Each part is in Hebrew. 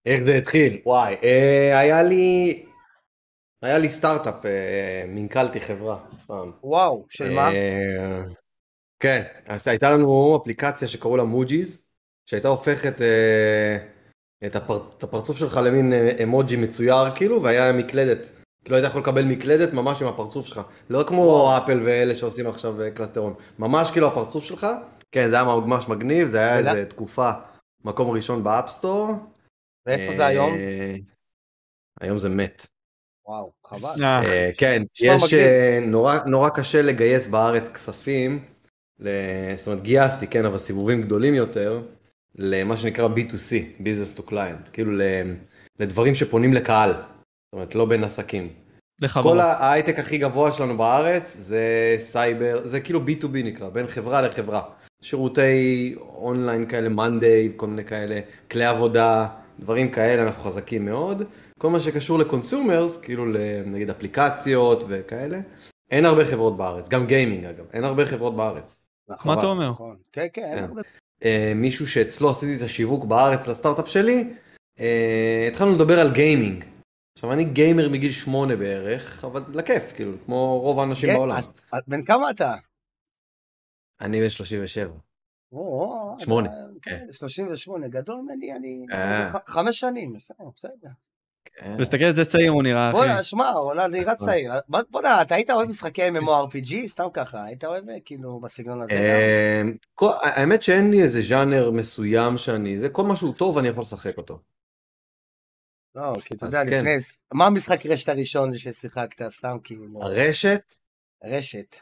איך זה התחיל? וואי, היה לי סטארט-אפ, מנכלתי חברה פעם. וואו, של מה? אה, כן, אז הייתה לנו אפליקציה שקראו לה מוג'יז, שהייתה הופכת את הפרצוף שלך למין אמוג'י מצויר כאילו, והיה מקלדת. כאילו היית יכול לקבל מקלדת ממש עם הפרצוף שלך. לא כמו וואו. אפל ואלה שעושים עכשיו קלסטרון. ממש כאילו הפרצוף שלך. כן, זה היה ממש מגניב, זה היה ולה... איזה תקופה מקום ראשון באפסטור. ואיפה זה היום? היום זה מת. וואו, חבל. אה, כן, נשמע יש מגניב. נורא קשה לגייס בארץ כספים, זאת אומרת גייסתי, כן, אבל סיבובים גדולים יותר, למה שנקרא B2C, Business to Client, כאילו לדברים שפונים לקהל, זאת אומרת לא בין עסקים. כל לחברות. ההייטק הכי גבוה שלנו בארץ זה סייבר, זה כאילו B2B נקרא, בין חברה לחברה. שירותי אונליין כאלה, מאנדיי, כל מיני כאלה, כלי עבודה, דברים כאלה, אנחנו חזקים מאוד. כל מה שקשור לקונסומרס, כאילו נגיד אפליקציות וכאלה, אין הרבה חברות בארץ, גם גיימינג אגב, אין הרבה חברות בארץ. מה אתה אומר? נכון. כן, כן, אין כן. הרבה. מישהו שאצלו עשיתי את השיווק בארץ לסטארט-אפ שלי, התחלנו לדבר על גיימינג. עכשיו אני גיימר מגיל 8 בערך, אבל לכיף, כאילו, כמו רוב האנשים כן, בעולם. בן כמה אתה? אני בן 37. או, 8, כן. 38, גדול ממני, אני אה, 5 שנים, יפה, בסדר. כן. תסתכל איזה צעיר הוא נראה, אחי. בוא'נה, שמע, עולה נראה צעיר. בוא'נה, אתה היית אוהב משחקי MMORPG? סתם ככה, היית אוהב כאילו בסגנון הזה גם? האמת שאין לי איזה ז'אנר מסוים זה כל משהו טוב אני יכול לשחק אותו. לא, כי אתה אז יודע, כן. מה המשחק רשת הראשון ששיחקת? סתם כאילו... הרשת, רשת.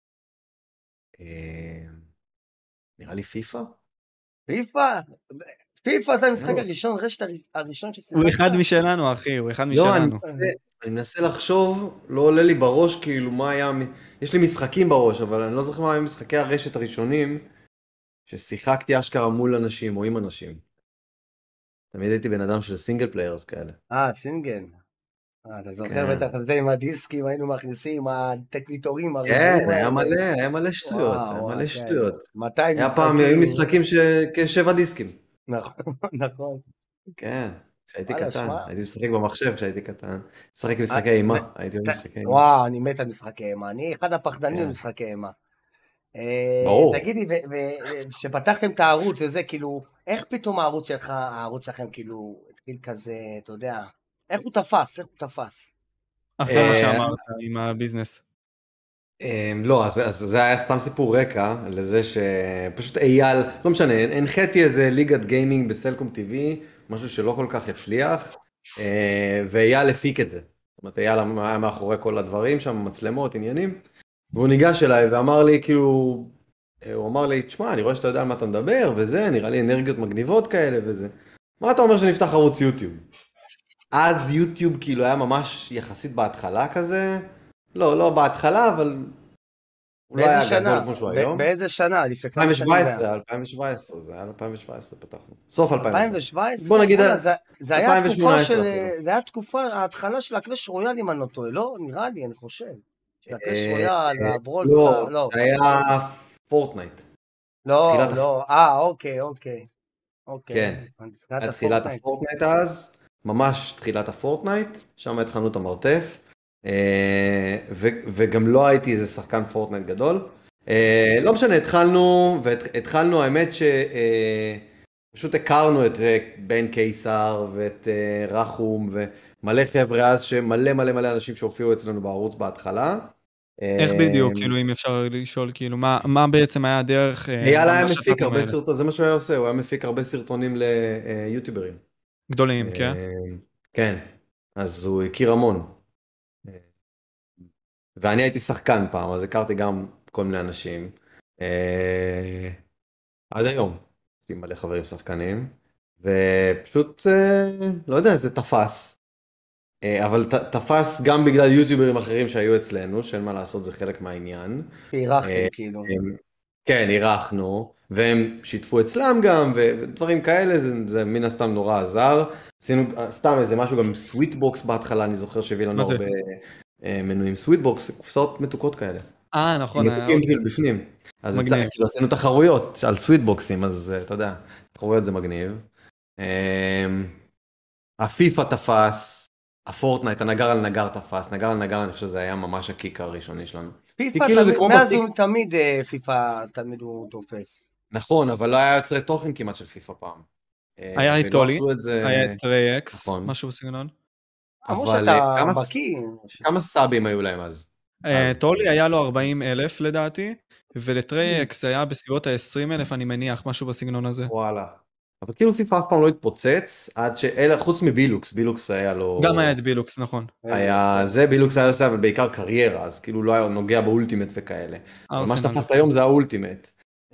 נראה לי פיפא? פיפא? פיפא זה המשחק הראשון, רשת הראשון ששיחקת? הוא אחד משלנו, אחי, הוא אחד לא, משלנו. אני מנסה לחשוב, לא עולה לי בראש כאילו מה היה, יש לי משחקים בראש, אבל אני לא זוכר מה היו משחקי הרשת הראשונים, ששיחקתי אשכרה מול אנשים או עם אנשים. תמיד הייתי בן אדם של סינגל פליירס כאלה. סינגל. אתה זוכר כן. בטח על זה עם הדיסקים, היינו מכניסים, התקליטורים כן, הרבועים האלה. היה מלא שטויות, היה וואו, מלא כן. שטויות. 200 היה פעם, היו משחקים. משחקים כ7 דיסקים. נכון, נכון. כן, כשהייתי וואלה, קטן, שמע. הייתי משחק במחשב כשהייתי קטן. משחק עם משחקי אימה, הייתי אוהב משחקי אימה. וואו, אני מת על משחקי אימה. אני אחד הפחדנים כן, במשחקי אימה. ברור. תגידי, כשפתחתם את הערוץ וזה, כאילו, איך פתאום הערוץ שלכם, כאילו, התחיל כזה, אתה יודע, איך הוא תפס? אחרי מה שאמרת עם הביזנס. לא, אז זה היה סתם סיפור רקע לזה שפשוט אייל, לא משנה, הנחיתי איזה ליגת גיימינג בסלקום TV, משהו שלא כל כך הצליח, ואייל הפיק את זה. זאת אומרת, אייל היה מאחורי כל הדברים שם, מצלמות, עניינים, והוא ניגש אליי ואמר לי, כאילו, הוא אמר לי, תשמע, אני רואה שאתה יודע על מה אתה מדבר, וזה, נראה לי אנרגיות מגניבות כאלה וזה. מה אתה אומר שנפתח ערוץ יוטיוב? אז יוטיוב כאילו היה ממש יחסית בהתחלה כזה, לא בהתחלה, אבל הוא לא היה גדול כמו שהוא היום. באיזה שנה? לפני כמה שנים זה היה? 2017, זה היה 2017 פתחנו. סוף 2017. 2017? בוא נגיד זה היה תקופה 2018 אפילו. זה היה תקופה, ההתחלה של הקלאש רויאל אם אני לא טועה, לא? נראה לי, אני חושב. של הקלאש רויאל, הברולסטאר, לא. זה היה פורטנייט. לא, אוקיי. כן, היה תחילת הפורטנייט אז, ממש תחילת הפורטנייט, שם התחלנו את המרתף, וגם לא הייתי איזה שחקן פורטנייט גדול. לא משנה, התחלנו האמת שפשוט הכרנו את בן קיסר ואת רחום ומלא חבר'ה אז שמלא אנשים שהופיעו אצלנו בערוץ בהתחלה. איך בדיוק, כאילו, אם אפשר לשאול, כאילו, מה בעצם היה הדרך... אייל היה מפיק הרבה סרטונים, זה מה שהוא היה עושה, הוא היה מפיק הרבה סרטונים ליוטיוברים. גדולים, כן? כן, אז הוא הכיר המון. ואני הייתי שחקן פעם, אז הכרתי גם כל מיני אנשים. עד היום, יש לי מלא חברים שחקנים, ופשוט, לא יודע, זה תפס. אבל תפס גם בגלל יוטיוברים אחרים שהיו אצלנו, שאין מה לעשות, זה חלק מהעניין. אירחתם כאילו. כן, אירחנו, והם שיתפו אצלם גם, ודברים כאלה, זה מן הסתם נורא עזר. עשינו סתם איזה משהו גם עם סוויטבוקס בהתחלה, אני זוכר שהביא לנו הרבה מנויים. סוויטבוקס, קופסאות מתוקות כאלה. נכון. מתוקים כאילו בפנים. אז כאילו עשינו תחרויות על סוויטבוקסים, אז אתה יודע, תחרויות זה מגניב. הפיפה תפס, הפורטנייט, הנגר על נגר תפס, נגר על נגר, אני חושב שזה היה ממש הקיק הראשוני שלנו. פיפה, מאז הוא תמיד פיפה, תמיד הוא תופס. נכון, אבל לא היה יוצרי תוכן כמעט של פיפה פעם. היה את טולי, היה את רייקס, משהו בסגנון. אבל כמה סאבים היו להם אז? טולי היה לו 40,000 לדעתי, ולטרייקס היה בסביבות ה-20,000 אני מניח, משהו בסגנון הזה. וואלה. אבל כאילו פיפה אף פעם לא התפוצץ, עד שאלה, חוץ מבילוקס, בילוקס היה לו... גם היה את בילוקס, נכון. זה בילוקס היה עושה, אבל בעיקר קריירה, אז כאילו לא היה נוגע באולטימט וכאלה. אבל מה שתפס היום זה האולטימט.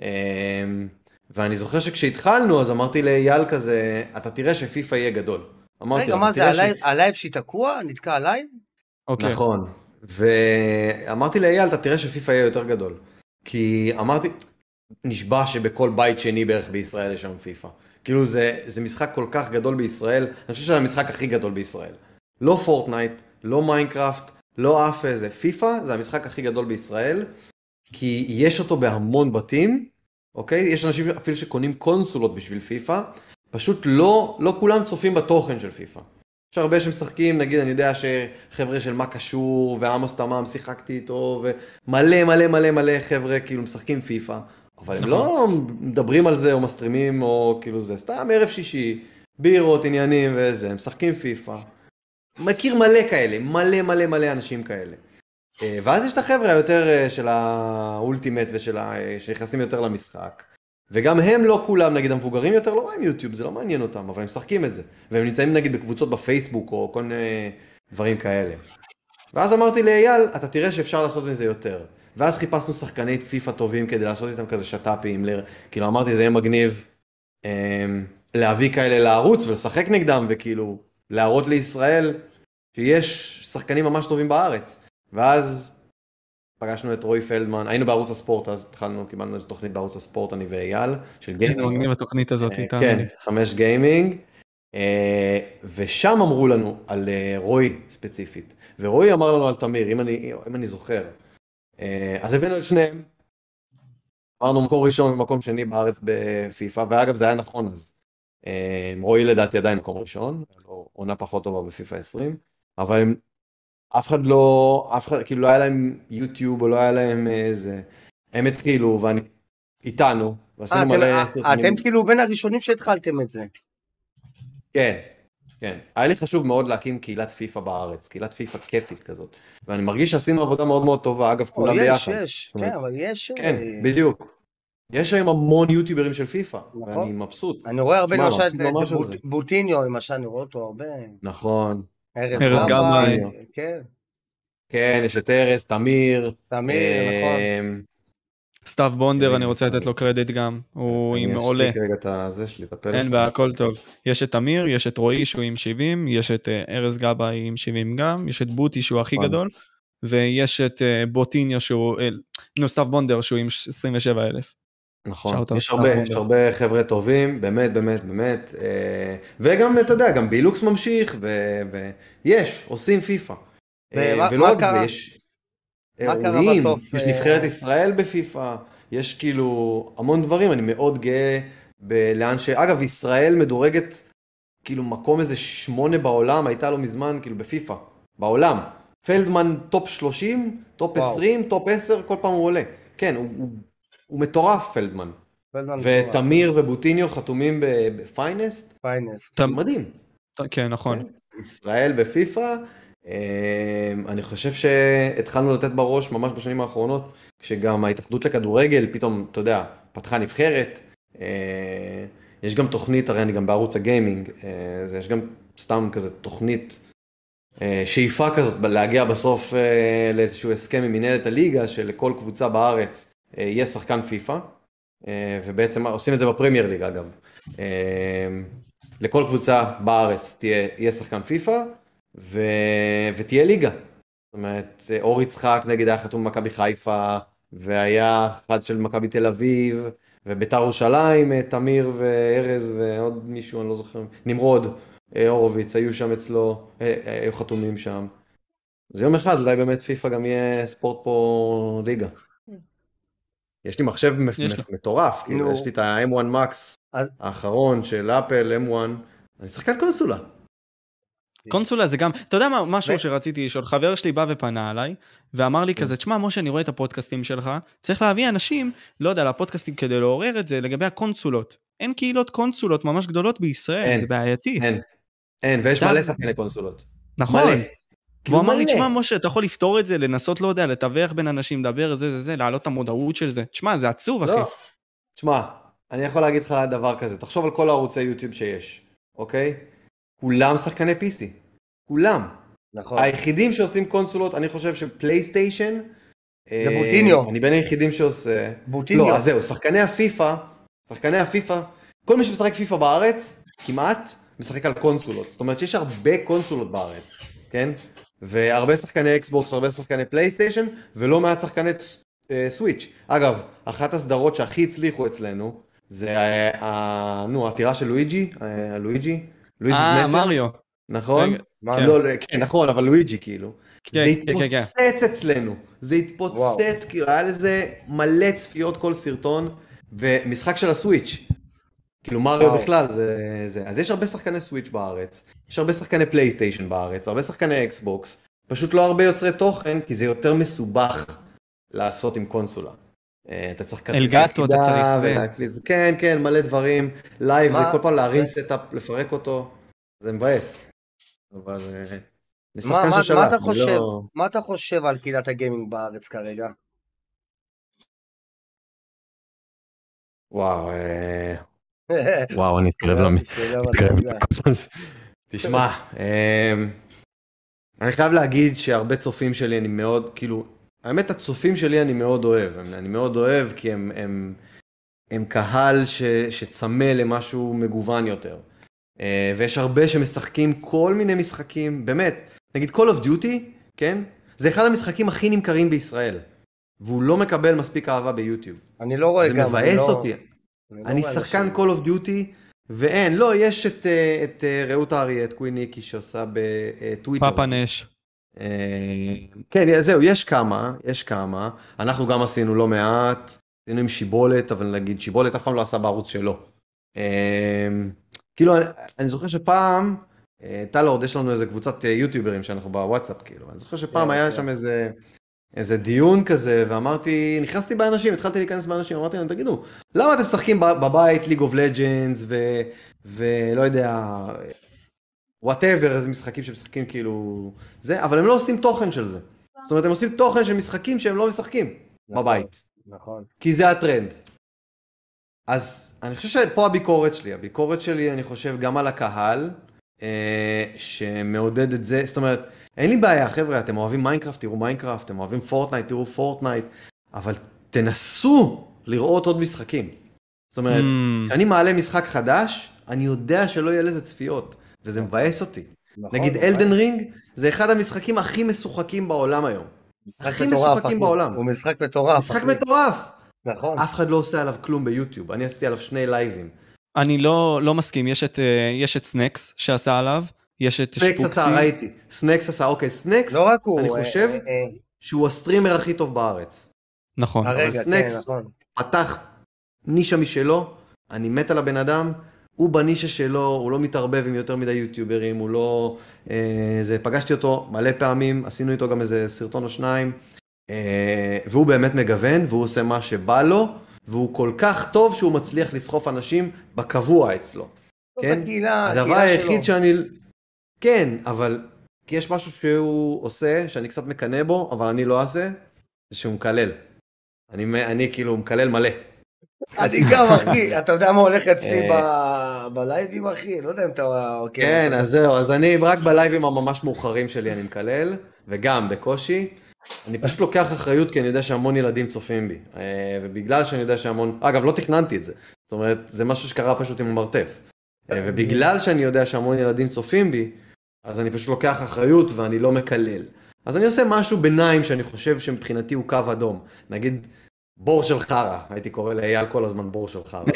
ואני זוכר שכשהתחלנו, אז אמרתי לאייל כזה, אתה תראה שפיפה יהיה גדול. רגע, מה זה, הלייב שהיא תקוע? נתקע הלייב? נכון. ואמרתי לאייל, אתה תראה שפיפה יהיה יותר גדול. כי אמרתי, נשבע שבכל בית שני בערך בישראל יש שם פיפה. כאילו זה משחק כל כך גדול בישראל, אני חושב שזה המשחק הכי גדול בישראל. לא פורטנייט, לא מיינקראפט, לא אף איזה. פיפה זה המשחק הכי גדול בישראל, כי יש אותו בהמון בתים, אוקיי? יש אנשים אפילו שקונים קונסולות בשביל פיפה, פשוט לא כולם צופים בתוכן של פיפה. יש הרבה שמשחקים, נגיד, אני יודע שחבר'ה של מה קשור, ועמוס תמם שיחקתי איתו, ומלא מלא מלא מלא חבר'ה כאילו משחקים פיפה, אבל הם לא מדברים על זה או מסטרימים או כאילו זה, סתם ערב שישי, בירות, עניינים וזה, הם משחקים פיפה. מכיר מלא כאלה, מלא מלא מלא אנשים כאלה. ואז יש את החבר'ה היותר של האולטימט שנכנסים יותר למשחק. וגם הם לא כולם, נגיד המבוגרים יותר לא רואים יוטיוב, זה לא מעניין אותם, אבל הם משחקים את זה. והם נמצאים נגיד בקבוצות בפייסבוק או כל מיני דברים כאלה. ואז אמרתי לאייל, אתה תראה שאפשר לעשות מזה יותר. ואז חיפשנו שחקני פיפה טובים כדי לעשות איתם כזה שטאפים. כאילו אמרתי, זה יהיה מגניב להביא כאלה לערוץ ולשחק נגדם, וכאילו להראות לישראל שיש שחקנים ממש טובים בארץ. ואז פגשנו את רוי פלדמן, היינו בערוץ הספורט, אז התחלנו, קיבלנו איזו תוכנית בערוץ הספורט, אני ואייל, של גיימינג. איזה מגניב התוכנית הזאת. כן, 5 גיימינג, ושם אמרו לנו על רוי ספציפית, ורוי אמר לנו על תמיר, אם אני זוכר. אז הבאנו את שניהם, אמרנו מקום ראשון ומקום שני בארץ בפיפה, ואגב זה היה נכון אז. רוי לדעתי עדיין מקום ראשון, עונה פחות טובה בפיפה 20, אבל הם... אף אחד כאילו לא היה להם יוטיוב או לא היה להם איזה, הם התחילו ואני איתנו, ועשינו מלא סרטונים. אתם כאילו בין הראשונים שהתחלתם את זה. כן, כן. היה לי חשוב מאוד להקים קהילת פיפה בארץ, קהילת פיפה כיפית כזאת, ואני מרגיש שעשינו עבודה מאוד מאוד טובה, אגב כולם ביחד. יש, כן, אבל יש... כן, בדיוק. יש היום המון יוטיוברים של פיפה, ואני מבסוט. אני רואה הרבה למשל את בוטיניו, למשל, אני רואה אותו הרבה. נכון. ארז גבאי, כן. כן, יש את ארז, תמיר. נכון. סטאב בונדר, אני רוצה לתת לו קרדיט גם, הוא עם עולה. אני אשתיק רגע את הזה שלי, את הפלאפון. אין בה, הכל טוב. יש את תמיר, יש את רועי שהוא עם 70, יש את ארז גבאי עם 70 גם, יש את בוטי שהוא הכי גדול, ויש את בוטיניו שהוא, סטאב בונדר שהוא עם 27,000. נכון, יש הרבה חבר'ה טובים, באמת, באמת, באמת, וגם, אתה יודע, גם בילוקס ממשיך, ויש, עושים פיפה. ולא רק זה, יש אירועים, יש נבחרת ישראל בפיפה, יש כאילו המון דברים, אני מאוד גאה לאן אגב, ישראל מדורגת כאילו מקום איזה 8 בעולם, הייתה לו מזמן כאילו בפיפה, בעולם. פלדמן טופ 30, טופ 20, טופ 10, כל פעם הוא עולה. כן, הוא מטורף פלדמן. ותמיר ובוטיניו חתומים בפיינסט. פיינסט. מדהים. כן, נכון. ישראל בפיפה. אני חושב שהתחלנו לתת בראש ממש בשנים האחרונות, כשגם ההתאחדות לכדורגל פתאום, אתה יודע, פתחה נבחרת. יש גם תוכנית, הרי אני גם בערוץ הגיימינג, יש גם סתם כזה תוכנית שאיפה כזאת, להגיע בסוף לאיזשהו הסכם עם מנהלת הליגה, שלכל קבוצה בארץ יהיה שחקן פיפה, ובעצם עושים את זה בפרמייר ליג אגב. לכל קבוצה בארץ יהיה שחקן פיפה, ותהיה ליגה. זאת אומרת, אור יצחק נגיד היה חתום במכבי חיפה, והיה אחד של מכבי תל אביב, וביתר ירושלים, תמיר וארז ועוד מישהו, אני לא זוכר, נמרוד, אורוביץ, היו שם אצלו, היו חתומים שם. אז יום אחד אולי באמת פיפה גם יהיה ספורט פה ליגה. יש לי מחשב מטורף, כאילו יש לי את ה-M1 Max האחרון של אפל, M1, אני שחקן קונסולה. קונסולה זה גם, אתה יודע מה, משהו שרציתי לשאול, חבר שלי בא ופנה עליי, ואמר לי כזה, תשמע, משה, אני רואה את הפודקאסטים שלך, צריך להביא אנשים, לא יודע, לפודקאסטים כדי לעורר את זה, לגבי הקונסולות. אין קהילות קונסולות ממש גדולות בישראל, זה בעייתי. אין, ויש מלא שחקני קונסולות. נכון. הוא אמר לי, תשמע, משה, אתה יכול לפתור את זה, לנסות, לא יודע, לתווך בין אנשים, לדבר, זה, להעלות את המודעות של זה. תשמע, זה עצוב, אחי. תשמע, אני יכול להגיד לך דבר כזה, תחשוב על כל הערוצי יוטיוב שיש, אוקיי? כולם שחקני PC. כולם. נכון. היחידים שעושים קונסולות, אני חושב שפלייסטיישן, זה בוטיניו. אני בין היחידים שעושה... בוטיניו. לא, אז זהו, שחקני הפיפה, כל מי שמשחק פיפה בארץ, כמעט, משחק על קונסולות. זאת אומרת שיש הרבה קונסולות בארץ, כן? והרבה שחקני אקסבוקס, הרבה שחקני פלייסטיישן, ולא מעט שחקני סוויץ'. אגב, אחת הסדרות שהכי הצליחו אצלנו, זה העתירה של לואיג'י, מריו. נכון? כן, נכון, אבל לואיג'י כאילו. זה התפוצץ אצלנו. זה התפוצץ, כאילו היה לזה מלא צפיות כל סרטון, ומשחק של הסוויץ'. כאילו מריו בכלל זה. אז יש הרבה שחקני סוויץ' בארץ, יש הרבה שחקני פלייסטיישן בארץ, הרבה שחקני אקסבוקס, פשוט לא הרבה יוצרי תוכן, כי זה יותר מסובך לעשות עם קונסולה. אתה צריך אלגטו, אתה צריך זה. כן, מלא דברים, לייב, כל פעם להרים סטאפ, לפרק אותו, זה מבאס. אבל מה אתה חושב על קהילת הגיימינג בארץ כרגע? וואו, אני אתקרב תשמע, אני חייב להגיד שהרבה צופים שלי אני מאוד, כאילו, האמת הצופים שלי אני מאוד אוהב, כי הם קהל שצמא למשהו מגוון יותר. ויש הרבה שמשחקים כל מיני משחקים, באמת, נגיד Call of Duty, כן? זה אחד המשחקים הכי נמכרים בישראל, והוא לא מקבל מספיק אהבה ביוטיוב. אני לא רואה גם. זה מבאס אותי. אני שחקן Call of Duty, ואין, לא, יש את רעות האריה, את קוויניקי שעושה בטוויטר. פאפה נש. כן, זהו, יש כמה. אנחנו גם עשינו לא מעט, עשינו עם שיבולת, אבל נגיד, שיבולת אף פעם לא עשה בערוץ שלו. כאילו, אני זוכר שפעם, טלורד, יש לנו איזה קבוצת יוטיוברים שאנחנו בוואטסאפ, כאילו. אני זוכר שפעם היה שם איזה דיון כזה, ואמרתי, נכנסתי באנשים, התחלתי להיכנס באנשים, אמרתי להם, תגידו, למה אתם משחקים בבית League of Legends, ולא יודע, whatever, איזה משחקים שמשחקים כאילו, זה, אבל הם לא עושים תוכן של זה. זאת אומרת, הם עושים תוכן של משחקים שהם לא משחקים בבית. נכון. כי זה הטרנד. אז אני חושב שפה הביקורת שלי, אני חושב גם על הקהל, שמעודד את זה, זאת אומרת, אין לי בעיה, חבר'ה, אתם אוהבים מיינקראפט, תראו מיינקראפט, אתם אוהבים פורטנייט, תראו פורטנייט, אבל תנסו לראות עוד משחקים. זאת אומרת, כשאני מעלה משחק חדש, אני יודע שלא יהיה לזה צפיות, וזה מבאס אותי. נגיד אלדן רינג, זה אחד המשחקים הכי משוחקים בעולם היום. הכי משוחקים בעולם. הוא משחק מטורף. משחק מטורף. נכון. אף אחד לא עושה עליו כלום ביוטיוב, אני עשיתי עליו 2 לייבים. אני לא מסכים, יש את סנקס שעשה עליו, יש את סנקס עשה, ראיתי. סנקס עשה, אוקיי, סנקס, לא רק הוא, אני חושב שהוא הסטרימר הכי טוב בארץ. נכון. אבל סנקס פתח נישה משלו, אני מת על הבן אדם, הוא בנישה שלו, הוא לא מתערבב עם יותר מדי יוטיוברים, הוא לא... פגשתי אותו מלא פעמים, עשינו איתו גם איזה סרטון או 2, והוא באמת מגוון, והוא עושה מה שבא לו, והוא כל כך טוב שהוא מצליח לסחוף אנשים בקבוע אצלו. כן? הדבר היחיד שאני... כן, אבל... כי יש משהו שהוא עושה, שאני קצת מקנה בו, אבל אני לא אעשה, זה שהוא מקלל. אני כאילו מקלל מלא. אני גם, אחי, אתה יודע מה הולך אצלי בלייבים, אחי? לא יודע אם אתה... כן, אז זהו, אז אני רק בלייבים הממש מאוחרים שלי אני מקלל, וגם בקושי. אני פשוט לוקח אחריות כי אני יודע שהמון ילדים צופים בי, ובגלל שאני יודע שהמון... אגב, לא תכננתי את זה. זאת אומרת, זה משהו שקרה פשוט עם המרתף. ובגלל שאני יודע שהמון ילדים צופים בי, אז אני פשוט לוקח אחריות ואני לא מקלל. אז אני עושה משהו ביניים שאני חושב שמבחינתי הוא קו אדום. נגיד, בור של חרה. הייתי קורא לאייל כל הזמן בור של חרה.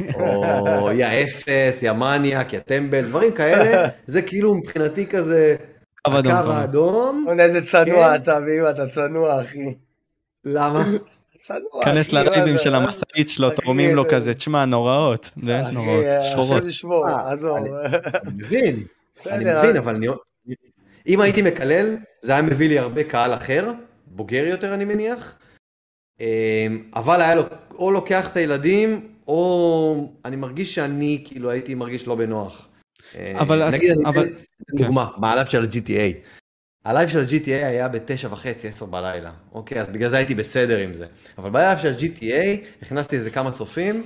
או יא אפס, יא מניאק, יא טמבל, דברים כאלה. זה כאילו מבחינתי כזה... הקו האדום. איזה צנוע אתה, ואם אתה צנוע, אחי. למה? צנוע. כנס ללייבים של המסעית שלו, תורמים לו כזה, תשמע, נוראות, נוראות, שחורות. השם ישמור, עזוב. אני מבין, אבל אם הייתי מקלל, זה היה מביא לי הרבה קהל אחר, בוגר יותר אני מניח, אבל היה לו, או לוקח את הילדים, או אני מרגיש שאני כאילו הייתי מרגיש לא בנוח. נגיד, אני אתן דוגמה, מהלייב של ה-GTA. הלייב של ה-GTA היה ב-9:30, 10 בלילה. אוקיי, אז בגלל זה הייתי בסדר עם זה. אבל בלייב של ה-GTA, הכנסתי איזה כמה צופים,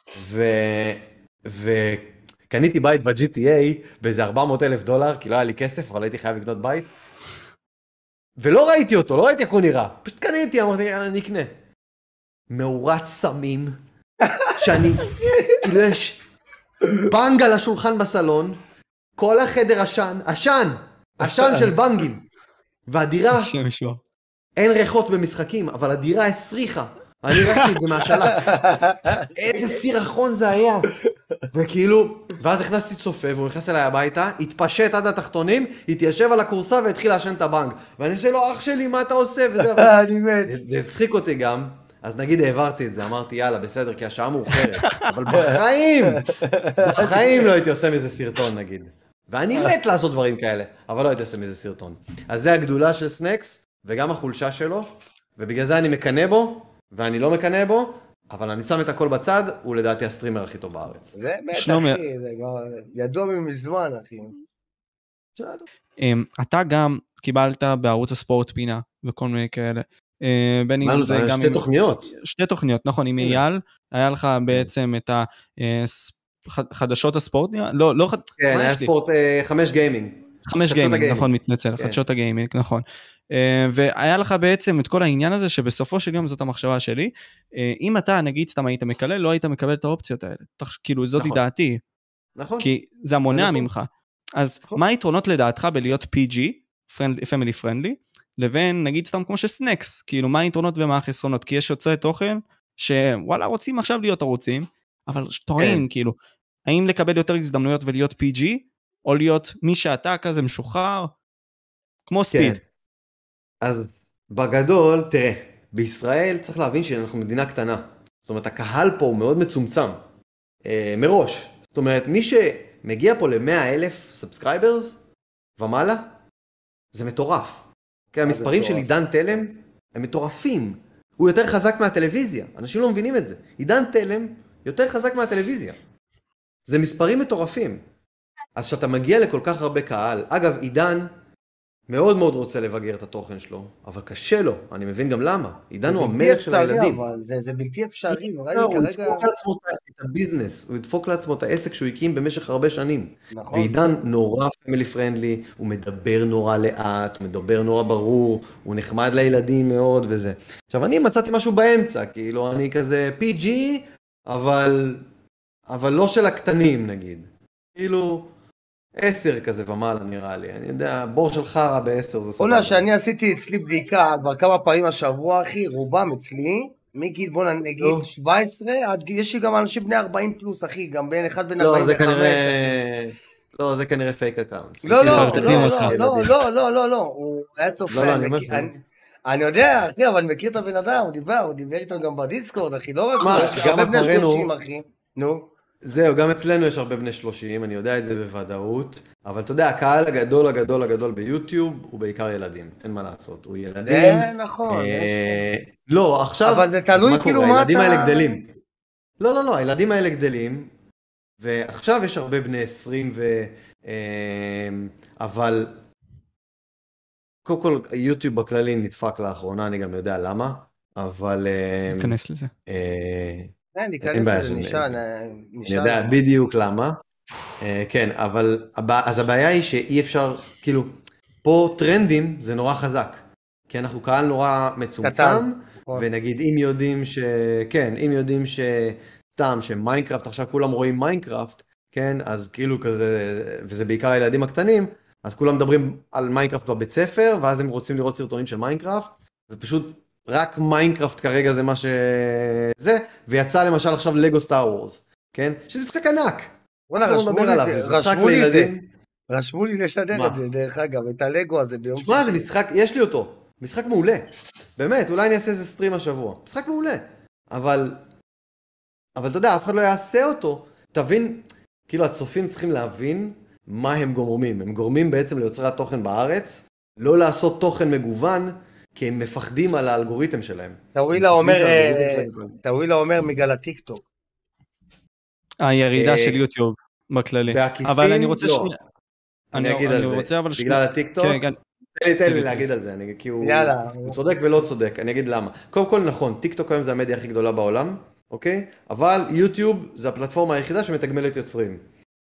וקניתי בית ב-GTA באיזה $400,000, כי לא היה לי כסף, אבל הייתי חייב לקנות בית. ולא ראיתי אותו, לא ראיתי איך הוא נראה. פשוט קניתי, אמרתי, אני אקנה. מאורת סמים, שאני, כאילו יש בנג על השולחן בסלון, כל החדר עשן של בנגים. והדירה, אין ריחות במשחקים, אבל הדירה הסריחה. אני ראיתי את זה מהשלט. איזה סירחון זה היה. וכאילו, ואז הכנסתי צופה, והוא נכנס אליי הביתה, התפשט עד התחתונים, התיישב על הקורסה והתחיל לעשן את הבנג. ואני עושה לו, אח שלי, מה אתה עושה? אני מת. זה הצחיק אותי גם. אז נגיד העברתי את זה, אמרתי יאללה בסדר כי השעה מאוחרת, אבל בחיים לא הייתי עושה מזה סרטון נגיד. ואני מת לעשות דברים כאלה, אבל לא הייתי עושה מזה סרטון. אז זה הגדולה של סנקס, וגם החולשה שלו, ובגלל זה אני מקנה בו, ואני לא מקנה בו, אבל אני שם את הכל בצד, הוא לדעתי הסטרימר הכי טוב בארץ. זה מת אחי, זה ידוע מזמן אחי. אתה גם קיבלת בערוץ הספורט פינה, וכל מיני כאלה. שתי תוכניות. שתי תוכניות, נכון, עם אייל, היה לך בעצם את חדשות הספורט, לא, כן, היה ספורט 5 גיימינג. 5 גיימינג, נכון, מתנצל, חדשות הגיימינג, נכון. והיה לך בעצם את כל העניין הזה, שבסופו של יום זאת המחשבה שלי, אם אתה, נגיד, סתם היית מקלל, לא היית מקבל את האופציות האלה, כאילו, זאת דעתי. נכון. כי זה המונע ממך. אז מה היתרונות לדעתך בלהיות PG, family friendly, לבין נגיד סתם כמו שסנקס, כאילו מה היתרונות ומה החסרונות, כי יש יוצרי תוכן שוואלה רוצים עכשיו להיות ערוצים, אבל טועים כאילו, האם לקבל יותר הזדמנויות ולהיות PG, או להיות מי שאתה כזה משוחרר, כמו ספיד. אז בגדול, תראה, בישראל צריך להבין שאנחנו מדינה קטנה, זאת אומרת הקהל פה הוא מאוד מצומצם, מראש, זאת אומרת מי שמגיע פה ל100,000 סאבסקרייברס ומעלה, זה מטורף. כי המספרים של עידן תלם הם מטורפים. הוא יותר חזק מהטלוויזיה. אנשים לא מבינים את זה. עידן תלם יותר חזק מהטלוויזיה. זה מספרים מטורפים. אז שאתה מגיע לכל כך הרבה קהל, אגב, עידן מאוד מאוד רוצה לבגר את התוכן שלו, אבל קשה לו. אני מבין גם למה. עידן הוא המלך של הילדים. זה בלתי אפשרי. הוא ידפוק לעצמו את הביזנס, הוא ידפוק לעצמו את העסק שהוא הקים במשך הרבה שנים. ועידן נורא פמילי פרנדלי, הוא מדבר נורא לאט, הוא מדבר נורא ברור, הוא נחמד לילדים מאוד וזה. עכשיו אני מצאתי משהו באמצע, כאילו אני כזה PG, אבל לא של הקטנים נגיד. כאילו 10 כזה ומעלה נראה לי, אני יודע, בור של חרה ב10 זה סבבה. עונה שאני עשיתי אצלי בדיקה כבר כמה פעמים השבוע אחי, רובם אצלי, מגיל בוא נגיד 17, יש לי גם אנשים בני 40 פלוס אחי, גם בין אחד בין 45. לא, זה כנראה פייק אקאונט. לא, הוא היה צופה. אני יודע אחי, אבל אני מכיר את הבן אדם, הוא דיבר איתו גם בדיסקורד אחי, לא רק גם בני 30 אחי, נו. זהו, גם אצלנו יש הרבה בני 30, אני יודע את זה בוודאות, אבל אתה יודע, הקהל הגדול ביוטיוב הוא בעיקר ילדים, אין מה לעשות, הוא ילדים. נכון. לא, עכשיו, אבל זה תלוי כאילו מה אתה... הילדים האלה גדלים. לא, הילדים האלה גדלים, ועכשיו יש הרבה בני 20, אבל קודם כל, יוטיוב בכללי נדפק לאחרונה, אני גם יודע למה, אבל... ניכנס לזה. ניכנס לזה, נשאל. אני יודע בדיוק למה. כן, אבל אז הבעיה היא שאי אפשר, כאילו, פה טרנדים זה נורא חזק, כי אנחנו קהל נורא מצומצם, ונגיד אם יודעים אם יודעים סתם שמיינקראפט, עכשיו כולם רואים מיינקראפט, כן, אז כאילו כזה, וזה בעיקר הילדים הקטנים, אז כולם מדברים על מיינקראפט בבית ספר, ואז הם רוצים לראות סרטונים של מיינקראפט, ופשוט רק מיינקראפט כרגע זה מה שזה, ויצא למשל עכשיו לגו סטאר וורס, כן? שזה משחק ענק. רשמו לי לשדר את זה, דרך אגב, את הלגו הזה ביום... שמע, זה משחק, יש לי אותו, משחק מעולה. באמת, אולי אני אעשה איזה סטרים השבוע. משחק מעולה. אבל אתה יודע, אף אחד לא יעשה אותו. תבין, כאילו הצופים צריכים להבין, מה הם גורמים? הם גורמים בעצם ליוצרי התוכן בארץ, לא לעשות תוכן מגוון, כי הם מפחדים על האלגוריתם שלהם. טאווילה אומר מגלל הטיקטוק. הירידה של יוטיוב בכללי. בעקיפין, אבל אני רוצה לא. אני אגיד על זה. בגלל הטיקטוק, תן לי להגיד על זה, כי הוא צודק ולא צודק. אני אגיד למה. קודם כל נכון, טיקטוק היום זה המדיה הכי גדולה בעולם, אוקיי? אבל יוטיוב זה הפלטפורמה היחידה שמתגמלת יוצרים.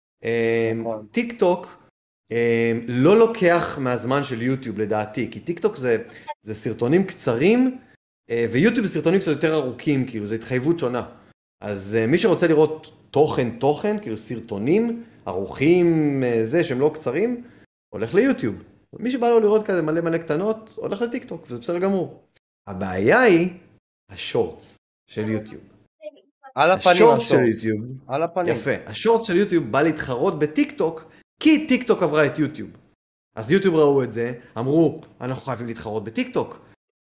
טיקטוק לא לוקח מהזמן של יוטיוב לדעתי, כי טיקטוק זה סרטונים קצרים, ויוטיוב זה סרטונים קצת יותר ארוכים, כאילו זה התחייבות שונה. אז מי שרוצה לראות תוכן, כאילו סרטונים ארוכים, זה שהם לא קצרים, הולך ליוטיוב. מי שבא לו לראות כזה מלא קטנות, הולך לטיקטוק, וזה בסדר גמור. הבעיה היא השורטס של יוטיוב. על הפנים השורטס של יוטיוב. על הפנים. יפה. השורטס של יוטיוב בא להתחרות בטיקטוק, כי טיקטוק עברה את יוטיוב. אז יוטיוב ראו את זה, אמרו, אנחנו חייבים להתחרות בטיקטוק.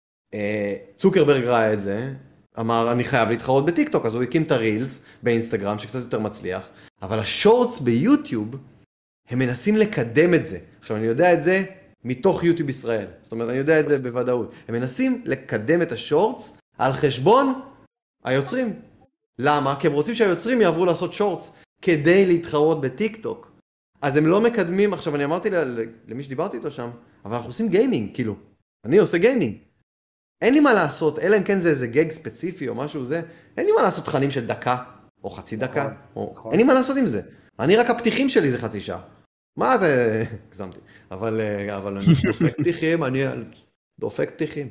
צוקרברג ראה את זה, אמר, אני חייב להתחרות בטיקטוק, אז הוא הקים את הרילס באינסטגרם, שקצת יותר מצליח, אבל השורטס ביוטיוב, הם מנסים לקדם את זה. עכשיו, אני יודע את זה מתוך יוטיוב ישראל. זאת אומרת, אני יודע את זה בוודאות. הם מנסים לקדם את השורטס על חשבון היוצרים. למה? כי הם רוצים שהיוצרים יעברו לעשות שורטס כדי להתחרות בטיקטוק. אז הם לא מקדמים, עכשיו אני אמרתי למי שדיברתי איתו שם, אבל אנחנו עושים גיימינג, כאילו. אני עושה גיימינג. אין לי מה לעשות, אלא אם כן זה איזה גג ספציפי או משהו זה, אין לי מה לעשות תכנים של דקה, או חצי דקה, אין לי מה לעשות עם זה. אני רק הפתיחים שלי זה חצי שעה. מה אתה... הגזמתי. אבל אני דופק פתיחים, אני דופק פתיחים.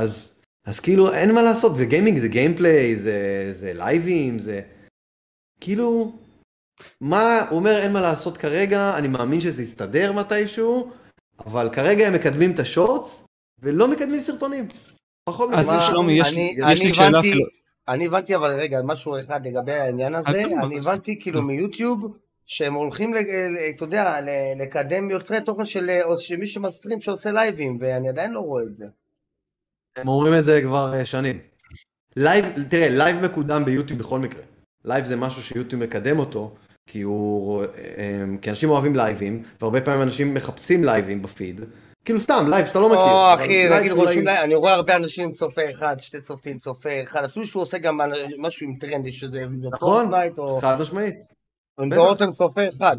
אז כאילו אין מה לעשות, וגיימינג זה גיימפליי, זה לייבים, זה... כאילו... מה, הוא אומר אין מה לעשות כרגע, אני מאמין שזה יסתדר מתישהו, אבל כרגע הם מקדמים את השורטס, ולא מקדמים סרטונים. אז שלומי, יש לי שאלה אפילו. אני הבנתי אבל רגע, משהו אחד לגבי העניין הזה, אני הבנתי כאילו מיוטיוב, שהם הולכים, אתה יודע, לקדם יוצרי תוכן של מי שמסטרים שעושה לייבים, ואני עדיין לא רואה את זה. הם אומרים את זה כבר שנים. לייב, תראה, לייב מקודם ביוטיוב בכל מקרה. לייב זה משהו שיוטיוב מקדם אותו, כי אנשים אוהבים לייבים, והרבה פעמים אנשים מחפשים לייבים בפיד, כאילו סתם, לייב שאתה לא מכיר. אחי, נגיד רושמים לייב, אני רואה הרבה אנשים עם צופה אחד, שתי צופים, צופה אחד, אפילו שהוא עושה גם משהו עם טרנדי, שזה נכון, חד משמעית. הם תורות עם צופה אחד.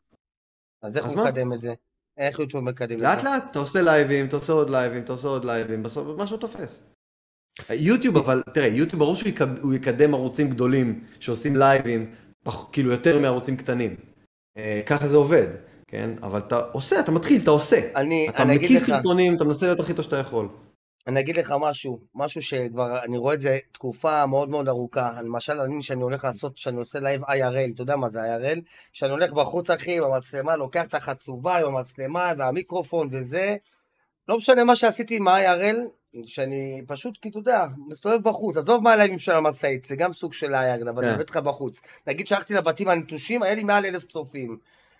אז איך הוא מקדם את זה? איך יוטיוב מקדם את זה? לאט לאט, אתה עושה לייבים, אתה עושה עוד לייבים, אתה עושה עוד לייבים, בסוף משהו תופס. יוטיוב, אבל תראה, יוטיוב ברור שהוא יקדם ערוצים גדולים שעושים לייבים, כאילו יותר מערוצים קטנים. ככה זה עובד, כן? אבל אתה עושה, אתה מתחיל, אתה עושה. אתה מכיר סרטונים, אתה מנסה להיות הכי טוב שאתה יכול. אני אגיד לך משהו שכבר, אני רואה את זה תקופה מאוד מאוד ארוכה. למשל, שאני הולך לעשות, שאני עושה לייב IRL, אתה יודע מה זה IRL? שאני הולך בחוץ, אחי, במצלמה, לוקח את החצובה עם המצלמה והמיקרופון וזה. לא משנה מה שעשיתי עם ה-IRL, שאני פשוט, כי אתה יודע, מסתובב בחוץ. עזוב מה הלייבים של המסעית, זה גם סוג של IRL, אבל אני אביא לך בחוץ. נגיד שהלכתי לבתים הנטושים, היה לי מעל 1,000 צופים.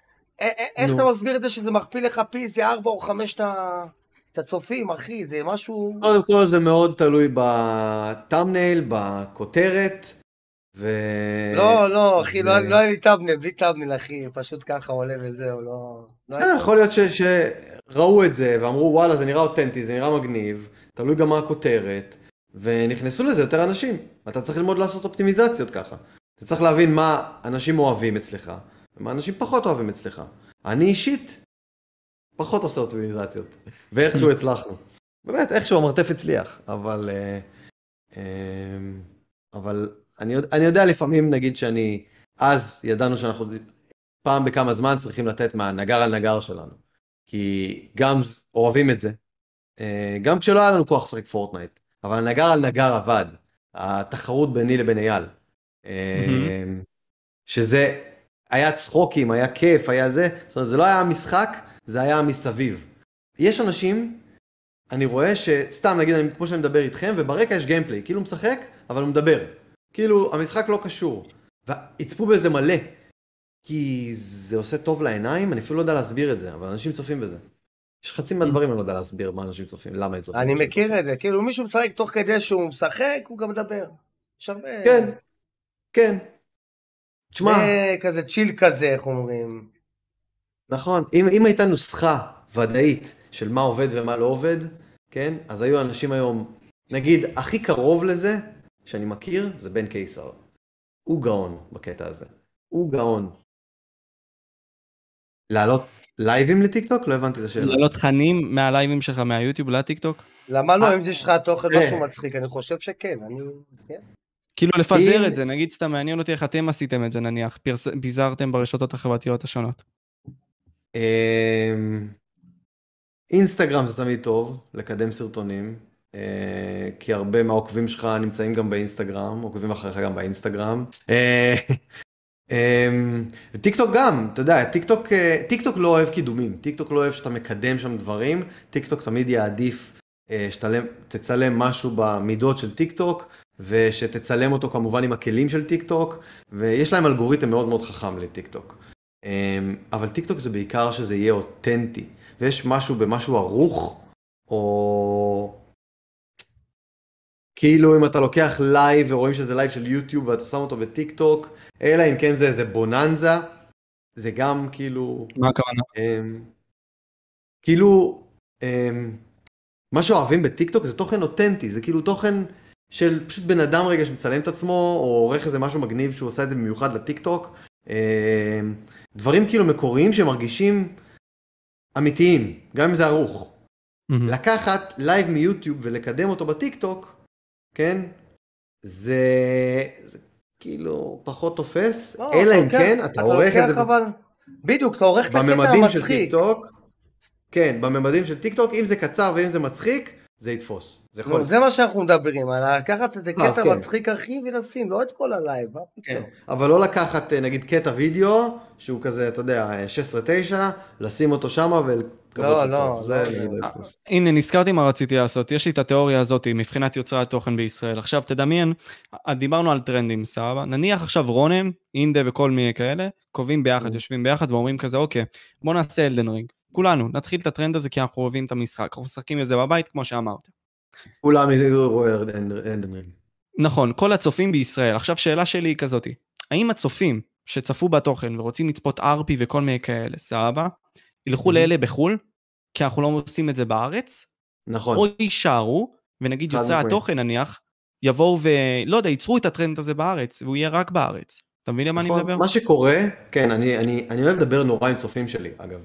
איך אתה מסביר את זה שזה מכפיל לך פי, זה 4 או 5 את הצופים, אחי, זה משהו... קודם כל זה מאוד תלוי בטאמנייל, בכותרת, לא, אחי, לא היה לי טאמנייל, בלי טאמנייל, אחי, פשוט ככה עולה וזהו, לא... יכול להיות שראו את זה ואמרו, וואלה, זה נראה אותנטי, זה נראה מגניב, תלוי גם מה הכותרת, ונכנסו לזה יותר אנשים. אתה צריך ללמוד לעשות אופטימיזציות ככה. אתה צריך להבין מה אנשים אוהבים אצלך, ומה אנשים פחות אוהבים אצלך. אני אישית פחות עושה אופטימיזציות, ואיכשהו הצלחנו. באמת, איכשהו המרתף הצליח, אבל אני יודע לפעמים, נגיד אז ידענו שאנחנו פעם בכמה זמן צריכים לתת מהנגר על נגר שלנו, כי גם אוהבים את זה, גם כשלא היה לנו כוח לשחק פורטנייט, אבל הנגר על נגר עבד, התחרות ביני לבין אייל, שזה היה צחוקים, היה כיף, היה זה, זאת אומרת, זה לא היה משחק, זה היה מסביב. יש אנשים, אני רואה שסתם נגיד, כמו שאני מדבר איתכם, וברקע יש גיימפליי, כאילו הוא משחק, אבל הוא מדבר. כאילו המשחק לא קשור, והצפו בזה מלא, כי זה עושה טוב לעיניים, אני אפילו לא יודע להסביר את זה, אבל אנשים צופים בזה. יש חצי מהדברים אני לא יודע להסביר מה אנשים צופים, למה הם צופים. אני מכיר את זה, כאילו מישהו משחק תוך כדי שהוא משחק, הוא גם מדבר. שווה. כן. תשמע. זה כזה צ'יל כזה, איך אומרים. נכון, אם הייתה נוסחה ודאית של מה עובד ומה לא עובד, כן, אז היו אנשים היום, נגיד, הכי קרוב לזה שאני מכיר, זה בן קיסר. הוא גאון בקטע הזה. הוא גאון. לעלות לייבים לטיקטוק? לא הבנתי את השאלה. לעלות תכנים מהלייבים שלך מהיוטיוב לטיקטוק? למה לא, אם יש לך תוכן משהו מצחיק, אני חושב שכן, כן. כאילו לפזר את זה, נגיד סתם מעניין אותי איך אתם עשיתם את זה נניח, פיזרתם ברשתות החברתיות השונות. אינסטגרם זה תמיד טוב, לקדם סרטונים, כי הרבה מהעוקבים שלך נמצאים גם באינסטגרם, עוקבים אחריך גם באינסטגרם. טיק-טוק גם, אתה יודע, טיק-טוק לא אוהב קידומים, טיק-טוק לא אוהב שאתה מקדם שם דברים, טיק-טוק תמיד יעדיף שתצלם משהו במידות של טיק-טוק, ושתצלם אותו כמובן עם הכלים של טיק-טוק, ויש להם אלגוריתם מאוד מאוד חכם לטיק-טוק. אבל טיק-טוק זה בעיקר שזה יהיה אותנטי, ויש משהו במשהו ערוך, או כאילו אם אתה לוקח לייב ורואים שזה לייב של יוטיוב ואתה שם אותו בטיק-טוק, אלא אם כן זה איזה בוננזה, זה גם כאילו... מה הכוונה? כאילו, מה שאוהבים בטיק-טוק זה תוכן אותנטי, זה כאילו תוכן של פשוט בן אדם רגע שמצלם את עצמו, או עורך איזה משהו מגניב שהוא עושה את זה במיוחד לטיק-טוק, דברים כאילו מקוריים שמרגישים אמיתיים, גם אם זה ערוך. לקחת לייב מיוטיוב ולקדם אותו בטיק-טוק, כן? זה כאילו פחות תופס, אלא אם כן, אתה עורך את זה... בדיוק, אתה עורך את הקטע המצחיק. כן, בממדים של טיק-טוק, אם זה קצר ואם זה מצחיק, זה יתפוס. זה מה שאנחנו מדברים, לקחת איזה קטע מצחיק אחי ולשים, לא את כל הלייב. אבל לא לקחת, נגיד, קטע וידאו, שהוא כזה, אתה יודע, 16-9, לשים אותו שמה לא. הנה, נזכרתי מה רציתי לעשות. יש לי את התיאוריה הזאת מבחינת יוצרי התוכן בישראל. עכשיו תדמיין, דיברנו על טרנדים, סבבה? נניח עכשיו רונן, אינדה וכל מיני כאלה, קובעים ביחד, יושבים ביחד ואומרים כזה, אוקיי, בוא נעשה אלדן רינג. כולנו, נתחיל את הטרנד הזה כי אנחנו אוהבים את המשחק. אנחנו משחקים את זה בבית, כמו שאמרת. כולם רואים אלדן רינג. נכון, כל הצופים בישראל. עכשיו שאלה שלי היא כזאת, האם הצופים שצפו בתוכן ורוצים לצפות RP וכל מיני כאלה, סבבה? ילכו לאלה בחול, כי אנחנו לא עושים את זה בארץ, נכון. או יישארו, ונגיד יוצרי התוכן נניח, יבואו ולא יודע, ייצרו את הטרנד הזה בארץ, והוא יהיה רק בארץ. אתה מבין למה אני מדבר? מה שקורה, כן, אני אוהב לדבר נורא עם צופים שלי, אגב.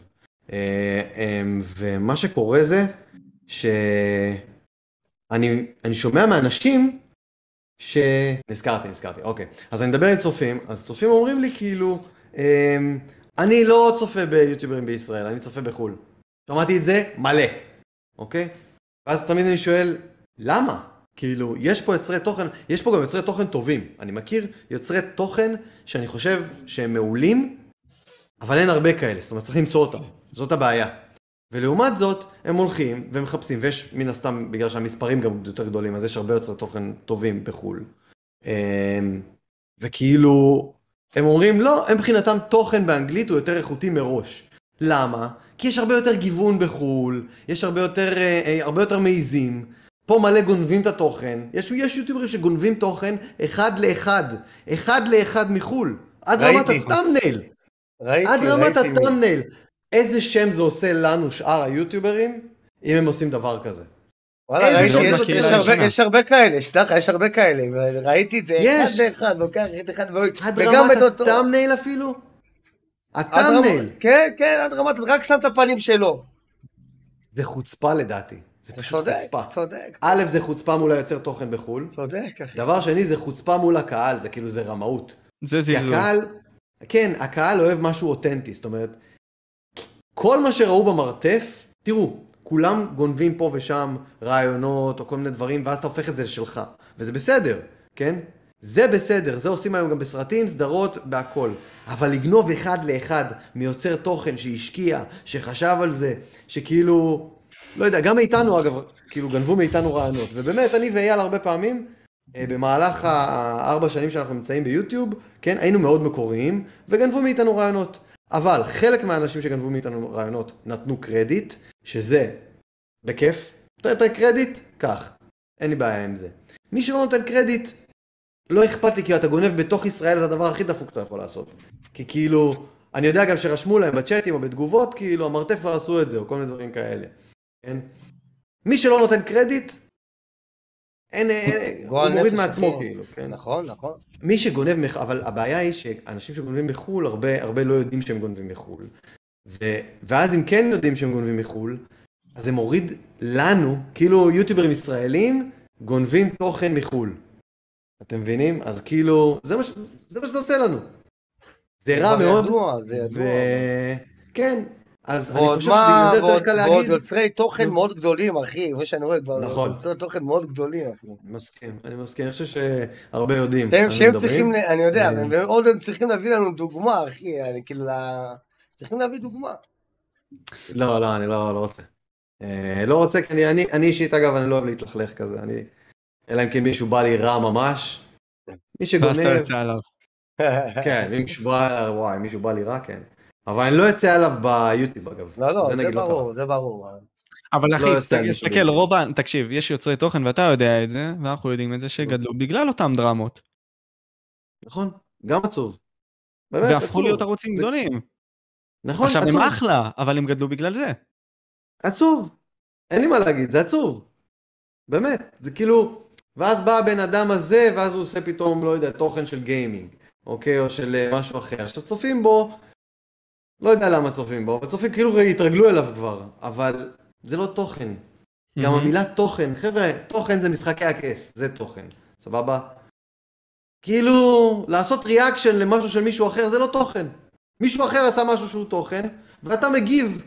ומה שקורה זה, שאני שומע מאנשים, נזכרתי, אוקיי. אז אני מדבר עם צופים, אז צופים אומרים לי כאילו, אני לא צופה ביוטיוברים בישראל, אני צופה בחול. שמעתי את זה מלא, אוקיי? ואז תמיד אני שואל, למה? כאילו, יש פה יוצרי תוכן, יש פה גם יוצרי תוכן טובים. אני מכיר יוצרי תוכן שאני חושב שהם מעולים, אבל אין הרבה כאלה, זאת אומרת, צריך למצוא אותם. זאת הבעיה. ולעומת זאת, הם הולכים ומחפשים, ויש מן הסתם, בגלל שהמספרים גם יותר גדולים, אז יש הרבה יוצרי תוכן טובים בחול. וכאילו... הם אומרים, לא, הם מבחינתם תוכן באנגלית הוא יותר איכותי מראש. למה? כי יש הרבה יותר גיוון בחול, יש הרבה יותר מעיזים. פה מלא גונבים את התוכן. יש יוטיוברים שגונבים תוכן אחד לאחד מחול. עד רמת הטאמנייל. עד רמת הטאמנייל. איזה שם זה עושה לנו שאר היוטיוברים, אם הם עושים דבר כזה. יש הרבה כאלה, שתך, יש הרבה כאלה, ראיתי את זה אחד לאחד, לוקח אחד, עד רמת הטאמנייל אפילו? הטאמנייל. כן, עד רמת, רק שם את הפנים שלו. זה חוצפה לדעתי, זה פשוט חוצפה. צודק. א', זה חוצפה מול היוצר תוכן בחול. צודק, אחי. דבר שני, זה חוצפה מול הקהל, זה כאילו, זה רמאות. זה זלזול. כן, הקהל אוהב משהו אותנטי, זאת אומרת, כל מה שראו במרתף, תראו, כולם גונבים פה ושם רעיונות או כל מיני דברים, ואז אתה הופך את זה לשלך. וזה בסדר, כן? זה בסדר, זה עושים היום גם בסרטים, סדרות, בהכל. אבל לגנוב אחד לאחד מיוצר תוכן שהשקיע, שחשב על זה, שכאילו, לא יודע, גם מאיתנו אגב, כאילו גנבו מאיתנו רעיונות. ובאמת, אני ואייל הרבה פעמים, במהלך 4 שנים שאנחנו נמצאים ביוטיוב, כן, היינו מאוד מקוריים, וגנבו מאיתנו רעיונות. אבל חלק מהאנשים שגנבו מאיתנו רעיונות נתנו קרדיט, שזה בכיף. אתה נותן קרדיט? כך. אין לי בעיה עם זה. מי שלא נותן קרדיט, לא אכפת לי, כי אתה גונב בתוך ישראל, זה הדבר הכי דפוק שאתה יכול לעשות. כי כאילו, אני יודע גם שרשמו להם בצ'אטים או בתגובות, כאילו, המרתף כבר עשו את זה, או כל מיני דברים כאלה. כן? מי שלא נותן קרדיט, הוא מוריד מעצמו, כאילו, כן? נכון, נכון. מי שגונב, אבל הבעיה היא שאנשים שגונבים מחול, הרבה לא יודעים שהם גונבים מחול. ואז אם כן יודעים שהם גונבים מחול, אז זה מוריד לנו, כאילו יוטיוברים ישראלים, גונבים תוכן מחול. אתם מבינים? אז כאילו, זה מה שזה עושה לנו. זה רע מאוד. זה ידוע. כן, אז אני חושב שבגלל זה יותר קל להגיד. ועוד יוצרי תוכן מאוד גדולים, אחי, מה שאני רואה כבר, נכון. יוצרי תוכן מאוד גדולים, אחי. אני מסכים, אני חושב שהרבה יודעים. שהם צריכים, אני יודע, ועוד הם צריכים להביא לנו דוגמה, אחי, אני כאילו, צריכים להביא דוגמה. לא, אני לא רוצה. לא רוצה, כי אני אישית, אגב, אני לא אוהב להתלכלך כזה, אלא אם כן מישהו בא לי רע ממש. מי שגונב... ואז אתה יוצא עליו. כן, מישהו בא לי רע, כן. אבל אני לא יוצא עליו ביוטיוב, אגב. לא, זה ברור. אבל אחי, תסתכל, תקשיב, יש יוצרי תוכן, ואתה יודע את זה, ואנחנו יודעים את זה, שגדלו בגלל אותם דרמות. נכון, גם עצוב. והפכו להיות ערוצים גדולים. נכון, עכשיו עצוב. הם אחלה, אבל הם גדלו בגלל זה. עצוב. אין לי מה להגיד, זה עצוב. באמת, זה כאילו... ואז בא הבן אדם הזה, ואז הוא עושה פתאום, לא יודע, תוכן של גיימינג, אוקיי? או של משהו אחר. עכשיו צופים בו, לא יודע למה צופים בו, אבל צופים כאילו התרגלו אליו כבר, אבל זה לא תוכן. גם המילה תוכן, חבר'ה, תוכן זה משחקי הכס, זה תוכן, סבבה? כאילו, לעשות ריאקשן למשהו של מישהו אחר, זה לא תוכן. מישהו אחר עשה משהו שהוא תוכן, ואתה מגיב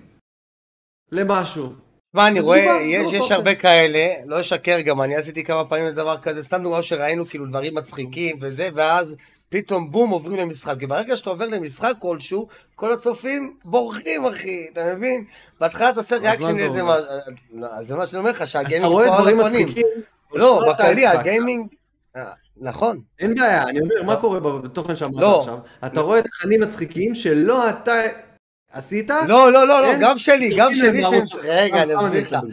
למשהו. מה, אני רואה, יש הרבה כאלה, לא אשקר גם, אני עשיתי כמה פעמים לדבר כזה, סתם דוגמה שראינו כאילו דברים מצחיקים וזה, ואז פתאום בום עוברים למשחק, כי ברגע שאתה עובר למשחק כלשהו, כל הצופים בורחים, אחי, אתה מבין? בהתחלה אתה עושה ריאקשן לאיזה מה... אז זה מה שאני אומר לך, שהגיימינג פה על הפנים. אז אתה רואה דברים מצחיקים? לא, בכללי, הגיימינג... נכון. אין בעיה, אני אומר, מה קורה בתוכן שאמרת עכשיו? אתה רואה תכנים מצחיקים שלא אתה... עשית? לא, גם שלי. רגע, אני אסביר לך.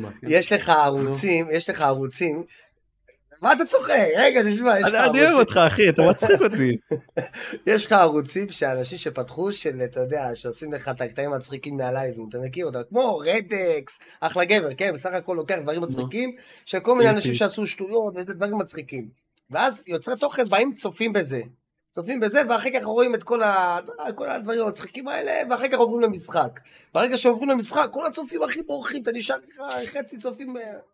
יש לך ערוצים. מה אתה צוחק? רגע, תשמע, יש לך ערוצים. אני אוהב אותך, אחי, אתה מצחיק אותי. יש לך ערוצים שאנשים שפתחו, אתה יודע, שעושים לך את הקטעים מצחיקים מהלייבים, אתה מכיר אותם, כמו רדקס, אחלה גבר, כן? בסך הכל לוקח דברים מצחיקים, של כל מיני אנשים שעשו שטויות, וזה דברים מצחיקים. ואז יוצרי תוכן באים צופים בזה, ואחר כך רואים את כל הדברים המצחיקים האלה, ואחר כך עוברים למשחק. ברגע שעוברים למשחק, כל הצופים הכי בורחים, אתה נשאר חצי צופים...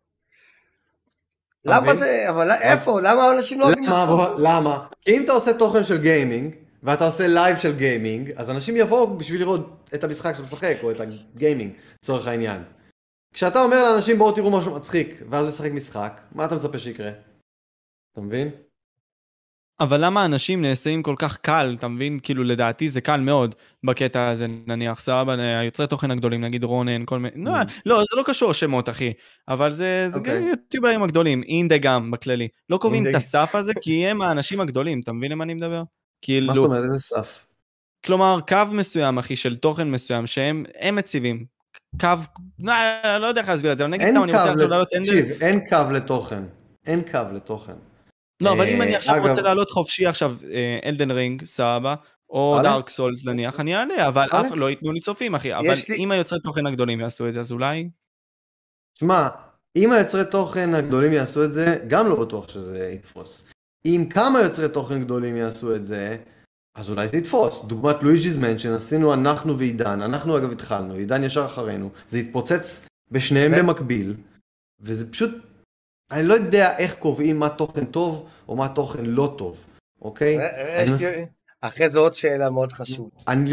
למה זה? אבל איפה? למה אנשים לא אוהבים משחק? למה? כי אם אתה עושה תוכן של גיימינג, ואתה עושה לייב של גיימינג, אז אנשים יבואו בשביל לראות את המשחק שאתה משחק, או את הגיימינג, צורך העניין. כשאתה אומר לאנשים, בואו תראו משהו מצחיק, ואז משחק משחק, מה אתה מצפה שיקרה? אתה מבין? אבל למה אנשים נעשים כל כך קל, אתה מבין? כאילו לדעתי זה קל מאוד בקטע הזה, נניח סבא, היוצרי תוכן הגדולים, נגיד רונן, כל מיני, לא, זה לא קשור שמות, אחי, אבל זה יוטיוברים הגדולים, אינדה גם בכללי, לא קובעים את הסף הזה, כי הם האנשים הגדולים, אתה מבין למה אני מדבר? מה זאת אומרת, איזה סף? כלומר, קו מסוים, אחי, של תוכן מסוים, שהם מציבים, קו, לא יודע איך להסביר את זה, אבל נגיד סתם, אני רוצה עכשיו לעלות אין קו לתוכן, אין קו לתוכן. לא, אבל אם אני עכשיו רוצה לעלות חופשי עכשיו אלדן רינג, סבא, או דארק סולס נניח, אני אעלה, אבל אף לא ייתנו לי צופים, אחי. אבל אם היוצרי תוכן הגדולים יעשו את זה, אז אולי... שמע, אם היוצרי תוכן הגדולים יעשו את זה, גם לא בטוח שזה יתפוס. אם כמה יוצרי תוכן גדולים יעשו את זה, אז אולי זה יתפוס. דוגמת לואיג'יז מנשן, עשינו אנחנו ועידן, אנחנו אגב התחלנו, עידן ישר אחרינו, זה התפוצץ בשניהם במקביל, וזה פשוט... אני לא יודע איך קובעים מה תוכן טוב או מה תוכן לא טוב, אוקיי? אחרי זה עוד שאלה מאוד חשובה. אני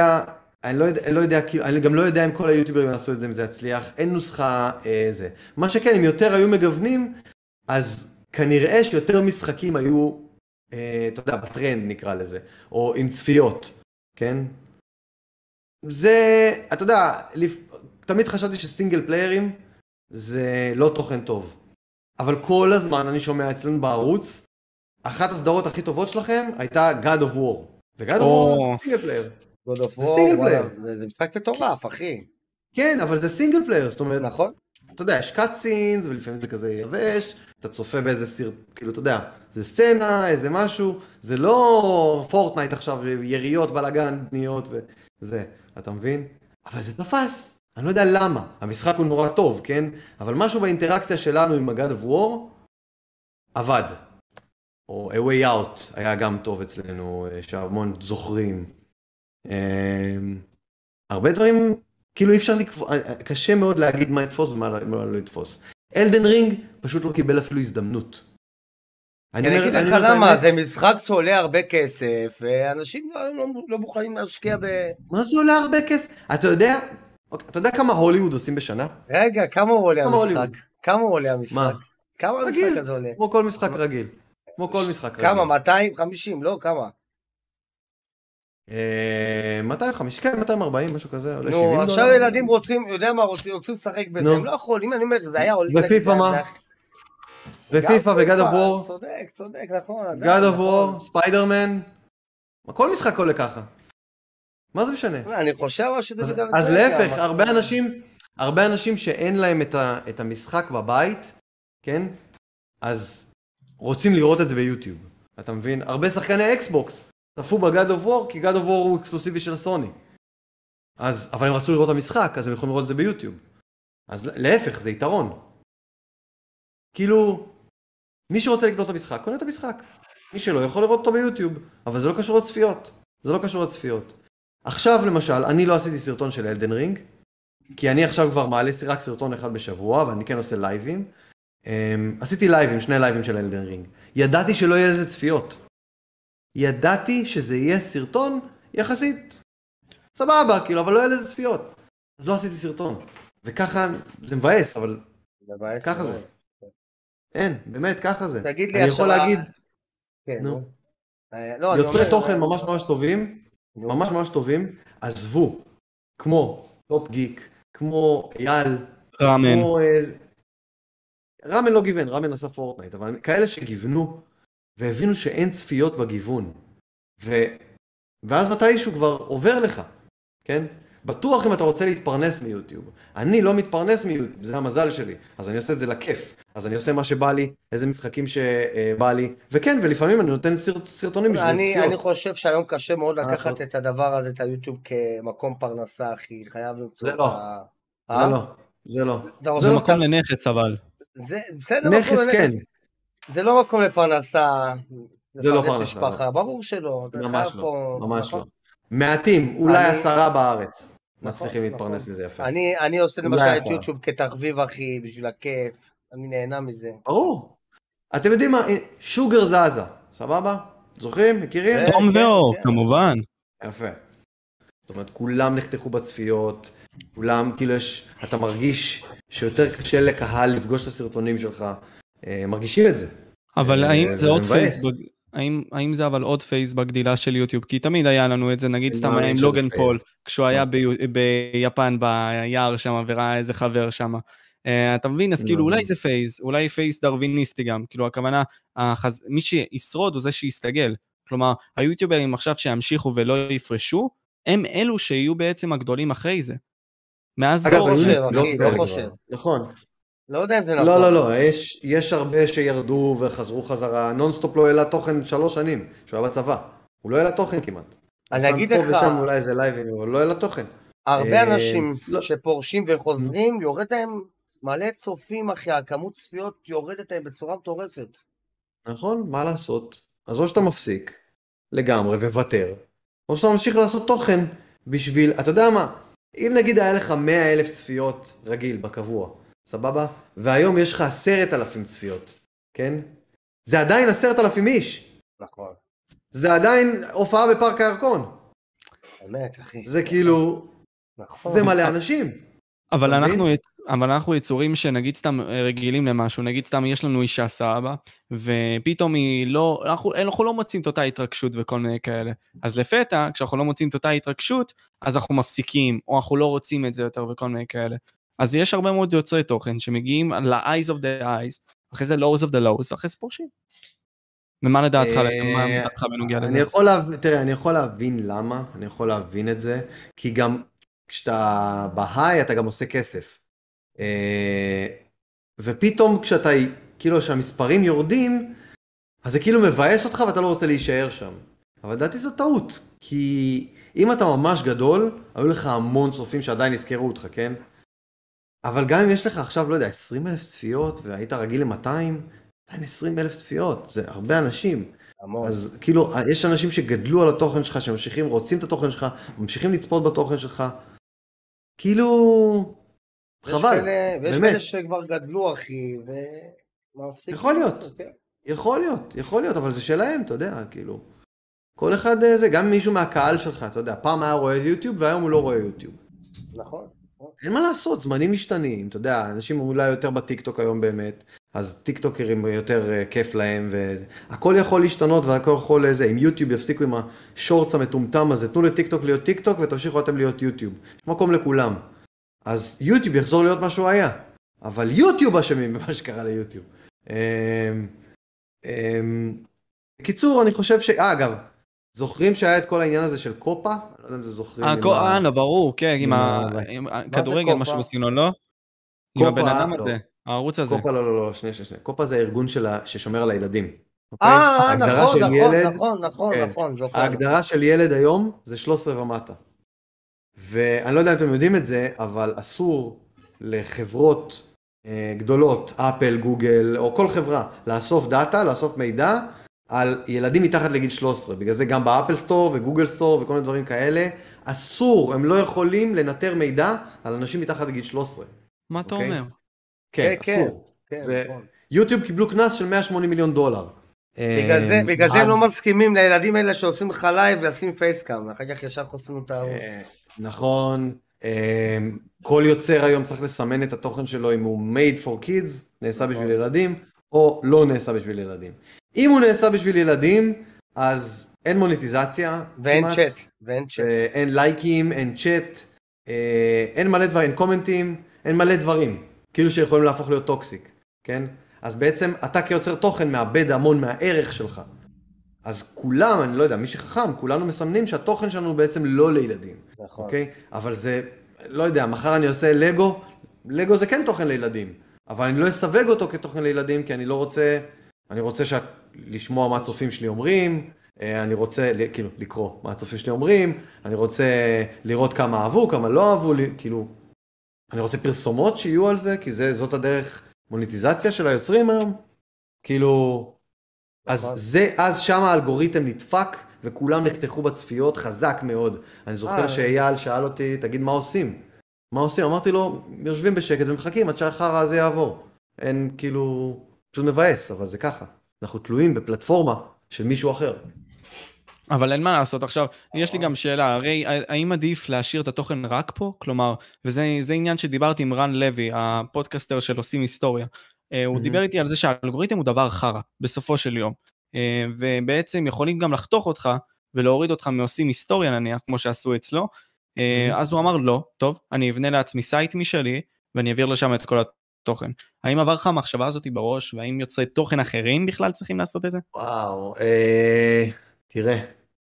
גם לא יודע אם כל היוטיוברים יעשו את זה, אם זה יצליח, אין נוסחה זה. מה שכן, אם יותר היו מגוונים, אז כנראה שיותר משחקים היו, אתה יודע, בטרנד נקרא לזה, או עם צפיות, כן? זה, אתה יודע, תמיד חשבתי שסינגל פליירים זה לא תוכן טוב. אבל כל הזמן אני שומע אצלנו בערוץ, אחת הסדרות הכי טובות שלכם הייתה God of War. ו-God of War זה סינגל פלייר. God of War, זה משחק מטורף, אחי. כן, אבל זה סינגל פלייר, זאת אומרת, נכון. אתה יודע, יש קאטסינס, ולפעמים זה כזה יבש, אתה צופה באיזה סרט, כאילו, אתה יודע, זה סצנה, איזה משהו, זה לא פורטנייט עכשיו, יריות, בלגן, בניות, זה, אתה מבין? אבל זה תפס, אני לא יודע למה, המשחק הוא נורא טוב, כן? אבל משהו באינטראקציה שלנו עם God of War עבד. או A Way Out היה גם טוב אצלנו, שהמון זוכרים. הרבה דברים, כאילו אי אפשר קשה מאוד להגיד מה יתפוס ומה לא יתפוס. אלדן רינג פשוט לא קיבל אפילו הזדמנות. אני אגיד לך למה, זה משחק שעולה הרבה כסף, ואנשים לא מוכנים להשקיע מה זה עולה הרבה כסף? אתה יודע כמה הוליווד עושים בשנה? רגע, כמה הוא עולה המשחק? כמה הוא עולה המשחק? מה? כמה המשחק הזה עולה? כמו כל משחק רגיל. כמו כל משחק רגיל. כמה? 250? לא, כמה? 250, כן, 240, משהו כזה, עולה 70 דולר. נו, עכשיו ילדים רוצים, יודע מה רוצים לשחק בזה, הם לא יכולים, אני אומר, זה היה עולה... ופיפה מה? ופיפה וגד אוף וור. צודק, נכון. גד אוף וור, ספיידרמן. כל משחק עולה ככה. מה זה משנה? אני חושב שזה בגלל... אז להפך, הרבה אנשים שאין להם את המשחק בבית, כן? אז רוצים לראות את זה ביוטיוב. אתה מבין? הרבה שחקני אקסבוקס צפו בגד אוף וור, כי גד אוף וור הוא אקסקלוסיבי של סוני. אבל הם רצו לראות את המשחק, אז הם יכולים לראות את זה ביוטיוב. אז להפך, זה יתרון. כאילו, מי שרוצה לקנות את המשחק, קונה את המשחק. מי שלא יכול לראות אותו ביוטיוב, אבל זה לא קשור לצפיות. זה לא קשור לצפיות. עכשיו, למשל, אני לא עשיתי סרטון של אלדן רינג, כי אני עכשיו כבר מעלה רק סרטון אחד בשבוע, ואני כן עושה לייבים. עשיתי לייבים, 2 לייבים של אלדן רינג. ידעתי שלא יהיה לזה צפיות. ידעתי שזה יהיה סרטון יחסית סבבה, כאילו, אבל לא יהיה לזה צפיות. אז לא עשיתי סרטון. וככה, זה מבאס, אבל ככה זה. אין, באמת, ככה זה. תגיד לי, אני יכול להגיד, נו. יוצרי תוכן ממש ממש טובים, ממש ממש טובים, עזבו, כמו טופ גיק, כמו אייל, ראמן. ראמן לא גיוון, ראמן עשה פורטנייט, אבל כאלה שגיוונו, והבינו שאין צפיות בגיוון. ואז מתישהו כבר עובר לך, כן? בטוח אם אתה רוצה להתפרנס מיוטיוב. אני לא מתפרנס מיוטיוב, זה המזל שלי. אז אני עושה את זה לכיף. אז אני עושה מה שבא לי, איזה משחקים שבא לי. וכן, ולפעמים אני נותן סרטונים בשביל צפיות. אני חושב שהיום קשה מאוד לקחת את הדבר הזה, את היוטיוב כמקום פרנסה, אחי. חייב למצוא את ה... זה לא. זה מקום לנכס, אבל. בסדר, נכס כן. זה לא מקום לפרנסה. זה לא פרנסה. ברור שלא. ממש לא. מעטים, אולי 10 בארץ. מצליחים להתפרנס מזה יפה. אני עושה למשל את יוטיוב כתחביב, אחי, בשביל הכיף. אני נהנה מזה. ברור. אתם יודעים מה? שוגר זזה. סבבה? זוכרים? מכירים? תום ואור, כמובן. יפה. זאת אומרת, כולם נחתכו בצפיות. כולם, כאילו אתה מרגיש שיותר קשה לקהל לפגוש את הסרטונים שלך. מרגישים את זה. אבל האם זה עוד פייסבוק? האם זה אבל עוד פייס בגדילה של יוטיוב? כי תמיד היה לנו את זה, נגיד סתם היה עם לוגן פול, כשהוא היה ביפן ביער שם, וראה איזה חבר שם. אתה מבין? אז כאילו אולי זה פייס, אולי פייס דרוויניסטי גם, כאילו הכוונה, מי שישרוד הוא זה שיסתגל. כלומר, היוטיוברים עכשיו שימשיכו ולא יפרשו, הם אלו שיהיו בעצם הגדולים אחרי זה. מאז לא חושב. נכון. לא יודע אם זה נכון. לא, יש הרבה שירדו וחזרו חזרה. נונסטופ לא העלה תוכן 3 שנים, שהוא היה בצבא. הוא לא העלה תוכן כמעט. אני אגיד לך... פה ושם אולי איזה לייבים, אבל לא העלה תוכן. הרבה אנשים שפורשים וחוזרים, יורד להם מלא צופים, אחי, הכמות צפיות יורדת להם בצורה מטורפת. נכון, מה לעשות? אז או שאתה מפסיק לגמרי וותר, או שאתה ממשיך לעשות תוכן בשביל, אתה יודע מה, אם נגיד היה לך 100,000 צפיות רגיל, בקבוע, סבבה? והיום יש לך 10,000 צפיות, כן? זה עדיין 10,000 איש. נכון. זה עדיין הופעה בפארק הירקון. באמת, אחי. זה כאילו, נכון. זה מלא אנשים. אבל אנחנו יצורים שנגיד סתם רגילים למשהו, נגיד סתם יש לנו אישה סבא, ופתאום אנחנו לא מוצאים את אותה התרגשות וכל מיני כאלה. אז לפתע, כשאנחנו לא מוצאים את אותה התרגשות, אז אנחנו מפסיקים, או אנחנו לא רוצים את זה יותר וכל מיני כאלה. אז יש הרבה מאוד יוצרי תוכן שמגיעים ל-eyes of the eyes, אחרי זה lows of the lows, ואחרי זה פורשים. ומה לדעתך בנוגע לזה? תראה, אני יכול להבין למה, אני יכול להבין את זה, כי גם כשאתה בהיי אתה גם עושה כסף. ופתאום כשאתה, כאילו שהמספרים יורדים, אז זה כאילו מבאס אותך ואתה לא רוצה להישאר שם. אבל דעתי זו טעות, כי אם אתה ממש גדול, היו לך המון צופים שעדיין יזכרו אותך, כן? אבל גם אם יש לך עכשיו, לא יודע, 20,000 צפיות, והיית רגיל ל-200, עדיין 20,000 צפיות, זה הרבה אנשים. המון. אז כאילו, יש אנשים שגדלו על התוכן שלך, שממשיכים, רוצים את התוכן שלך, ממשיכים לצפות בתוכן שלך. כאילו, חבל, ויש באמת. כאלה שכבר גדלו, אחי, ומפסיק. יכול להיות. יכול להיות, אבל זה שלהם, אתה יודע, כאילו. כל אחד זה, גם מישהו מהקהל שלך, אתה יודע, פעם היה רואה יוטיוב, והיום הוא לא רואה יוטיוב. נכון. אין מה לעשות, זמנים משתנים, אתה יודע, אנשים אולי יותר בטיקטוק היום באמת, אז טיקטוקרים יותר כיף להם, והכל יכול להשתנות והכל יכול לזה, אם יוטיוב יפסיקו עם השורץ המטומטם הזה, תנו לטיקטוק להיות טיקטוק ותמשיכו אתם להיות יוטיוב, יש מקום לכולם. אז יוטיוב יחזור להיות מה שהוא היה, אבל יוטיוב אשמים במה שקרה ליוטיוב. בקיצור, אני חושב אגב, זוכרים שהיה את כל העניין הזה של קופה? אני לא יודע אם זה זוכרים. ברור, כן, עם הכדורגל, משהו בסגנון, לא? עם הבן אדם הזה, הערוץ הזה. קופה לא, שנייה. קופה זה הארגון ששומר על הילדים. נכון, זוכר. ההגדרה של ילד היום זה 13 ומטה. ואני לא יודע אם אתם יודעים את זה, אבל אסור לחברות גדולות, אפל, גוגל, או כל חברה, לאסוף דאטה, לאסוף מידע, על ילדים מתחת לגיל 13, בגלל זה גם באפל סטור וגוגל סטור וכל מיני דברים כאלה, אסור, הם לא יכולים לנטר מידע על אנשים מתחת לגיל 13. מה אתה אומר? כן, אסור. יוטיוב קיבלו קנס של $180 מיליון. בגלל זה הם לא מסכימים לילדים האלה שעושים לך לייב ולשים פייסקאם, אחר כך ישר חוסמים את הערוץ. נכון, כל יוצר היום צריך לסמן את התוכן שלו אם הוא made for kids, נעשה בשביל ילדים, או לא נעשה בשביל ילדים. אם הוא נעשה בשביל ילדים, אז אין מוניטיזציה. ואין צ'אט. אין לייקים, אין צ'אט, אין מלא דברים, אין קומנטים, אין מלא דברים, כאילו שיכולים להפוך להיות טוקסיק, כן? אז בעצם אתה כיוצר תוכן מאבד המון מהערך שלך. אז כולם, אני לא יודע, מי שחכם, כולנו מסמנים שהתוכן שלנו בעצם לא לילדים. נכון. אוקיי? אבל זה, לא יודע, מחר אני עושה לגו, לגו זה כן תוכן לילדים, אבל אני לא אסווג אותו כתוכן לילדים, כי אני לא רוצה, אני רוצה לשמוע מה הצופים שלי אומרים, אני רוצה, כאילו, לקרוא מה הצופים שלי אומרים, אני רוצה לראות כמה אהבו, כמה לא אהבו, כאילו, אני רוצה פרסומות שיהיו על זה, כי זאת הדרך מוניטיזציה של היוצרים היום, כאילו, אז שם האלגוריתם נדפק, וכולם נחתכו בצפיות חזק מאוד. אני זוכר שאייל שאל אותי, תגיד מה עושים? מה עושים? אמרתי לו, יושבים בשקט ומחכים עד שהחרא הזה יעבור. אין כאילו, פשוט מבאס, אבל זה ככה. אנחנו תלויים בפלטפורמה של מישהו אחר. אבל אין מה לעשות עכשיו, יש לי גם שאלה, הרי האם עדיף להשאיר את התוכן רק פה? כלומר, וזה עניין שדיברתי עם רן לוי, הפודקאסטר של עושים היסטוריה, הוא דיבר איתי על זה שהאלגוריתם הוא דבר חרא, בסופו של יום, ובעצם יכולים גם לחתוך אותך, ולהוריד אותך מעושים היסטוריה נניח, כמו שעשו אצלו, אז הוא אמר לא, טוב, אני אבנה לעצמי סייט משלי, ואני אעביר לשם את כל התוכן. האם עבר לך המחשבה הזאת בראש, והאם יוצרי תוכן אחרים בכלל צריכים לעשות את זה? וואו, תראה,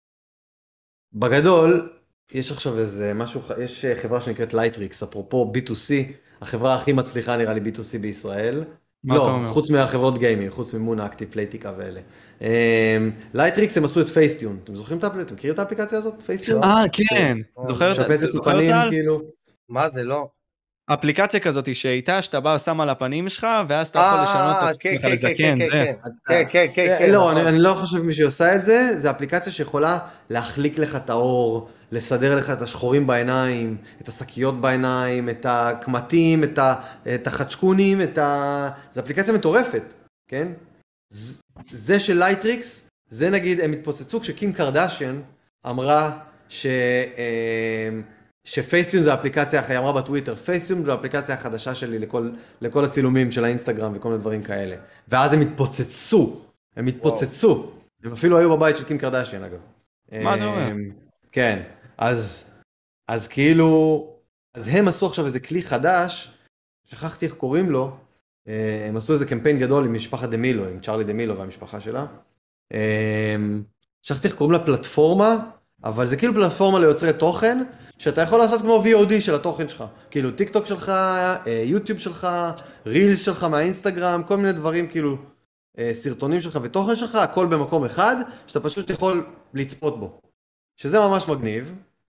בגדול, יש עכשיו איזה משהו, יש חברה שנקראת לייטריקס, אפרופו B2C, החברה הכי מצליחה נראה לי B2C בישראל. לא, חוץ מהחברות גיימינג, חוץ ממונה, אקטיב, פלייטיקה ואלה. לייטריקס הם עשו את פייסטיון, אתם זוכרים את האפליקציה? אתם מכירים את האפליקציה הזאת? פייסטיון? כן. שפצת הפנים, כאילו. מה זה, לא? אפליקציה כזאת שאיתה, שאתה בא שם על הפנים שלך, ואז אתה יכול לשנות את עצמך לזקן, זה. כן. לא, אני לא חושב מי שעושה את זה, זה אפליקציה שיכולה להחליק לך את האור, לסדר לך את השחורים בעיניים, את השקיות בעיניים, את הקמטים, את החדשקונים, זה אפליקציה מטורפת, כן? זה של לייטריקס, זה נגיד, הם התפוצצו כשקים קרדשיין אמרה שפייסטיון זה האפליקציה, היא אמרה בטוויטר, פייסטיון זה האפליקציה החדשה שלי לכל הצילומים של האינסטגרם וכל מיני דברים כאלה. ואז הם התפוצצו. הם אפילו היו בבית של קים קרדשיין, אגב. מה אתה אומר? כן, אז כאילו, אז הם עשו עכשיו איזה כלי חדש, שכחתי איך קוראים לו, הם עשו איזה קמפיין גדול עם משפחת דמילו, עם צ'רלי דמילו והמשפחה שלה. שכחתי איך קוראים לה פלטפורמה, אבל זה כאילו פלטפורמה ליוצרי תוכן, שאתה יכול לעשות כמו VOD של התוכן שלך. כאילו טיק טוק שלך, יוטיוב שלך, רילס שלך מהאינסטגרם, כל מיני דברים כאילו, סרטונים שלך ותוכן שלך, הכל במקום אחד, שאתה פשוט יכול לצפות בו. שזה ממש מגניב.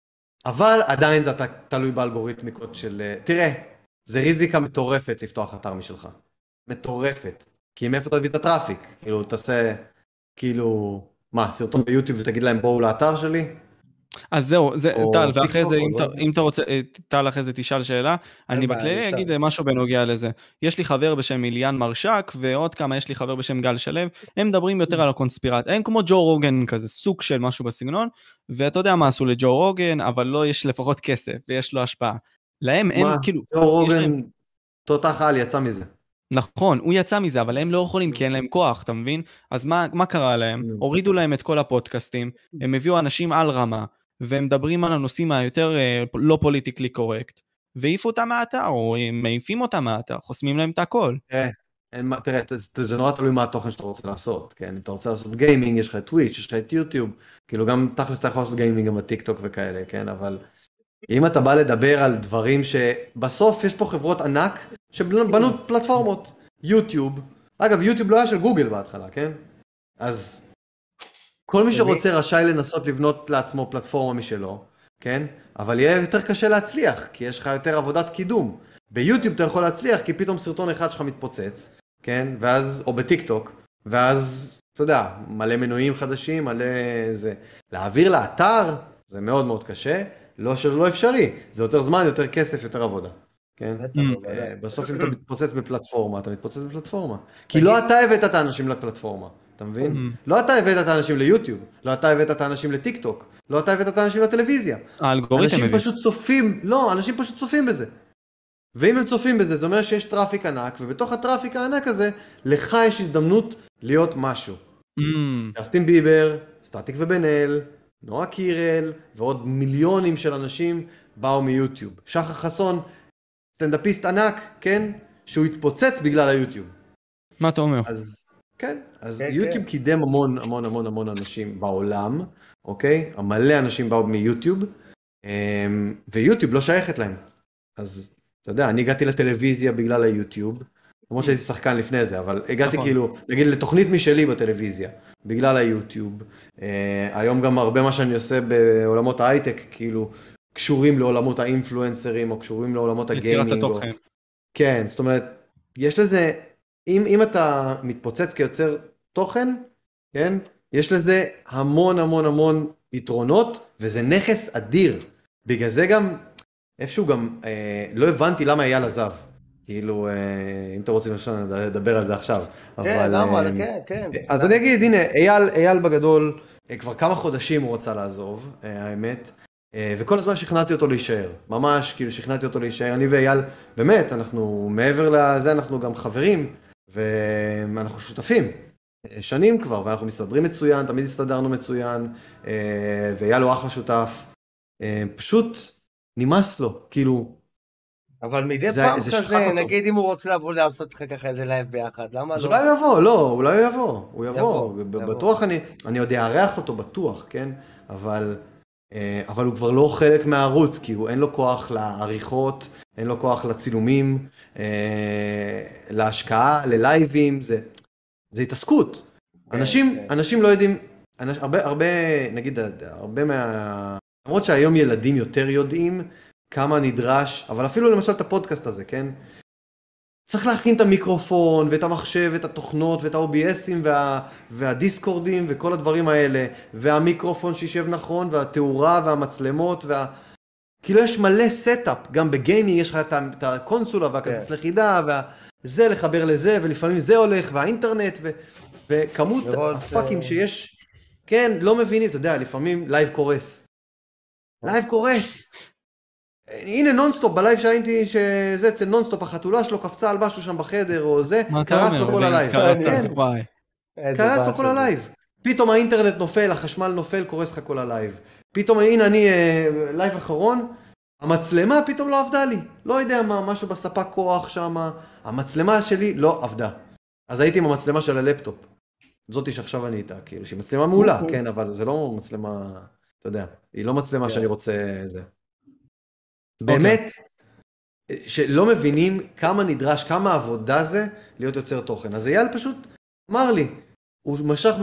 אבל עדיין זה תלוי באלגוריתמיקות של... תראה, זה ריזיקה מטורפת לפתוח אתר משלך. מטורפת. כי מאיפה תביא את הטראפיק? כאילו, תעשה, כאילו, מה, סרטון ביוטיוב ותגיד להם בואו לאתר שלי? אז זהו, טל, ואחרי זה, לא. אם אתה רוצה, טל, אחרי זה תשאל שאלה, אני בכללי אגיד משהו בנוגע לזה. יש לי חבר בשם איליאן מרשק, ועוד כמה יש לי חבר בשם גל שלו, הם מדברים יותר על הקונספירט, הם כמו ג'ו רוגן כזה, סוג של משהו בסגנון, ואתה יודע מה עשו לג'ו רוגן, אבל לא יש לפחות כסף, ויש לו השפעה. להם הם כאילו... ג'ו רוגן, תותח על, יצא מזה. נכון, הוא יצא מזה, אבל הם לא יכולים כי אין להם כוח, אתה מבין? אז מה קרה להם? הורידו להם את כל הפודקאסטים, הם הביאו אנשים על רמה, והם מדברים על הנושאים היותר לא פוליטיקלי קורקט, והעיפו אותם מהאתר, או הם מעיפים אותם מהאתר, חוסמים להם את הכל. תראה, זה נורא תלוי מה התוכן שאתה רוצה לעשות, כן? אם אתה רוצה לעשות גיימינג, יש לך את טוויץ', יש לך את יוטיוב, כאילו גם תכלס אתה יכול לעשות גיימינג גם בטיק טוק וכאלה, כן? אבל אם אתה בא לדבר על דברים שבסוף יש פה חברות ענק שבנו פלטפורמות, יוטיוב, אגב יוטיוב לא היה של גוגל בהתחלה, כן? אז כל מי שרוצה רשאי לנסות לבנות לעצמו פלטפורמה משלו, כן? אבל יהיה יותר קשה להצליח, כי יש לך יותר עבודת קידום. ביוטיוב אתה יכול להצליח, כי פתאום סרטון אחד שלך מתפוצץ, כן? ואז, או בטיק טוק, ואז, אתה יודע, מלא מנויים חדשים, מלא זה. להעביר לאתר, זה מאוד מאוד קשה, לא שלא אפשרי. זה יותר זמן, יותר כסף, יותר עבודה. כן? בסוף אם אתה מתפוצץ בפלטפורמה, אתה מתפוצץ בפלטפורמה. כי לא אתה הבאת את האנשים לפלטפורמה, אתה מבין? לא אתה הבאת את האנשים ליוטיוב, לא אתה הבאת את האנשים לטיק טוק, לא אתה הבאת את האנשים לטלוויזיה. אנשים פשוט צופים, לא, אנשים פשוט צופים בזה. ואם הם צופים בזה, זה אומר שיש טראפיק ענק, ובתוך הטראפיק הענק הזה, לך יש הזדמנות להיות משהו. ג'סטין ביבר, סטטיק ובן אל, נועה קירל, ועוד מיליונים של אנשים באו מיוטיוב. שחר חסון, סטנדאפיסט ענק, כן? שהוא התפוצץ בגלל היוטיוב. מה אתה אומר? אז, כן. אז יוטיוב קידם המון, המון, המון, המון אנשים בעולם, אוקיי? מלא אנשים באו מיוטיוב, ויוטיוב לא שייכת להם. אז, אתה יודע, אני הגעתי לטלוויזיה בגלל היוטיוב, למרות שהייתי שחקן לפני זה, אבל הגעתי כאילו, נגיד, לתוכנית משלי בטלוויזיה, בגלל היוטיוב. היום גם הרבה מה שאני עושה בעולמות ההייטק, כאילו, קשורים לעולמות האינפלואנסרים, או קשורים לעולמות הגיימינג. יצירת התוכן. כן, זאת אומרת, יש לזה, אם אתה מתפוצץ כיוצר תוכן, כן, יש לזה המון המון המון יתרונות, וזה נכס אדיר. בגלל זה גם, איפשהו גם, לא הבנתי למה אייל עזב. כאילו, אם אתה רוצים לדבר על זה עכשיו. כן, למה? כן. אז אני אגיד, הנה, אייל בגדול, כבר כמה חודשים הוא רצה לעזוב, האמת. וכל הזמן שכנעתי אותו להישאר, ממש כאילו שכנעתי אותו להישאר, אני ואייל, באמת, אנחנו מעבר לזה, אנחנו גם חברים, ואנחנו שותפים, שנים כבר, ואנחנו מסתדרים מצוין, תמיד הסתדרנו מצוין, ואייל הוא אחלה שותף, פשוט נמאס לו, כאילו... אבל מדי פעם כזה, נגיד אם הוא רוצה לבוא לעשות לך ככה איזה לייב ביחד, למה לא? אז אולי הוא יבוא, לא, אולי הוא יבוא, בטוח אני עוד אארח אותו בטוח, כן, אבל הוא כבר לא חלק מהערוץ, כי אין לו כוח לעריכות, אין לו כוח לצילומים, להשקעה, ללייבים, זה התעסקות. אנשים לא יודעים, נגיד, למרות שהיום ילדים יותר יודעים כמה נדרש, אבל אפילו למשל את הפודקאסט הזה, כן? צריך להכין את המיקרופון, ואת המחשב, ואת התוכנות, ואת ה-OBSים, והדיסקורדים, וכל הדברים האלה, והמיקרופון שישב נכון, והתאורה, והמצלמות, כאילו יש מלא סטאפ, גם בגיימינג יש לך את הקונסולה, והכרטיס לחידה, וזה לחבר לזה, ולפעמים זה הולך, והאינטרנט, וכמות הפאקים שיש, כן, לא מבינים, אתה יודע, לפעמים לייב קורס. לייב קורס! הנה נונסטופ, בלייב שהייתי שזה אצל נונסטופ, החתולה שלו קפצה על משהו שם בחדר או זה, קרס לו כל הלייב. קרס לו כל הלייב. פתאום האינטרנט נופל, החשמל נופל, קורס לך כל הלייב. פתאום, הנה אני, לייב אחרון, המצלמה פתאום לא עבדה לי. לא יודע מה, משהו בספק כוח שם, המצלמה שלי לא עבדה. אז הייתי עם המצלמה של הלפטופ. זאתי שעכשיו אני איתה, כאילו, שהיא מצלמה מעולה, כן, אבל זה לא מצלמה, אתה יודע, היא לא מצלמה שאני רוצה זה. באמת, שלא מבינים כמה נדרש, כמה עבודה זה להיות יוצר תוכן. אז אייל פשוט אמר לי, הוא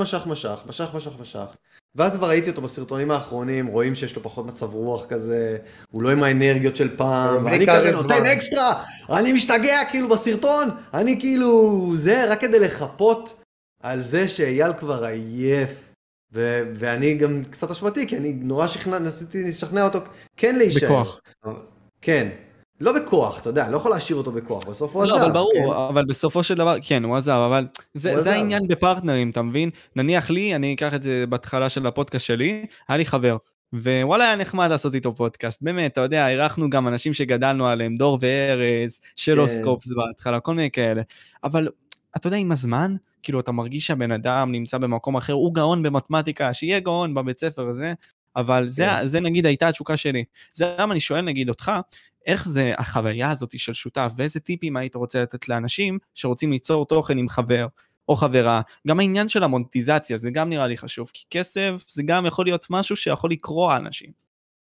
משך, ואז כבר ראיתי אותו בסרטונים האחרונים, רואים שיש לו פחות מצב רוח כזה, הוא לא עם האנרגיות של פעם, ואני כזה נותן אקסטרה, אני משתגע כאילו בסרטון, אני כאילו, זה רק כדי לחפות על זה שאייל כבר עייף, ואני גם קצת אשמתי, כי אני נורא ניסיתי לשכנע אותו כן להישאר. בכוח. כן. לא בכוח, אתה יודע, לא יכול להשאיר אותו בכוח, בסוף הוא עזב. לא, אבל ברור, אבל בסופו של דבר, כן, הוא עזב, אבל זה העניין בפרטנרים, אתה מבין? נניח לי, אני אקח את זה בהתחלה של הפודקאסט שלי, היה לי חבר, ווואלה היה נחמד לעשות איתו פודקאסט, באמת, אתה יודע, אירחנו גם אנשים שגדלנו עליהם, דור וארז, שלוסקופס בהתחלה, כל מיני כאלה, אבל אתה יודע, עם הזמן, כאילו אתה מרגיש שהבן אדם נמצא במקום אחר, הוא גאון במתמטיקה, שיהיה גאון בבית ספר הזה, אבל זה נגיד הייתה התשוקה שלי. זה למה אני שואל נגיד אותך, איך זה החוויה הזאת של שותף, ואיזה טיפים היית רוצה לתת לאנשים שרוצים ליצור תוכן עם חבר או חברה. גם העניין של המונטיזציה, זה גם נראה לי חשוב, כי כסף זה גם יכול להיות משהו שיכול לקרוא אנשים.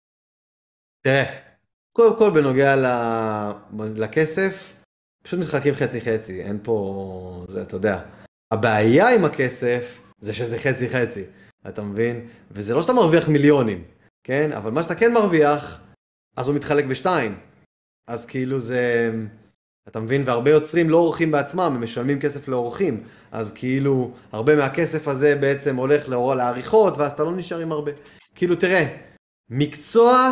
תראה, קודם כל בנוגע לכסף, פשוט משחקים חצי-חצי, אין פה, זה אתה יודע. הבעיה עם הכסף זה שזה חצי-חצי, אתה מבין? וזה לא שאתה מרוויח מיליונים, כן? אבל מה שאתה כן מרוויח, אז הוא מתחלק בשתיים. אז כאילו זה, אתה מבין? והרבה יוצרים לא עורכים בעצמם, הם משלמים כסף לעורכים. אז כאילו, הרבה מהכסף הזה בעצם הולך לעריכות, ואז אתה לא נשאר עם הרבה. כאילו, תראה, מקצוע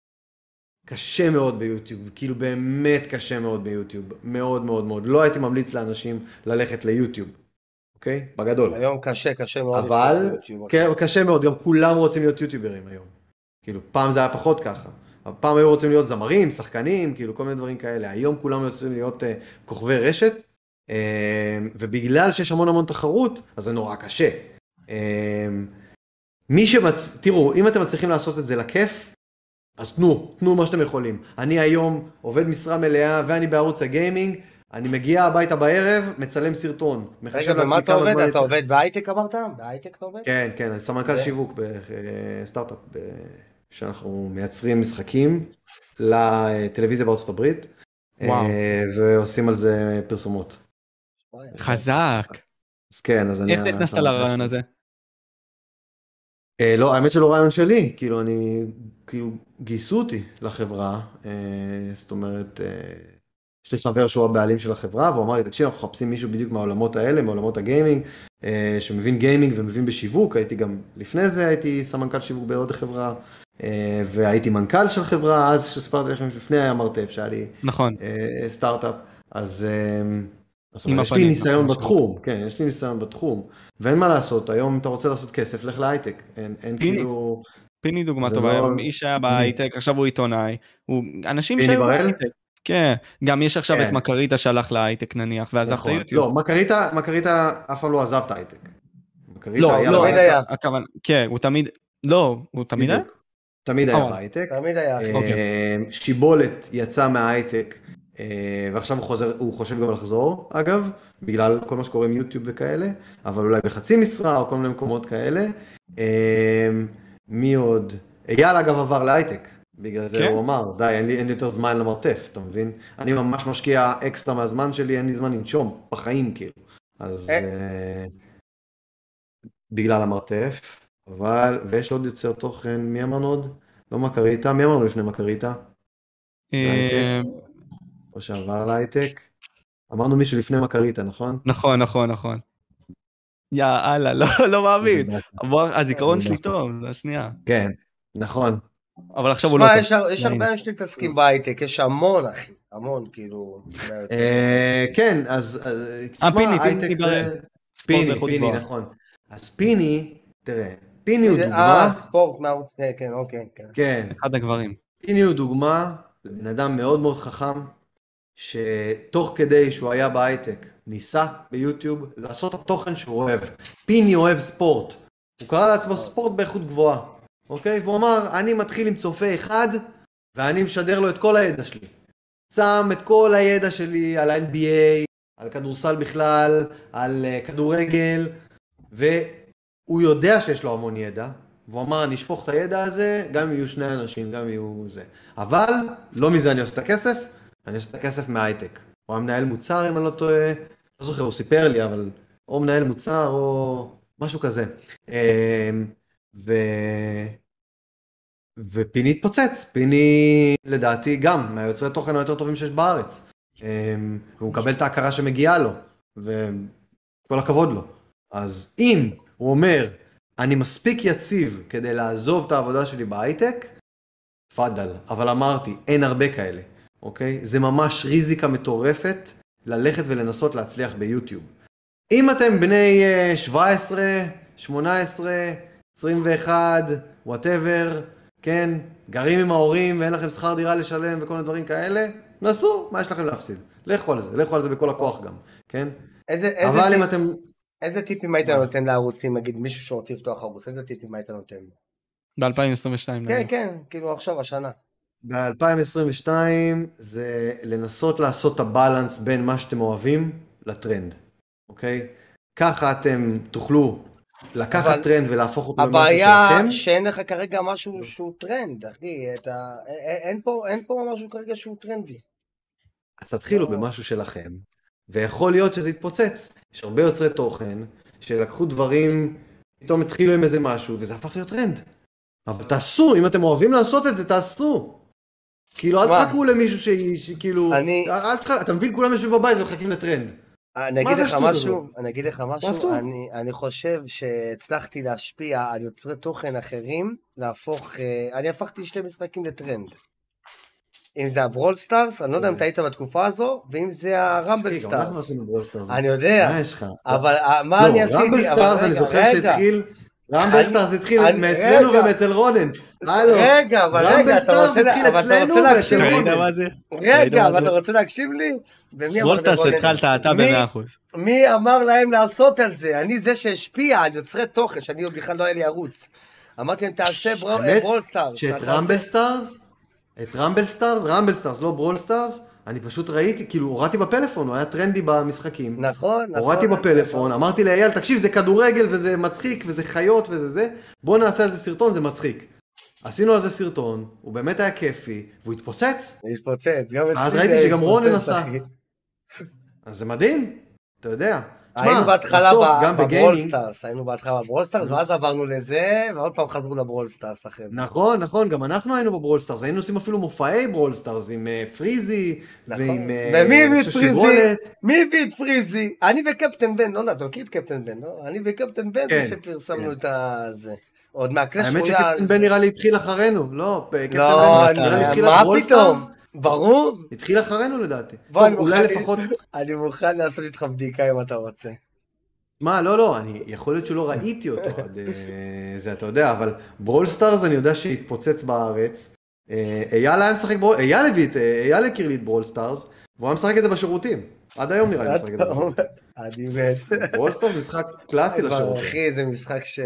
קשה מאוד ביוטיוב, כאילו באמת קשה מאוד ביוטיוב, מאוד מאוד מאוד. לא הייתי ממליץ לאנשים ללכת ליוטיוב, אוקיי? בגדול. היום קשה מאוד. אבל, קשה מאוד, גם כולם רוצים להיות יוטיוברים היום. כאילו, פעם זה היה פחות ככה. פעם היו רוצים להיות זמרים, שחקנים, כאילו כל מיני דברים כאלה. היום כולם רוצים להיות כוכבי רשת, ובגלל שיש המון תחרות, אז זה נורא קשה. תראו, אם אתם מצליחים לעשות את זה לכיף, אז תנו מה שאתם יכולים. אני היום עובד משרה מלאה, ואני בערוץ הגיימינג, אני מגיע הביתה בערב, מצלם סרטון. רגע, במה אתה עובד? אתה עובד בהייטק אמרת? בהייטק אתה עובד? כן, אני סמנכ"ל שיווק בסטארט-אפ, שאנחנו מייצרים משחקים לטלוויזיה בארצות הברית, ועושים על זה פרסומות. חזק. אז כן, אז אני... איך נכנסת לרעיון הזה? לא, האמת שלא רעיון שלי, כאילו גייסו אותי לחברה, זאת אומרת, יש לי חבר שהוא הבעלים של החברה, והוא אמר לי, תקשיב, אנחנו מחפשים מישהו בדיוק מהעולמות האלה, מעולמות הגיימינג, שמבין גיימינג ומבין בשיווק, הייתי גם לפני זה, הייתי סמנכ"ל שיווק בעוד חברה, והייתי מנכ"ל של חברה, אז שספרתי לכם לפני היה מרתף, שהיה לי סטארט-אפ, אז יש לי ניסיון בתחום, כן, יש לי ניסיון בתחום, ואין מה לעשות, היום אתה רוצה לעשות כסף, לך להייטק, אין כאילו... פיני דוגמה טובה, איש שהיה בהייטק, עכשיו הוא עיתונאי, אנשים שהיו בהייטק, כן, גם יש עכשיו את מקריטה שהלך להייטק נניח, ועזב את היוטיוב. לא, מקריטה אף פעם לא עזב את ההייטק. לא, כן, הוא תמיד, לא, הוא תמיד היה? תמיד היה בהייטק. תמיד היה. שיבולת יצא מההייטק, ועכשיו הוא חושב גם לחזור, אגב, בגלל כל מה שקורה עם יוטיוב וכאלה, אבל אולי בחצי משרה או כל מיני מקומות כאלה. מי עוד? אייל אגב עבר להייטק, בגלל זה הוא אמר, די, אין לי יותר זמן למרתף, אתה מבין? אני ממש משקיע אקסטרה מהזמן שלי, אין לי זמן לנשום, בחיים כאילו. אז בגלל המרתף, אבל, ויש עוד יוצר תוכן, מי אמרנו עוד? לא מקריטה, מי אמרנו לפני מקריטה? או שעבר להייטק? אמרנו מישהו לפני מקריטה, נכון? נכון. יאללה, לא מאמין. הזיכרון שלי טוב, לשנייה. כן, נכון. אבל עכשיו הוא לא טוב. שמע, יש הרבה אנשים שמתעסקים בהייטק, יש המון, אחי, המון, כאילו. כן, אז... פיני, נכון. אז פיני, תראה, פיני הוא דוגמה... ספורט מערוץ, כן, אוקיי. כן. אחד הגברים. פיני הוא דוגמה, בן אדם מאוד מאוד חכם, שתוך כדי שהוא היה בהייטק, ניסה ביוטיוב לעשות התוכן שהוא אוהב. פיני אוהב ספורט. הוא קרא לעצמו ספורט באיכות גבוהה. אוקיי? והוא אמר, אני מתחיל עם צופה אחד, ואני משדר לו את כל הידע שלי. שם את כל הידע שלי על ה-NBA, על כדורסל בכלל, על כדורגל, והוא יודע שיש לו המון ידע, והוא אמר, אני אשפוך את הידע הזה, גם אם יהיו שני אנשים, גם אם יהיו זה. אבל, לא מזה אני עושה את הכסף, אני עושה את הכסף מההייטק. הוא המנהל מוצר, אם אני לא טועה, לא זוכר, הוא סיפר לי, אבל או מנהל מוצר, או משהו כזה. ופיני התפוצץ, פיני לדעתי גם מהיוצרי תוכן היותר טובים שיש בארץ. והוא מקבל את ההכרה שמגיעה לו, וכל הכבוד לו. אז אם הוא אומר, אני מספיק יציב כדי לעזוב את העבודה שלי בהייטק, פדל, אבל אמרתי, אין הרבה כאלה, אוקיי? זה ממש ריזיקה מטורפת ללכת ולנסות להצליח ביוטיוב. אם אתם בני 17, 18, 21, whatever, כן, גרים עם ההורים ואין לכם שכר דירה לשלם וכל הדברים כאלה, נסו, מה יש לכם להפסיד? לכו על זה בכל הכוח גם, כן? אבל אם אתם... איזה טיפים היית נותן לערוצים, נגיד מישהו שרוצה לפתוח ערוץ, איזה טיפים היית נותן? ב-2022. כן, כן, כאילו עכשיו, השנה. ב-2022 זה לנסות לעשות את הבלנס בין מה שאתם אוהבים לטרנד, אוקיי? ככה אתם תוכלו לקחת טרנד ולהפוך אותו למשהו שלכם. הבעיה שאין לך כרגע משהו שהוא טרנד, אחי, אין פה משהו כרגע שהוא טרנדי. אז תתחילו במשהו שלכם, ויכול להיות שזה יתפוצץ. יש הרבה יוצרי תוכן שלקחו דברים, פתאום התחילו עם איזה משהו, וזה הפך להיות טרנד. אבל תעשו, אם אתם אוהבים לעשות את זה, תעשו. כאילו, אל תחכו למישהו שכאילו... אתה מבין, כולם יושבים בבית ומחכים לטרנד. אני אגיד לך משהו, אני חושב שהצלחתי להשפיע על יוצרי תוכן אחרים, אני הפכתי שתי משחקים לטרנד. אם זה הברול סטארס, אני לא יודע אם אתה היית בתקופה הזו, ואם זה הרמבל סטארס. אני יודע, אבל מה אני עשיתי? רמבל סטארס, אני זוכר שהתחיל, רמבל סטארס התחיל מאצלנו ומאצל רונן. רגע, אתה רוצה להקשיב לי? ברול סטארס התחלת אתה ב100%. מי אמר להם לעשות על זה? אני זה שהשפיע על יוצרי תוכן, שאני בכלל לא היה לי ערוץ. אמרתי להם, תעשה ברול סטארס. שאת רמבל סטארס, לא ברול סטארס, אני פשוט ראיתי, כאילו הורדתי בפלאפון, הוא היה טרנדי במשחקים. נכון. הורדתי בפלאפון, אמרתי לאייל, תקשיב, זה כדורגל וזה מצחיק וזה חיות וזה זה, בוא נעשה על זה סרטון, זה מצחיק. עשינו על זה סרטון, הוא באמת היה כיפי, והוא התפוצץ. אז ראיתי שגם רונן עשה. אז זה מדהים, אתה יודע. היינו בהתחלה בברול סטארס, ואז עברנו לזה, ועוד פעם חזרו לברול סטארס אחרי. נכון, גם אנחנו היינו בברול סטארס, היינו עושים אפילו מופעי ברול סטארס עם פריזי, ועם... מי הביא את פריזי? אני וקפטן בן, לא, אתה מכיר את קפטן בן, לא? אני וקפטן בן זה שפרסמנו את זה. עוד מהקלאש רויאל. האמת שקפטן בן נראה לי התחיל אחרינו, לא, קפטן בן נראה לי התחיל מה פתאום? ברור. התחיל אחרינו לדעתי. אולי לפחות... אני מוכן לעשות איתך בדיקה אם אתה רוצה. מה, לא, יכול להיות שלא ראיתי אותו עד זה, אתה יודע, אבל ברול סטארס אני יודע שהתפוצץ בארץ. אייל היה משחק ברול, אייל הכיר לי את ברול סטארס, והוא היה משחק את זה בשירותים. עד היום נראה לי משחק את זה בשירותים. אני מת. ברול סטארס משחק קלאסי לשירותים. אחי, זה משחק ש...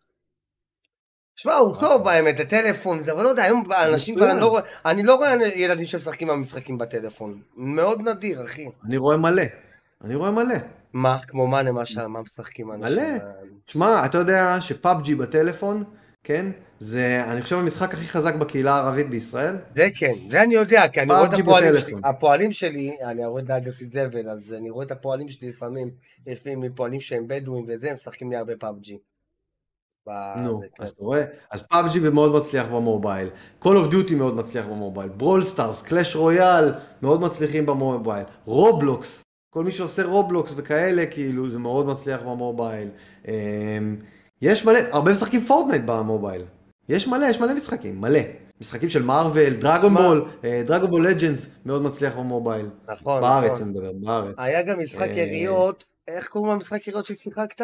שמע, הוא טוב, האמת, הטלפון, אבל לא יודע, היום אנשים, אני לא רואה ילדים שמשחקים במשחקים בטלפון, מאוד נדיר, אחי. אני רואה מלא. מה? כמו מה למשל, מה משחקים אנשים? מלא. תשמע, אתה יודע שפאבג'י בטלפון, כן? זה, אני חושב, המשחק הכי חזק בקהילה הערבית בישראל. זה כן, זה אני יודע, כי אני רואה את הפועלים שלי. הפועלים שלי, אני רואה את דאגסית זבל, אז אני רואה את הפועלים שלי לפעמים מפועלים שהם בדואים וזה, הם משחקים לי הרבה פאבג'י. נו, אז אתה רואה? אז פאבג'י מאוד מצליח במובייל, Call of Duty מאוד מצליח במובייל, ברול סטארס, קלאש רויאל מאוד מצליחים במובייל, רובלוקס, כל מי שעושה רובלוקס וכאלה, כאילו זה מאוד מצליח במובייל. יש מלא, הרבה משחקים פורטנייט במובייל. יש מלא משחקים, מלא. משחקים של מארוול, דרגון בול לג'נדס מאוד מצליח במובייל. נכון. בארץ אני מדבר, בארץ. היה גם משחק יריות, איך קוראים למשחק יריות ששיחקת?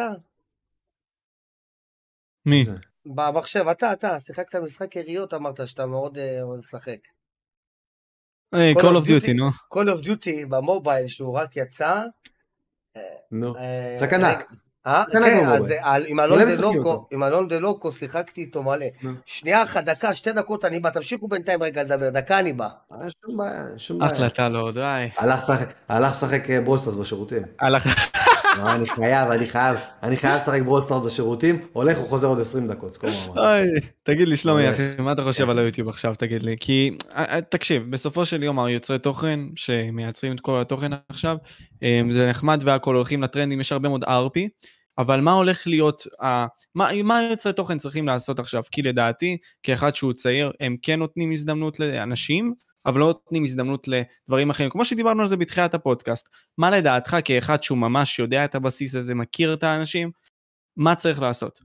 מי? במחשב, אתה, שיחקת משחק יריות, אמרת שאתה מאוד אוהב לשחק. Call of Duty, נו. Call of Duty במובייל שהוא רק יצא. נו, זה קנק. כן, אז עם אלון דלוקו שיחקתי איתו מלא. שנייה אחת, דקה, 2 דקות אני בא, תמשיכו בינתיים רגע לדבר, דקה אני בא. שום בעיה. החלטה לא, די. הלך לשחק ברוסטרס בשירותים. לא, אני חייב לשחק ברוסטארט בשירותים, הולך וחוזר עוד 20 דקות, סקור ממש. תגיד לי, שלומי, אחי, מה אתה חושב על היוטיוב עכשיו, תגיד לי? כי, תקשיב, בסופו של יום, היוצרי תוכן שמייצרים את כל התוכן עכשיו, זה נחמד והכל הולכים לטרנדים, יש הרבה מאוד RP, אבל מה הולך להיות, מה היוצרי תוכן צריכים לעשות עכשיו? כי לדעתי, כאחד שהוא צעיר, הם כן נותנים הזדמנות לאנשים, אבל לא נותנים הזדמנות לדברים אחרים, כמו שדיברנו על זה בתחילת הפודקאסט. מה לדעתך כאחד שהוא ממש יודע את הבסיס הזה, מכיר את האנשים, מה צריך לעשות?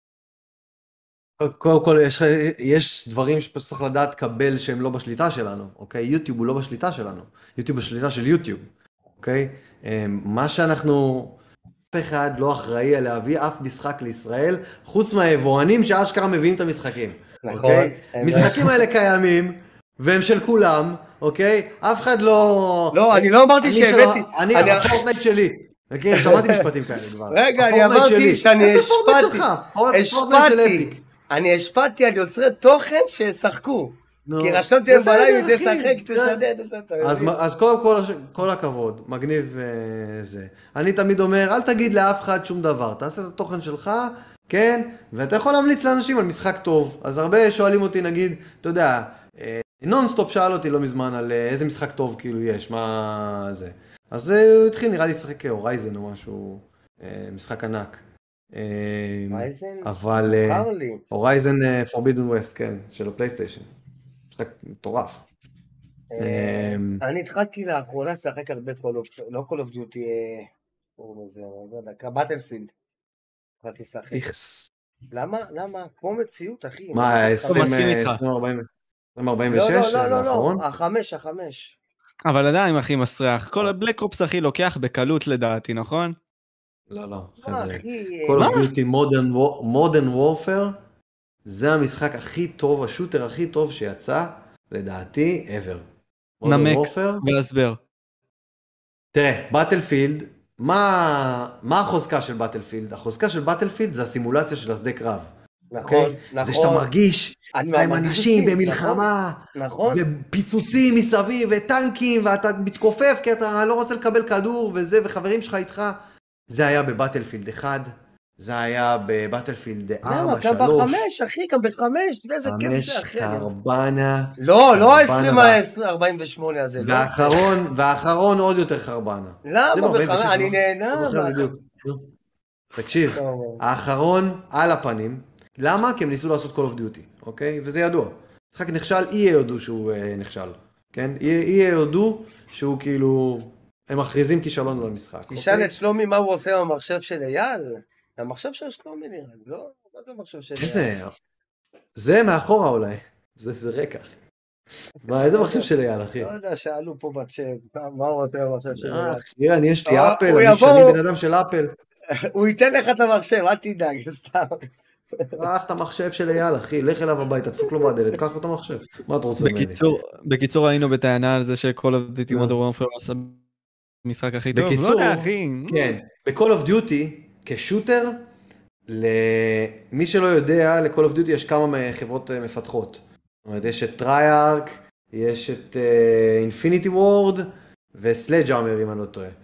קודם כל, יש דברים שפשוט צריך לדעת קבל שהם לא בשליטה שלנו, אוקיי? יוטיוב הוא לא בשליטה שלנו, יוטיוב בשליטה של יוטיוב, אוקיי? מה שאנחנו, אף אחד לא אחראי על להביא אף משחק לישראל, חוץ מהיבואנים שאשכרה מביאים את המשחקים, אוקיי? משחקים האלה קיימים, והם של כולם, אוקיי? אף אחד לא... לא, אני לא אמרתי שהבאתי... אני הפורטנייט שלי. אוקיי, שמעתי משפטים כאלה כבר. רגע, אני אמרתי שאני השפעתי על יוצרי תוכן שישחקו. כי רשמתי להם בלייב, תשחק, תשדד. אז קודם כל הכבוד, מגניב זה. אני תמיד אומר, אל תגיד לאף אחד שום דבר, תעשה את התוכן שלך, כן? ואתה יכול להמליץ לאנשים על משחק טוב. אז הרבה שואלים אותי, נגיד, אתה יודע, נונסטופ שאל אותי לא מזמן על איזה משחק טוב כאילו יש, מה זה. אז הוא התחיל נראה לי לשחק הורייזן או משהו, משחק ענק. הורייזן? אבל הורייזן פורבידן ווסט, כן, של הפלייסטיישן. משחק מטורף. אני התחלתי לאחרונה לשחק הרבה לא Call of Duty, באטלפילד. התחלתי לשחק. למה? כמו מציאות, אחי. מה, 2046? לא, החמש. אבל עדיין הכי מסריח, כל הבלק אופס הכי לוקח בקלות לדעתי, נכון? לא, חבר'ה. Call of Duty Modern Warfare, זה המשחק הכי טוב, השוטר הכי טוב שיצא, לדעתי, ever. נמק ולהסבר. תראה, באטלפילד, מה החוזקה של באטלפילד? החוזקה של באטלפילד זה הסימולציה של השדה קרב. נכון. זה שאתה מרגיש עם אנשים במלחמה, ופיצוצים מסביב, וטנקים, ואתה מתכופף כי אתה לא רוצה לקבל כדור וזה, וחברים שלך איתך. זה היה בבאטלפילד 1, זה היה בבאטלפילד 4, 3. גם בחמש, אחי, גם בחמש, תראה איזה כיף זה, אחי. 5 קרבנה. לא 20-48 הזה. והאחרון עוד יותר חרבנה. למה בחמש? אני נהנה. תקשיב, האחרון על הפנים. למה? כי הם ניסו לעשות Call of Duty, אוקיי? וזה ידוע. משחק נכשל, EA יודו שהוא נכשל, כן? EA יודו שהוא כאילו, הם מכריזים כישלון למשחק. תשאל את שלומי מה הוא עושה במחשב של אייל? המחשב של שלומי נראה, לא? מה זה המחשב של אייל? זה מאחורה אולי, זה רקע. מה, איזה מחשב של אייל, אחי? לא יודע, שאלו פה בצ'אט, מה הוא עושה במחשב של אייל? תראה, יש לי אפל, אני בן אדם של אפל. הוא ייתן לך את המחשב, אל תדאג, סתם. קח את המחשב של אייל, אחי, לך אליו הביתה, דפוק לו בדלת, קח את המחשב. מה אתה רוצה ממני? בקיצור, היינו בטענה על זה שכל of Duty Modern Warfare עושה משחק הכי טוב. בקיצור, כן, ב-Call of Duty, כשוטר, למי שלא יודע, ל-Call of Duty יש כמה חברות מפתחות. זאת אומרת, יש את טרייארק, יש את Infinity Ward, וסלאג'האמר, אם אני לא טועה.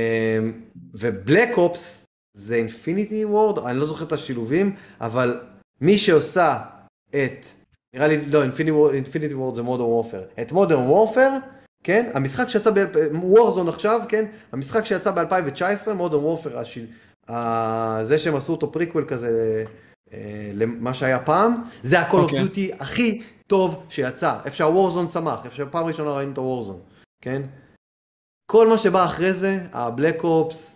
ובלק אופס, זה אינפיניטי וורד, אני לא זוכר את השילובים, אבל מי שעושה את, נראה לי, לא, אינפיניטי וורד זה מודרן וורפר. את מודרן וורפר, כן, המשחק שיצא וורזון עכשיו, כן, המשחק שיצא ב-2019, מודרן וורפר, זה שהם עשו אותו פריקוול כזה, למה שהיה פעם, זה ה-Call of Duty הכי טוב שיצא, איפה שהוורזון צמח, איפה שפעם ראשונה ראינו את הוורזון, כן? כל מה שבא אחרי זה, הבלק אופס,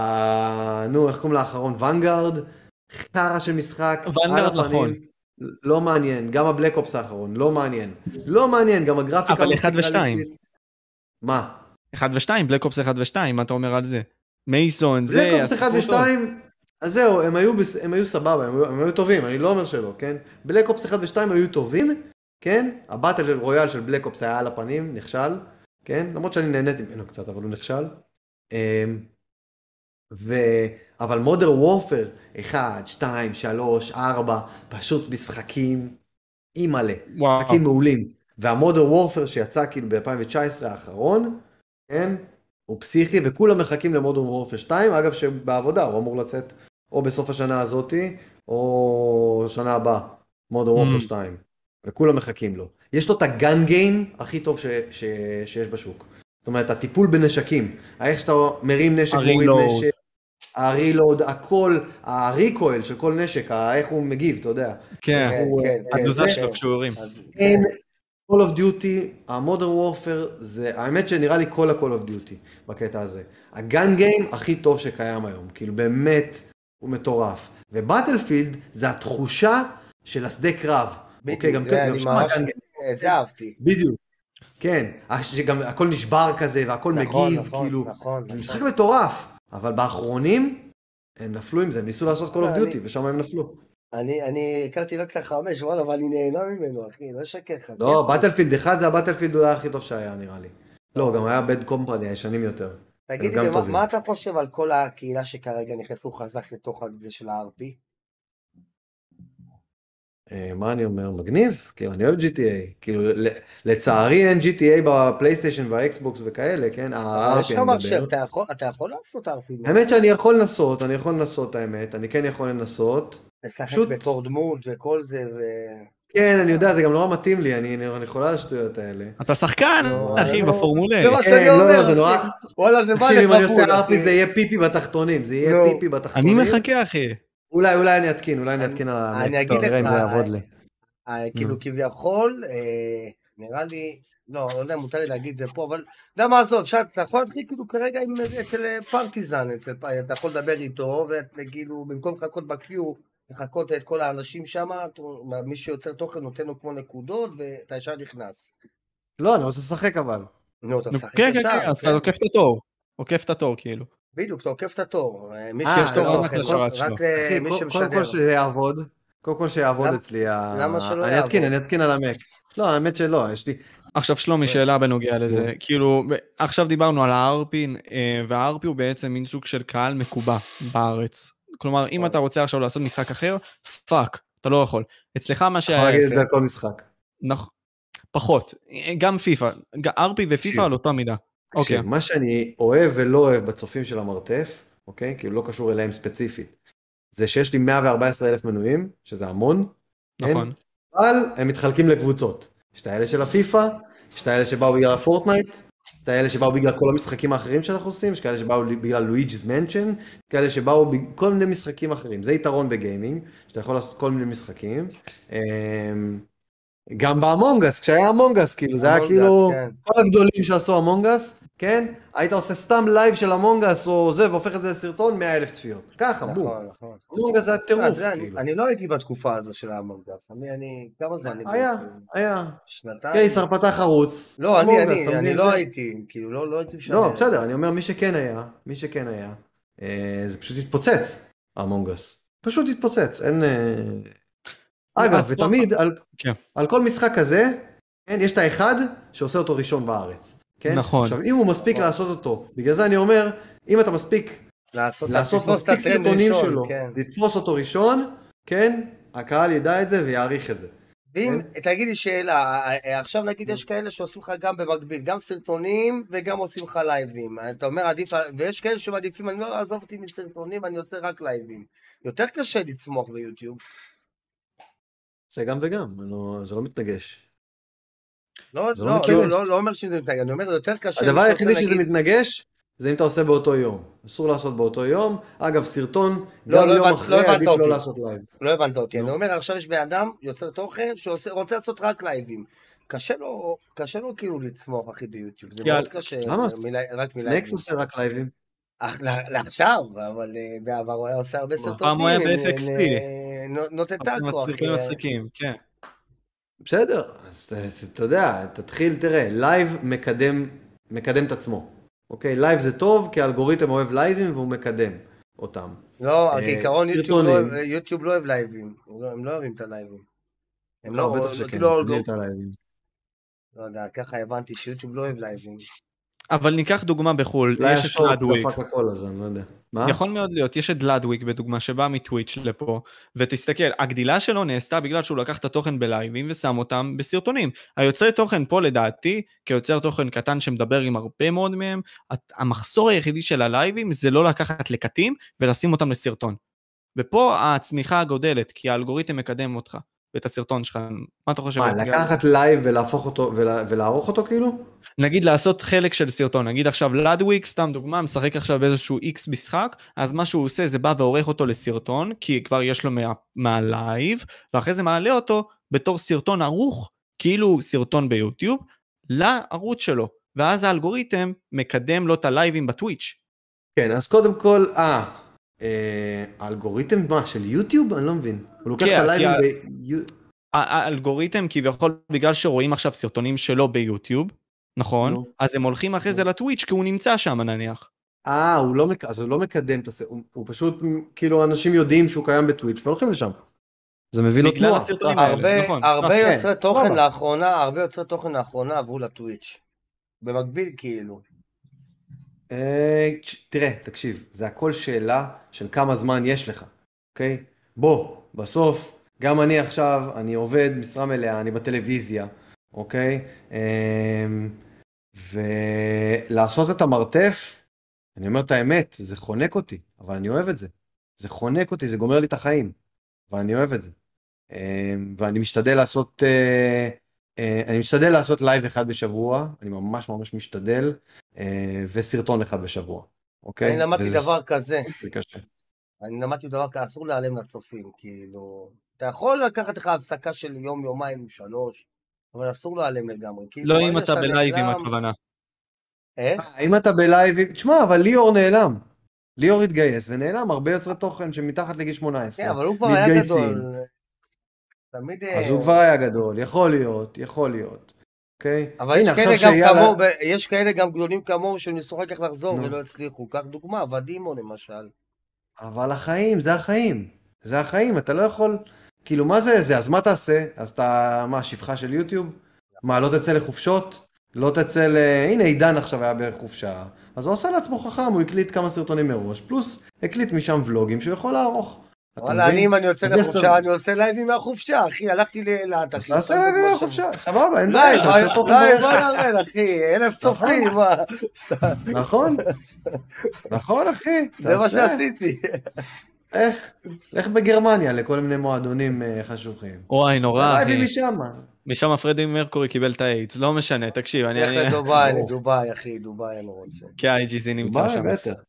איך קוראים לאחרון? ונגארד, חרא של משחק, ונגארד נכון. לא מעניין, גם הבלק אופס האחרון, לא מעניין. לא מעניין, גם הגרפיקה... אבל 1 ו-2. מה? 1 ו-2, בלק אופס 1 ו-2, מה אתה אומר על זה? מייסון, זה... בלק אופס 1 ו-2, אז זהו, הם היו סבבה, הם היו טובים, אני לא אומר שלא, כן? בלק אופס 1 ו-2 היו טובים, כן? הבטל רויאל של בלק אופס היה על הפנים, נכשל, כן? למרות שאני נהניתי ממנו קצת, אבל הוא נכשל. אבל מודרן וורפר 1, 2, 3, 4 פשוט משחקים אימאלה, משחקים מעולים. והמודרן וורפר שיצא כאילו ב-2019 האחרון, כן? הוא פסיכי, וכולם מחכים למודרן וורפר 2, אגב שבעבודה הוא אמור לצאת או בסוף השנה הזאתי, או שנה הבאה, מודרן וורפר 2, וכולם מחכים לו. יש לו את הגן גיים הכי טוב שיש בשוק. זאת אומרת, הטיפול בנשקים, איך שאתה מרים נשק, מוריד נשק, הרילוד, הכל, הריקויל של כל נשק, איך הוא מגיב, אתה יודע. כן, התזוזה שלו כשהוא אין, Call of Duty, המודרן וורפר, זה, האמת שנראה לי כל ה-Call of Duty בקטע הזה. הגן גיים הכי טוב שקיים היום, כאילו באמת הוא מטורף. ובטלפילד זה התחושה של השדה קרב. בדיוק, את זה אהבתי. בדיוק, כן, שגם הכל נשבר כזה והכל מגיב, כאילו, זה משחק מטורף. אבל באחרונים הם נפלו עם זה, הם ניסו לעשות Call of Duty ושם הם נפלו. אני הכרתי רק את ה5, וואלה, אבל אני נהנה ממנו, אחי, לא שקר לך. לא, בטלפילד 1 זה הבטלפילד אולי הכי טוב שהיה, נראה לי. לא, גם היה בד קומפני, הישנים יותר. תגיד לי, מה אתה חושב על כל הקהילה שכרגע נכנסו חזק לתוך זה של ה-RP? מה אני אומר? מגניב? כאילו, אני אוהב GTA. כאילו, לצערי אין GTA בפלייסטיישן והאקסבוקס וכאלה, כן? יש לך מחשב, אתה יכול לעשות RP? האמת שאני יכול לנסות, האמת. אני כן יכול לנסות. לשחק בקורד מוד וכל זה כן, אני יודע, זה גם נורא מתאים לי, אני יכולה לשטויות האלה. אתה שחקן, אחי, בפורמולה. זה מה שאני אומר. לא, זה נורא... וואלה, זה בא תקשיב, אם אני עושה לפפול, RP זה יהיה פיפי בתחתונים, זה יהיה פיפי בתחתונים. אני מחכה, אחי. אולי אני אתקין על אני אגיד לך, כאילו כביכול, נראה לי, לא יודע, מותר לי להגיד את זה פה, אבל אתה יודע מה עזוב, אתה יכול להתחיל כאילו כרגע אצל פרטיזן, אתה יכול לדבר איתו, וכאילו במקום לחכות בקיו, לחכות את כל האנשים שם, מי שיוצר תוכן נותן לו כמו נקודות, ואתה ישר נכנס. לא, אני רוצה לשחק אבל. נו, אתה משחק ישר. ישר. כן, אז אתה עוקף את התור. עוקף את התור, כאילו. בדיוק, אתה עוקף את התור. מי שיש לו תוכן, רק מי שמשדר. קודם כל שיעבוד. קודם כל שיעבוד אצלי. למה שלא יעבוד? אני אתקין על המק. לא, האמת שלא, יש לי... עכשיו שלומי, שאלה בנוגע לזה. כאילו, עכשיו דיברנו על ה-RP, וה-RP הוא בעצם מין סוג של קהל מקובע בארץ. כלומר, אם אתה רוצה עכשיו לעשות משחק אחר, פאק, אתה לא יכול. אצלך מה שהיה... יכול להגיד את זה על כל משחק. נכון. פחות. גם פיפה. RP ופיפה על אותה מידה. אוקיי. מה שאני אוהב ולא אוהב בצופים של המרתף, אוקיי? כאילו לא קשור אליהם ספציפית. זה שיש לי 114,000 מנויים, שזה המון. נכון. אבל הם מתחלקים לקבוצות. יש את האלה של הפיפה, יש את האלה שבאו בגלל הפורטנייט, את האלה שבאו בגלל כל המשחקים האחרים שאנחנו עושים, יש כאלה שבאו בגלל לואיג'י's מנשן, כאלה שבאו בכל מיני משחקים אחרים. זה יתרון בגיימינג, שאתה יכול לעשות כל מיני משחקים. גם באמונגס, כשהיה אמונגס, כאילו, זה היה כאילו, כל הגדולים שעשו אמונגס, כן? היית עושה סתם לייב של אמונגס או זה, והופך את זה לסרטון 100,000 צפיות. ככה, בום. אמונגס זה הטירוף, כאילו. אני לא הייתי בתקופה הזו של האמונגס, אני, כמה זמן? היה. שנתיים. קייסר פתח ערוץ. לא, אני לא הייתי, כאילו, לא הייתי משנה. לא, בסדר, אני אומר, מי שכן היה, זה פשוט התפוצץ, האמונגס. פשוט התפוצץ, אין... אגב, ותמיד על כל משחק כזה, יש את האחד שעושה אותו ראשון בארץ. נכון. עכשיו, אם הוא מספיק לעשות אותו, בגלל זה אני אומר, אם אתה מספיק לעשות מספיק סרטונים שלו, לתפוס אותו ראשון, כן, הקהל ידע את זה ויעריך את זה. ואם, תגיד לי שאלה, עכשיו נגיד יש כאלה שעושים לך גם במקביל, גם סרטונים וגם עושים לך לייבים. אתה אומר עדיף, ויש כאלה שמעדיפים, אני לא עזוב אותי מסרטונים, אני עושה רק לייבים. יותר קשה לצמוח ביוטיוב. זה גם וגם, זה לא מתנגש. לא אומר שזה מתנגש, אני אומר יותר קשה. הדבר היחידי שזה מתנגש, זה אם אתה עושה באותו יום. אסור לעשות באותו יום. אגב, סרטון, גם יום אחרי עדיף לא לעשות לייב. לא הבנת אותי, אני אומר עכשיו יש באדם יוצר תוכן שרוצה לעשות רק לייבים. קשה לו כאילו לצמוח אחי ביוטיוב, זה מאוד קשה. למה? סנקס עושה רק לייבים. לעכשיו, אבל בעבר הוא היה עושה הרבה סרטונים. פעם הוא היה ב-FXP. נוטטה כוח. מצחיקים, כן. בסדר, אז אתה יודע, תראה, לייב מקדם את עצמו. אוקיי, לייב זה טוב, כי האלגוריתם אוהב לייבים והוא מקדם אותם. לא, כעיקרון יוטיוב לא אוהב לייבים, הם לא אוהבים את הלייבים. לא, בטח שכן, אוהבים את הלייבים. לא יודע, ככה הבנתי שיוטיוב לא אוהב לייבים. אבל ניקח דוגמה בחול, אולי יש את השורס לדוויג. דפק הכל, אז אני לא יודע. מה? יכול מאוד להיות, יש את לדוויג בדוגמה שבא מטוויץ' לפה, ותסתכל, הגדילה שלו נעשתה בגלל שהוא לקח את התוכן בלייבים ושם אותם בסרטונים. היוצרי תוכן פה לדעתי, כיוצר תוכן קטן שמדבר עם הרבה מאוד מהם, המחסור היחידי של הלייבים זה לא לקחת לקטים ולשים אותם לסרטון. ופה הצמיחה הגודלת, כי האלגוריתם מקדם אותך, ואת הסרטון שלך. מה אתה חושב? מה, לקחת לייב ולהפוך אותו, ולערוך אותו כאילו? נגיד לעשות חלק של סרטון, נגיד עכשיו לדוויג, סתם דוגמה, משחק עכשיו באיזשהו X משחק, אז מה שהוא עושה זה בא ועורך אותו לסרטון, כי כבר יש לו מהלייב, ואחרי זה מעלה אותו בתור סרטון ערוך, כאילו סרטון ביוטיוב, לערוץ שלו, ואז האלגוריתם מקדם לו את הלייבים בטוויץ'. כן, אז קודם כל, האלגוריתם מה, של יוטיוב? אני לא מבין. הוא לוקח את הלייבים האלגוריתם כביכול בגלל שרואים עכשיו סרטונים שלו ביוטיוב, נכון? אז הם הולכים אחרי זה לטוויץ' כי הוא נמצא שם נניח. אז הוא לא מקדם את הסרטון, הוא פשוט, כאילו אנשים יודעים שהוא קיים בטוויץ' והולכים לשם. זה מביא לו תנועה. הרבה יוצרי תוכן לאחרונה עברו לטוויץ'. במקביל כאילו. תראה, תקשיב, זה הכל שאלה של כמה זמן יש לך, אוקיי? בוא, בסוף, גם אני עכשיו, אני עובד משרה מלאה, אני בטלוויזיה, אוקיי? ולעשות את המרתף, אני אומר את האמת, זה חונק אותי, אבל אני אוהב את זה. זה חונק אותי, זה גומר לי את החיים, ואני אוהב את זה. ואני משתדל לעשות לייב אחד בשבוע, אני ממש ממש משתדל, וסרטון אחד בשבוע, אוקיי? אני למדתי דבר כזה. זה קשה. אני למדתי דבר כזה, אסור להיעלם לצופים, כאילו, אתה יכול לקחת לך הפסקה של יום, יומיים, 3, אבל אסור להיעלם לגמרי. לא אם אתה בלייבים הכוונה. איך? אם אתה בלייבים, תשמע, אבל ליאור נעלם. ליאור התגייס ונעלם, הרבה יוצרי תוכן שמתחת לגיל 18. כן, אבל הוא כבר היה גדול. אז הוא כבר היה גדול, יכול להיות. אוקיי? אבל יש כאלה גם גדולים כמוהו שניסו רק איך לחזור ולא הצליחו. קח דוגמה, ודימו למשל. אבל החיים, זה החיים. זה החיים, אתה לא יכול... כאילו, מה זה? אז מה תעשה? אז אתה, מה, שפחה של יוטיוב? מה, לא תצא לחופשות? לא תצא הנה, עידן עכשיו היה בחופשה. אז הוא עושה לעצמו חכם, הוא הקליט כמה סרטונים מראש, פלוס הקליט משם ולוגים שהוא יכול לערוך. וואלה, אני אם אני יוצא לחופשה, אני עושה לייבים מהחופשה, אחי, הלכתי לאט, אחי. תעשה לייבים מהחופשה, סבבה, אין בעיה, אתה יוצא תוכן ברך. בוא נראה, אחי, 1,000 צופים, מה? נכון, אחי. זה מה שעשיתי. איך בגרמניה לכל מיני מועדונים חשוכים. וואי, נורא, אחי. לייבים משם. משם פרדי מרקורי קיבל את האיידס, לא משנה, תקשיב. לך לדובאי, אחי, דובאי אני רוצה. כי ה-IGC נמצא שם. דובאי, בטח.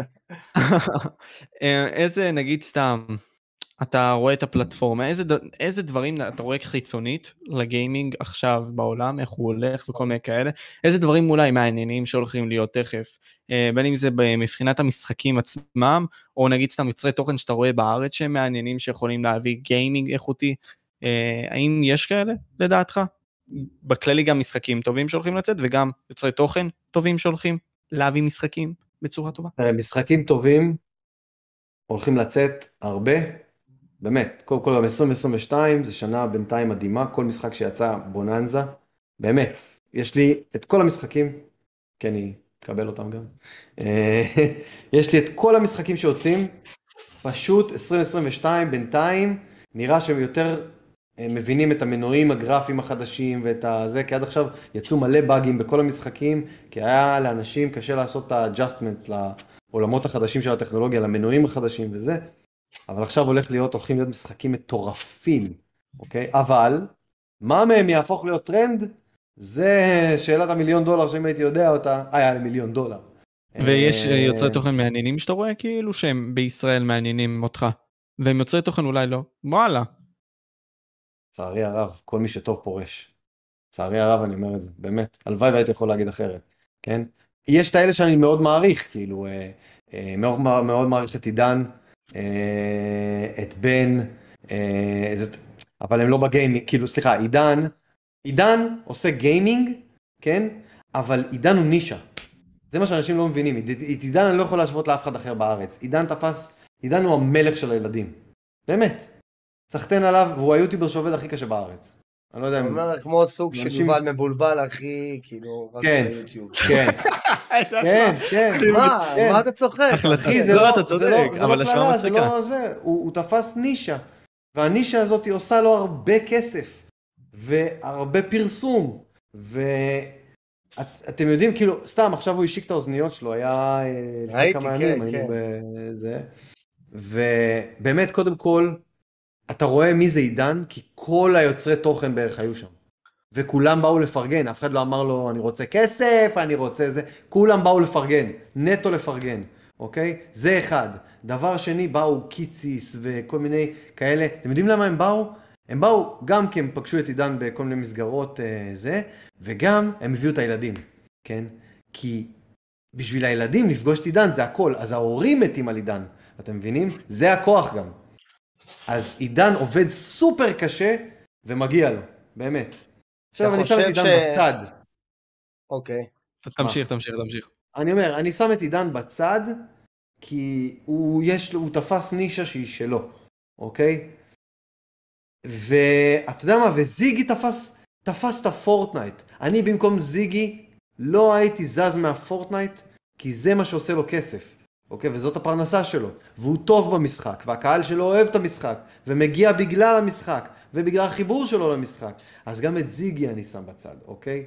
איזה, נגיד סתם, אתה רואה את הפלטפורמה, איזה דברים אתה רואה חיצונית לגיימינג עכשיו בעולם, איך הוא הולך וכל מיני כאלה, איזה דברים אולי מעניינים שהולכים להיות תכף, בין אם זה מבחינת המשחקים עצמם, או נגיד סתם יוצרי תוכן שאתה רואה בארץ שהם מעניינים שיכולים להביא גיימינג איכותי, האם יש כאלה לדעתך? בכללי גם משחקים טובים שהולכים לצאת, וגם יוצרי תוכן טובים שהולכים להביא משחקים בצורה טובה. משחקים טובים הולכים לצאת הרבה, באמת, קודם כל גם 2022, זה שנה בינתיים מדהימה, כל משחק שיצא בוננזה, באמת, יש לי את כל המשחקים, כן, אני אקבל אותם גם, יש לי את כל המשחקים שיוצאים, פשוט 2022 בינתיים, נראה שהם יותר מבינים את המנועים הגרפיים החדשים ואת זה, כי עד עכשיו יצאו מלא באגים בכל המשחקים, כי היה לאנשים קשה לעשות את ה-adjustments לעולמות החדשים של הטכנולוגיה, למנועים החדשים וזה, אבל עכשיו הולכים להיות משחקים מטורפים, אוקיי? אבל, מה מהם יהפוך להיות טרנד? זה שאלת $1,000,000 שאם הייתי יודע אותה, היה $1,000,000. ויש יוצרי תוכן מעניינים שאתה רואה כאילו שהם בישראל מעניינים אותך, והם יוצרי תוכן אולי לא, וואלה. צערי הרב, כל מי שטוב פורש. צערי הרב אני אומר את זה, באמת, הלוואי והייתי יכול להגיד אחרת, כן? יש את האלה שאני מאוד מעריך, כאילו, מאוד מעריך את עידן, את בן, אבל הם לא בגיימינג, כאילו, סליחה, עידן עושה גיימינג, כן? אבל עידן הוא נישה. זה מה שאנשים לא מבינים. את עידן אני לא יכול להשוות לאף אחד אחר בארץ. עידן הוא המלך של הילדים. באמת. סחטן עליו, והוא היוטיובר שעובד הכי קשה בארץ. אני לא יודע אני אם... אומר, כמו סוג של אנשים- יובל מבולבל, אחי, כאילו, רק כן. ביוטיוב. כן, כן, כן. מה אתה צוחק? אחי, זה לא, לא, אתה זה צודק, לא, זה אבל לא השוואה קללה, זה מצחיקה. לא זה, הוא תפס נישה, והנישה הזאת היא עושה לו הרבה כסף, והרבה פרסום, ואתם יודעים, כאילו, סתם, עכשיו הוא השיק את האוזניות שלו, היה לפני ראיתי, כמה כן, ימים, היינו כן. בזה, ובאמת, קודם כל, אתה רואה מי זה עידן, כי כל היוצרי תוכן בערך היו שם. וכולם באו לפרגן, אף אחד לא אמר לו, אני רוצה כסף, אני רוצה זה, כולם באו לפרגן, נטו לפרגן, אוקיי? זה אחד. דבר שני, באו קיציס וכל מיני כאלה, אתם יודעים למה הם באו? הם באו גם כי הם פגשו את עידן בכל מיני מסגרות זה, וגם הם הביאו את הילדים, כן? כי בשביל הילדים לפגוש את עידן זה הכל, אז ההורים מתים על עידן, אתם מבינים? זה הכוח גם. אז עידן עובד סופר קשה ומגיע לו, באמת. עכשיו אני שם את עידן בצד. אוקיי. תמשיך. אני אומר, אני שם את עידן בצד, כי הוא תפס נישה שהיא שלו, אוקיי? ואתה יודע מה, וזיגי תפס את הפורטנייט. אני במקום זיגי לא הייתי זז מהפורטנייט, כי זה מה שעושה לו כסף, אוקיי? וזאת הפרנסה שלו, והוא טוב במשחק, והקהל שלו אוהב את המשחק, ומגיע בגלל המשחק, ובגלל החיבור שלו למשחק. אז גם את זיגי אני שם בצד, אוקיי?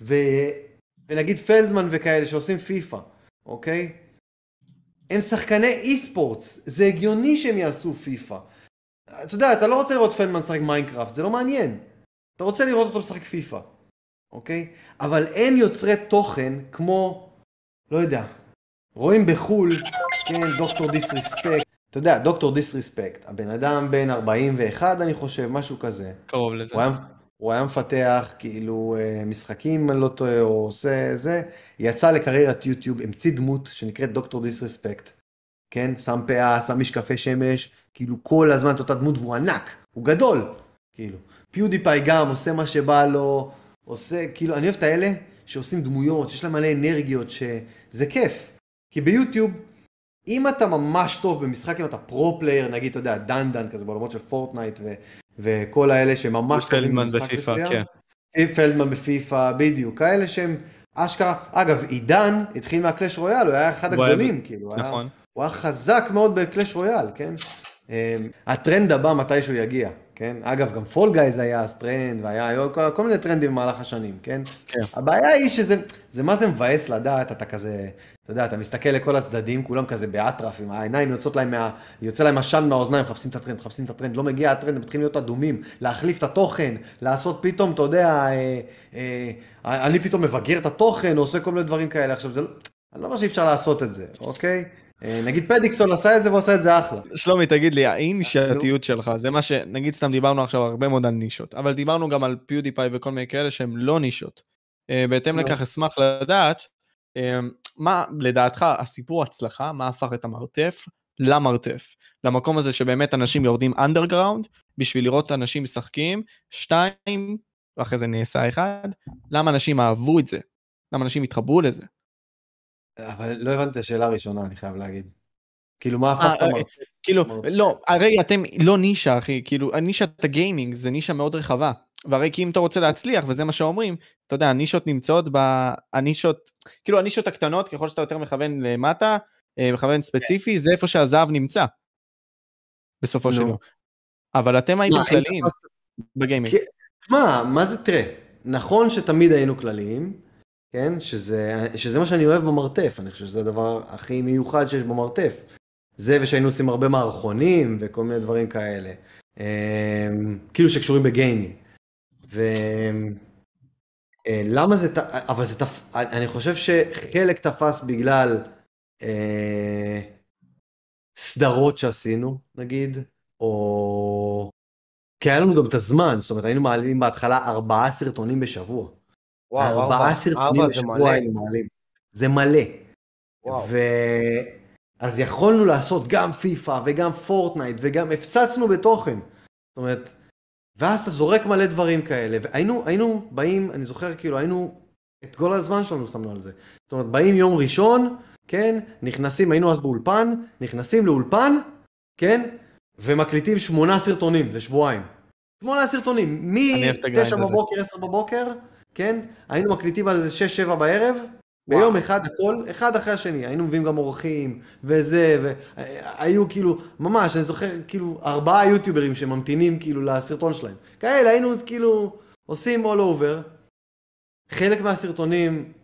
ונגיד פלדמן וכאלה שעושים פיפה, אוקיי? הם שחקני אי-ספורטס, זה הגיוני שהם יעשו פיפה. אתה יודע, אתה לא רוצה לראות פלדמן משחק מיינקראפט, זה לא מעניין. אתה רוצה לראות אותו משחק פיפה, אוקיי? אבל אין יוצרי תוכן כמו, לא יודע, רואים בחול, כן, דוקטור דיסריספקט. אתה יודע, דוקטור דיסריספקט, הבן אדם בן 41, אני חושב, משהו כזה. קרוב לזה. הוא היה מפתח כאילו משחקים, אני לא טועה, או עושה זה, יצא לקריירת יוטיוב, המציא דמות שנקראת דוקטור דיסרספקט, כן? שם פאה, שם משקפי שמש, כאילו כל הזמן את אותה דמות, והוא ענק, הוא גדול, כאילו. פיודיפיי גם עושה מה שבא לו, עושה, כאילו, אני אוהב את האלה שעושים דמויות, שיש להם מלא אנרגיות, שזה כיף. כי ביוטיוב, אם אתה ממש טוב במשחק, אם אתה פרו-פלייר, נגיד, אתה יודע, דנדן כזה, בעולמות של פורטנייט וכל האלה שממש טובים במשחק מסוים. פלדמן בפיפה, בדיוק. כאלה שהם אשכרה. אגב, עידן התחיל מהקלאש רויאל, הוא היה אחד הגדולים, כאילו. נכון. הוא היה חזק מאוד בקלאש רויאל, כן? הטרנד הבא מתישהו יגיע, כן? אגב, גם פול גייז היה אז טרנד, והיה כל מיני טרנדים במהלך השנים, כן? כן. הבעיה היא שזה מה זה מבאס לדעת, אתה כזה, אתה יודע, אתה מסתכל לכל הצדדים, כולם כזה באטרף, עם העיניים יוצא להם עשן מהאוזניים, מחפשים את הטרנד, לא מגיע הטרנד, הם מתחילים להיות אדומים, להחליף את התוכן, לעשות פתאום, אתה יודע, אני פתאום מבגר את התוכן, עושה כל מיני דברים כאלה, עכשיו, אני לא אומר שאי אפשר לעשות את זה, אוקיי? נגיד פדיקסון עשה את זה ועושה את זה אחלה. שלומי, תגיד לי, האינשיאטיביות שלך, זה מה שנגיד סתם דיברנו עכשיו הרבה מאוד על נישות, אבל דיברנו גם על פיודיפיי וכל מיני כאלה שהם לא נישות. בהתאם לכך אשמח לדעת, מה לדעתך הסיפור הצלחה, מה הפך את המרתף למרתף? למקום הזה שבאמת אנשים יורדים אנדרגראונד, בשביל לראות אנשים משחקים, 2, ואחרי זה נעשה 1, למה אנשים אהבו את זה? למה אנשים התחברו לזה? אבל לא הבנתי את השאלה הראשונה, אני חייב להגיד. כאילו, מה הפך את המרתף? כאילו, לא, הרי אתם לא נישה, אחי, כאילו, הנישת הגיימינג זה נישה מאוד רחבה, והרי כי אם אתה רוצה להצליח, וזה מה שאומרים, אתה יודע, הנישות נמצאות כאילו, הנישות הקטנות, ככל שאתה יותר מכוון למטה, מכוון ספציפי, זה איפה שהזהב נמצא, בסופו שלו. אבל אתם הייתם כלליים בגיימינג. מה זה, תראה, נכון שתמיד היינו כלליים, כן, שזה מה שאני אוהב במרתף, אני חושב שזה הדבר הכי מיוחד שיש במרתף. זה ושהיינו עושים הרבה מערכונים וכל מיני דברים כאלה, כאילו שקשורים בגיימינג. ולמה זה, אבל זה, אני חושב שחלק תפס בגלל סדרות שעשינו, נגיד, או כי היה לנו גם את הזמן, זאת אומרת, היינו מעלים בהתחלה 4 סרטונים בשבוע. 4 סרטונים בשבוע היינו מעלים. זה מלא. אז יכולנו לעשות גם פיפה וגם פורטנייט וגם הפצצנו בתוכן. זאת אומרת, ואז אתה זורק מלא דברים כאלה, והיינו באים, אני זוכר כאילו, היינו, את כל הזמן שלנו שמנו על זה. זאת אומרת, באים יום ראשון, כן, נכנסים, היינו אז באולפן, נכנסים לאולפן, כן, ומקליטים 8 סרטונים לשבועיים. 8 סרטונים, מ-9 בבוקר, 10 בבוקר, כן? היינו מקליטים על זה 6-7 בערב, ביום אחד הכל, אחד אחרי השני, היינו מביאים גם אורחים, וזה, והיו כאילו, ממש, אני זוכר כאילו 4 יוטיוברים שממתינים כאילו לסרטון שלהם. כאלה, היינו כאילו עושים all over, חלק מהסרטונים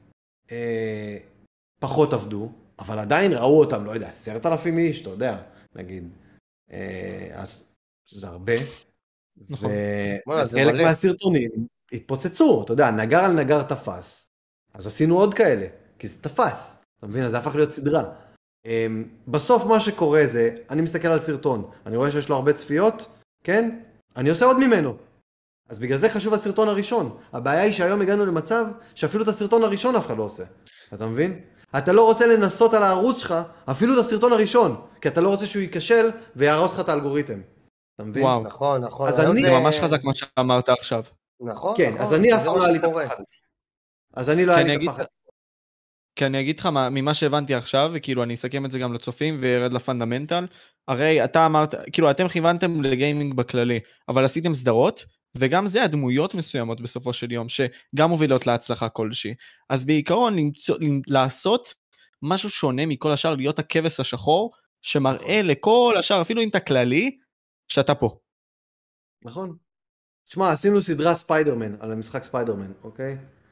פחות עבדו, אבל עדיין ראו אותם, לא יודע, 10,000 איש, אתה יודע, נגיד, אז זה הרבה. נכון. וחלק מהסרטונים התפוצצו, אתה יודע, נגר על נגר תפס, אז עשינו עוד כאלה, כי זה תפס, אתה מבין? אז זה הפך להיות סדרה. בסוף מה שקורה זה, אני מסתכל על סרטון, אני רואה שיש לו הרבה צפיות, כן? אני עושה עוד ממנו. אז בגלל זה חשוב הסרטון הראשון. הבעיה היא שהיום הגענו למצב שאפילו את הסרטון הראשון אף אחד לא עושה. אתה מבין? אתה לא רוצה לנסות על הערוץ שלך, אפילו את הסרטון הראשון, כי אתה לא רוצה שהוא ייכשל ויהרוס לך את האלגוריתם. אתה מבין? וואו. נכון, נכון. אז אני... זה ממש חזק מה שאמרת עכשיו. נכון, כן, נכון. אז אני אף פעם לא היה לי את הפחד הזה. אז אני לא היה לי את הפחד. כי אני אגיד לך ממה שהבנתי עכשיו, וכאילו אני אסכם את זה גם לצופים וירד לפונדמנטל, הרי אתה אמרת, כאילו אתם כיוונתם לגיימינג בכללי, אבל עשיתם סדרות, וגם זה הדמויות מסוימות בסופו של יום, שגם מובילות להצלחה כלשהי. אז בעיקרון לעשות משהו שונה מכל השאר, להיות הכבש השחור, שמראה לכל השאר, אפילו אם אתה כללי, שאתה פה. נכון. תשמע, עשינו סדרה ספיידרמן, על המשחק ספיידרמן, אוקיי?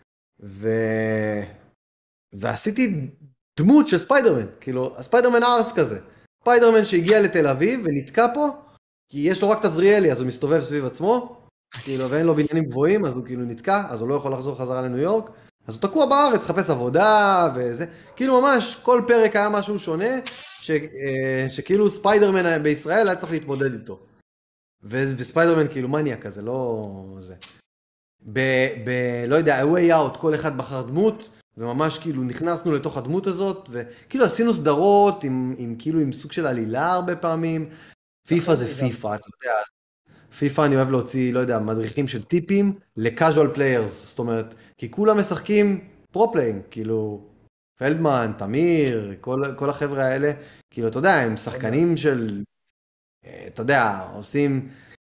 ועשיתי דמות של ספיידרמן, כאילו, הספיידרמן ארס כזה. ספיידרמן שהגיע לתל אביב ונתקע פה, כי יש לו רק תזריאלי, אז הוא מסתובב סביב עצמו, כאילו, ואין לו בניינים גבוהים, אז הוא כאילו נתקע, אז הוא לא יכול לחזור חזרה לניו יורק, אז הוא תקוע בארץ, חפש עבודה וזה, כאילו ממש, כל פרק היה משהו שונה, שכאילו ספיידרמן בישראל היה צריך להתמודד איתו. וספיידרמן כאילו מניה כזה, לא זה. לא יודע, way out, כל אחד בחר דמות, וממש כאילו נכנסנו לתוך הדמות הזאת, וכאילו עשינו סדרות כאילו עם סוג של עלילה הרבה פעמים. פיפה זה פיפה, אתה יודע. פיפה אני אוהב להוציא, לא יודע, מדריכים של טיפים לקאז'ואל פליירס, זאת אומרת, כי כולם משחקים פרו-פליינג, כאילו, פלדמן, תמיר, כל החבר'ה האלה, כאילו, אתה יודע, הם שחקנים של, אתה יודע, עושים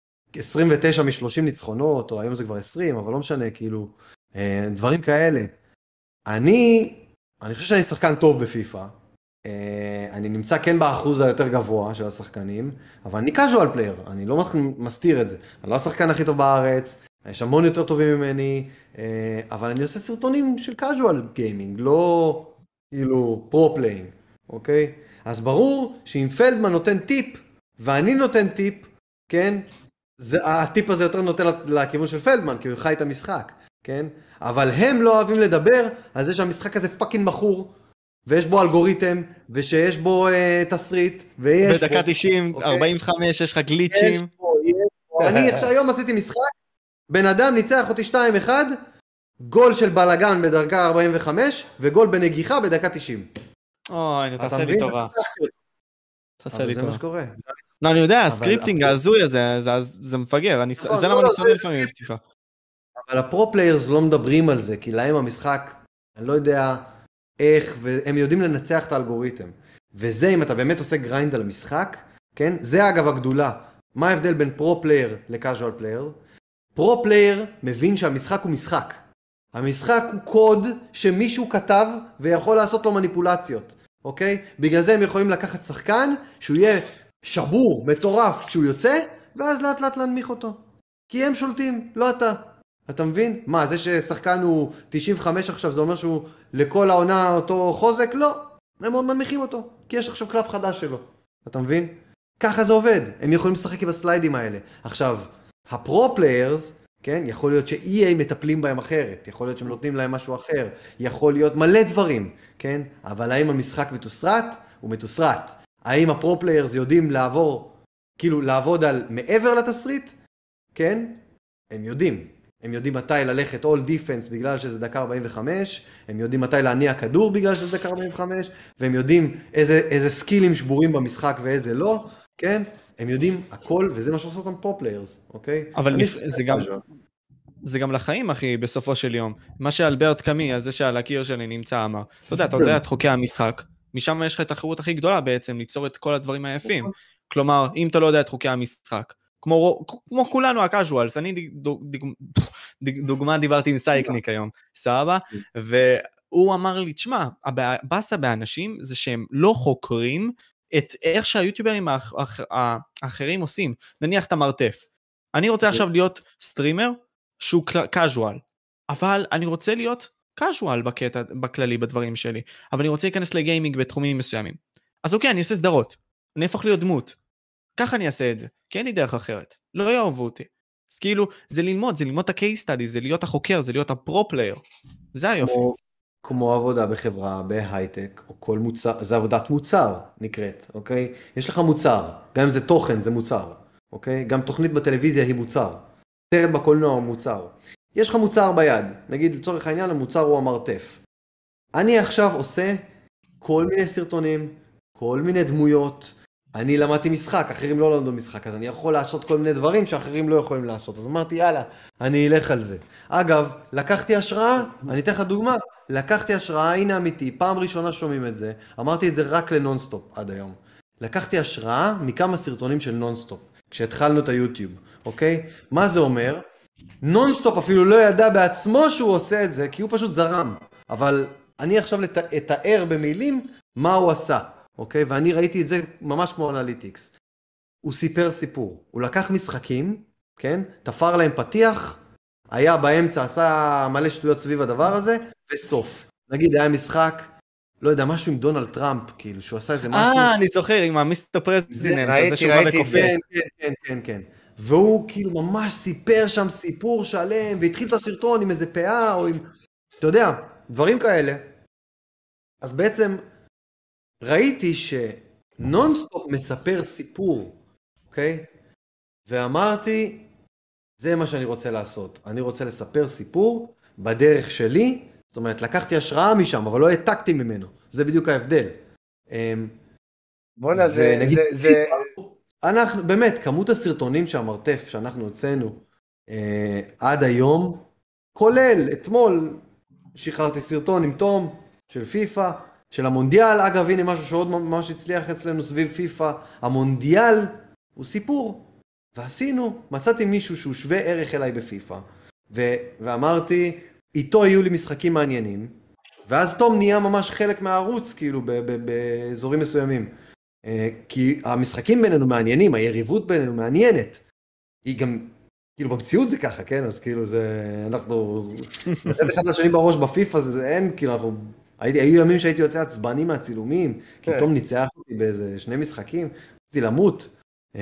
29 מ-30 ניצחונות, או היום זה כבר 20, אבל לא משנה, כאילו, דברים כאלה. אני חושב שאני שחקן טוב בפיפה, אני נמצא כן באחוז היותר גבוה של השחקנים, אבל אני casual player, אני לא מסתיר את זה. אני לא השחקן הכי טוב בארץ, יש המון יותר טובים ממני, אבל אני עושה סרטונים של casual gaming, לא כאילו pro-playing, אוקיי? אז ברור שאם פלדמן נותן טיפ, ואני נותן טיפ, כן? הטיפ הזה יותר נותן לכיוון של פלדמן, כי הוא חי את המשחק, כן? אבל הם לא אוהבים לדבר על זה שהמשחק הזה פאקינג בחור, ויש בו אלגוריתם, ושיש בו תסריט, ויש בדקה 90, 45, יש לך גליצ'ים. יש בו. אני היום עשיתי משחק, בן אדם ניצח אותי 2-1, גול של בלגן בדקה 45, וגול בנגיחה בדקה 90. אוי, אתה תעשה לי טובה. תעשה לי טובה. זה מה טובה. שקורה. לא, אני יודע, הסקריפטינג ההזוי הזה, זה מפגר, זה למה אני שונא לפעמים פתיחה. אבל הפרו-פליירס לא מדברים על זה, כי להם המשחק, אני לא יודע איך, והם יודעים לנצח את האלגוריתם. וזה, אם אתה באמת עושה גריינד על המשחק, כן? זה אגב הגדולה. מה ההבדל בין פרו-פלייר לקאז'ואל פלייר? פרו-פלייר מבין שהמשחק הוא משחק. המשחק הוא קוד שמישהו כתב ויכול לעשות לו מניפולציות, אוקיי? בגלל זה הם יכולים לקחת שחקן שהוא יהיה שבור, מטורף כשהוא יוצא, ואז לאט לאט להנמיך אותו. כי הם שולטים, לא אתה. אתה מבין? מה, זה ששחקן הוא 95 עכשיו, זה אומר שהוא לכל העונה אותו חוזק? לא. הם מאוד מנמיכים אותו, כי יש עכשיו קלף חדש שלו. אתה מבין? ככה זה עובד. הם יכולים לשחק עם הסליידים האלה. עכשיו, הפרו-פליירס, כן? יכול להיות ש-EA מטפלים בהם אחרת. יכול להיות שהם נותנים להם משהו אחר. יכול להיות מלא דברים, כן? אבל האם המשחק מתוסרט? הוא מתוסרט. האם הפרו-פליירס יודעים לעבוד על מעבר לתסריט? כן? הם יודעים. הם יודעים מתי ללכת all defense בגלל שזה דקה 45, הם יודעים מתי להניע כדור בגלל שזה דקה 45, והם יודעים איזה סקילים שבורים במשחק ואיזה לא, כן? הם יודעים הכל, וזה מה שעושה אותם פרו-פליירס, אוקיי? אבל זה גם לחיים, אחי, בסופו של יום. מה שאלברט קאמי, זה שעל הקיר שלי נמצא, אמר, אתה יודע את חוקי המשחק, משם יש לך את החירות הכי גדולה בעצם, ליצור את כל הדברים היפים. כלומר, אם אתה לא יודע את חוקי המשחק, כמו כולנו הקאז'ואלס, אני דוגמה דיברתי עם סייקניק היום, סבבה, והוא אמר לי, תשמע, הבאסה באנשים זה שהם לא חוקרים את איך שהיוטיוברים האחרים עושים, נניח את המרתף, אני רוצה עכשיו להיות סטרימר שהוא קאז'ואל, אבל אני רוצה להיות קאז'ואל בכללי בדברים שלי, אבל אני רוצה להיכנס לגיימינג בתחומים מסוימים, אז אוקיי, אני אעשה סדרות, אני אהפוך להיות דמות, ככה אני אעשה את זה, כי אין לי דרך אחרת, לא יאהבו אותי. אז כאילו, זה ללמוד את ה-case study, זה להיות החוקר, זה להיות הפרו-פלייר. זה היופי. כמו עבודה בחברה, בהייטק, או כל מוצר, זה עבודת מוצר נקראת, אוקיי? יש לך מוצר, גם אם זה תוכן, זה מוצר, אוקיי? גם תוכנית בטלוויזיה היא מוצר. סרט בקולנוע הוא מוצר. יש לך מוצר ביד, נגיד לצורך העניין, המוצר הוא המרתף. אני עכשיו עושה כל מיני סרטונים, כל מיני דמויות, אני למדתי משחק, אחרים לא למדו משחק, אז אני יכול לעשות כל מיני דברים שאחרים לא יכולים לעשות. אז אמרתי, יאללה, אני אלך על זה. אגב, לקחתי השראה, אני אתן לך דוגמה, לקחתי השראה, הנה אמיתי, פעם ראשונה שומעים את זה, אמרתי את זה רק לנונסטופ עד היום. לקחתי השראה מכמה סרטונים של נונסטופ, כשהתחלנו את היוטיוב, אוקיי? מה זה אומר? נונסטופ אפילו לא ידע בעצמו שהוא עושה את זה, כי הוא פשוט זרם. אבל אני עכשיו אתאר במילים מה הוא עשה. אוקיי? ואני ראיתי את זה ממש כמו אנליטיקס. הוא סיפר סיפור. הוא לקח משחקים, כן? תפר להם פתיח, היה באמצע, עשה מלא שטויות סביב הדבר הזה, וסוף. נגיד, היה משחק, לא יודע, משהו עם דונלד טראמפ, כאילו, שהוא עשה איזה משהו... אני זוכר, עם המיסטר פרזיננט, הזה שהוא בא וקופץ. כן. והוא כאילו ממש סיפר שם סיפור שלם, והתחיל את הסרטון עם איזה פאה, או עם... אתה יודע, דברים כאלה. אז בעצם... ראיתי שנונסטופ מספר סיפור, אוקיי? ואמרתי, זה מה שאני רוצה לעשות. אני רוצה לספר סיפור בדרך שלי, זאת אומרת, לקחתי השראה משם, אבל לא העתקתי ממנו. זה בדיוק ההבדל. בוא'נה, אנחנו, באמת, כמות הסרטונים שהמרתף שאנחנו הוצאנו עד היום, כולל, אתמול שחררתי סרטון עם תום של פיפה, של המונדיאל, אגב, הנה משהו שעוד ממש הצליח אצלנו סביב פיפה, המונדיאל הוא סיפור, ועשינו, מצאתי מישהו שהוא שווה ערך אליי בפיפה, ואמרתי, איתו יהיו לי משחקים מעניינים, ואז תום נהיה ממש חלק מהערוץ, כאילו, באזורים מסוימים, כי המשחקים בינינו מעניינים, היריבות בינינו מעניינת, היא גם, כאילו, במציאות זה ככה, כן? אז כאילו זה, אנחנו, נתת אחד לשני בראש בפיפה, זה אין, כאילו, אנחנו... היו ימים שהייתי יוצא עצבני מהצילומים, כי תום ניצח אותי באיזה 2 משחקים, הייתי למות.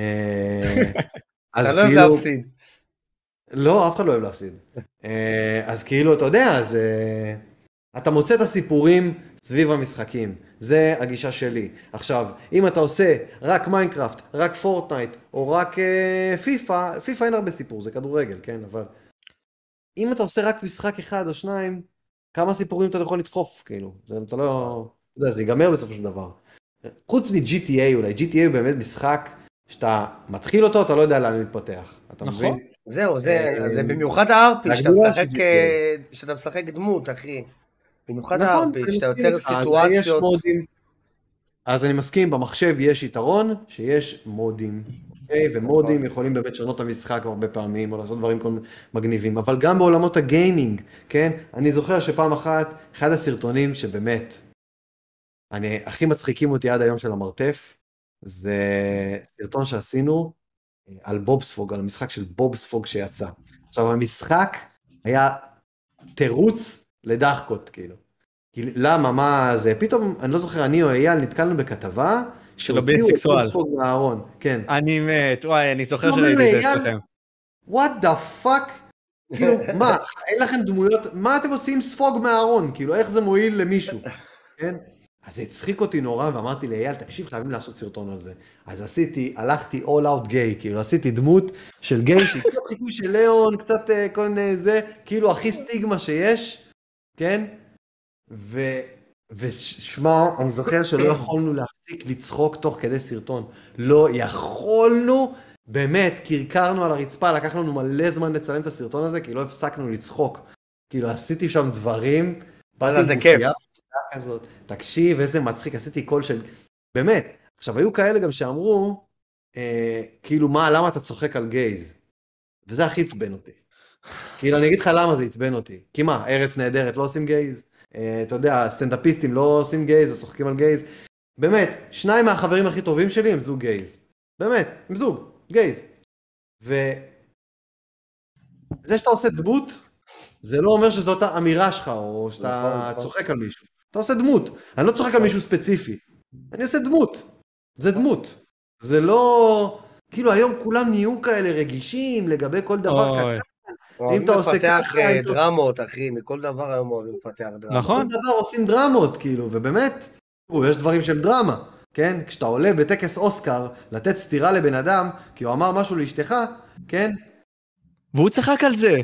אתה לא אוהב להפסיד. לא, אף אחד לא אוהב להפסיד. אז כאילו, אתה יודע, אתה מוצא את הסיפורים סביב המשחקים, זה הגישה שלי. עכשיו, אם אתה עושה רק מיינקראפט, רק פורטנייט, או רק פיפה, פיפה אין הרבה סיפור, זה כדורגל, כן? אבל אם אתה עושה רק משחק אחד או 2, כמה סיפורים אתה יכול לדחוף, כאילו, אתה לא, אתה יודע, זה ייגמר בסופו של דבר. חוץ מ-GTA אולי, GTA הוא באמת משחק שאתה מתחיל אותו, אתה לא יודע לאן להתפתח, אתה מבין? זהו, זה במיוחד הארפי, שאתה משחק דמות, אחי. במיוחד הארפי, שאתה יוצר סיטואציות. אז אני מסכים, במחשב יש יתרון שיש מודים. ומודים יכולים באמת לשנות את המשחק הרבה פעמים, או לעשות דברים מגניבים, אבל גם בעולמות הגיימינג, כן? אני זוכר שפעם אחת, אחד הסרטונים שבאמת, הכי מצחיקים אותי עד היום של המרתף, זה סרטון שעשינו על בובספוג, על המשחק של בובספוג שיצא. עכשיו, המשחק היה תירוץ לדחקות, כאילו. למה, מה זה? פתאום, אני לא זוכר, אני או אייל נתקלנו בכתבה, שלא ביסקסואל. מהארון, כן. אני מת, וואי, אני זוכר שראיתי את זה אצלכם. What the fuck? כאילו, מה, אין לכם דמויות, מה אתם מוציאים ספוג מהארון? כאילו, איך זה מועיל למישהו? כן? אז זה הצחיק אותי נורא, ואמרתי לאייל, תקשיב, חייבים לעשות סרטון על זה. אז הלכתי all out gay, כאילו, עשיתי דמות של גיי, שהיא קצת חיקוי של ליאון, קצת כל מיני זה, כאילו, הכי סטיגמה שיש, כן? ושמע, אני זוכר שלא יכולנו להפסיק לצחוק תוך כדי סרטון. לא יכולנו, באמת, קרקרנו על הרצפה, לקח לנו מלא זמן לצלם את הסרטון הזה, כי לא הפסקנו לצחוק. כאילו, עשיתי שם דברים, באתי זה כיף. כזאת. תקשיב, איזה מצחיק, עשיתי קול של... באמת. עכשיו, היו כאלה גם שאמרו, כאילו, למה אתה צוחק על גייז? וזה הכי עצבן אותי. כאילו, אני אגיד לך למה זה עצבן אותי. כי מה, ארץ נהדרת, לא עושים גייז? אתה יודע, סטנדאפיסטים לא עושים גייז, או צוחקים על גייז. באמת, 2 מהחברים הכי טובים שלי הם זוג גייז. באמת, הם זוג, גייז. וזה שאתה עושה דמות, זה לא אומר שזאת האמירה שלך, או שאתה צוחק על מישהו. אתה עושה דמות. אני לא צוחק על מישהו ספציפי. אני עושה דמות. זה דמות. זה לא... כאילו, היום כולם נהיו כאלה רגישים לגבי כל דבר קטן. אם אתה עושה ככה... דרמות, אחי, מכל דבר היום אוהבים לפתח דרמות. נכון. כל דבר עושים דרמות, כאילו, ובאמת, יש דברים של דרמה, כן? כשאתה עולה בטקס אוסקר, לתת סתירה לבן אדם, כי הוא אמר משהו לאשתך, כן? והוא צחק על זה.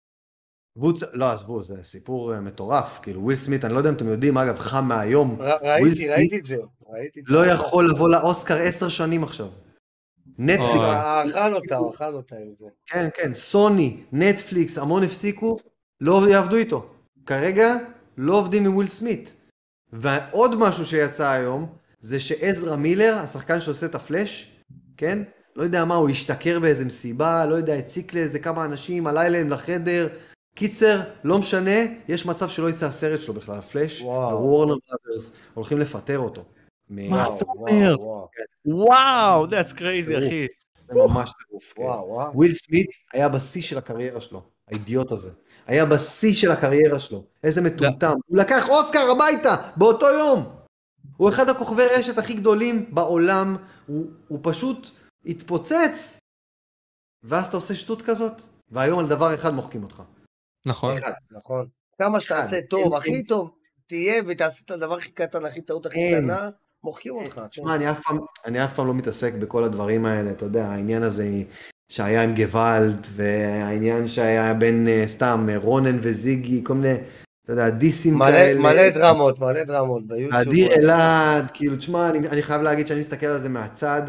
לא, עזבו, זה סיפור מטורף, כאילו, וויל סמית, אני לא יודע אם אתם יודעים, אגב, חם מהיום, ראיתי את זה. לא יכול לבוא לאוסקר 10 שנים עכשיו. נטפליקס. אכל אותה עם זה. כן, כן, סוני, נטפליקס, המון הפסיקו, לא יעבדו איתו. כרגע לא עובדים עם וויל סמית. ועוד משהו שיצא היום, זה שעזרא מילר, השחקן שעושה את הפלאש, כן? לא יודע מה, הוא השתכר באיזה מסיבה, לא יודע, הציק לאיזה כמה אנשים, עלה אליהם לחדר. קיצר, לא משנה, יש מצב שלא יצא הסרט שלו בכלל, הפלאש, ווורנר בראדרס הולכים לפטר אותו. מה אתה אומר? וואו, that's crazy, אחי. זה ממש טירוף. וויל סמית היה בשיא של הקריירה שלו, האידיוט הזה. היה בשיא של הקריירה שלו. איזה מטומטם. הוא לקח אוסקר הביתה באותו יום. הוא אחד הכוכבי רשת הכי גדולים בעולם. הוא פשוט התפוצץ. ואז אתה עושה שטות כזאת, והיום על דבר אחד מוחקים אותך. נכון. נכון. כמה שתעשה טוב, הכי טוב, תהיה ותעשה את הדבר הכי קטן, הכי טעות הכי קטנה, מוחקים אותך. תשמע, אני אף פעם לא מתעסק בכל הדברים האלה, אתה יודע, העניין הזה שהיה עם גוואלד, והעניין שהיה בין סתם רונן וזיגי, כל מיני, אתה יודע, דיסים כאלה. מלא דרמות ביוטיוב. אדיר אלעד, כאילו, תשמע, אני חייב להגיד שאני מסתכל על זה מהצד,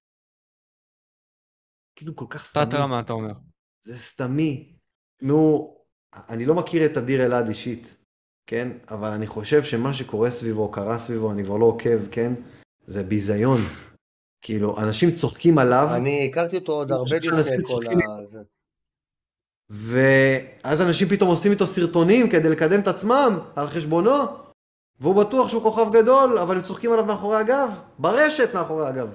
כאילו כל כך סתמי. תת-רמה, אתה אומר. זה סתמי. אני לא מכיר את אדיר אלעד אישית, כן? אבל אני חושב שמה שקורה סביבו, קרה סביבו, אני כבר לא עוקב, כן? זה ביזיון. כאילו, אנשים צוחקים עליו. אני הכרתי אותו עוד הרבה לפני כל הזה. ואז אנשים פתאום עושים איתו סרטונים כדי לקדם את עצמם על חשבונו, והוא בטוח שהוא כוכב גדול, אבל הם צוחקים עליו מאחורי הגב, ברשת מאחורי הגב.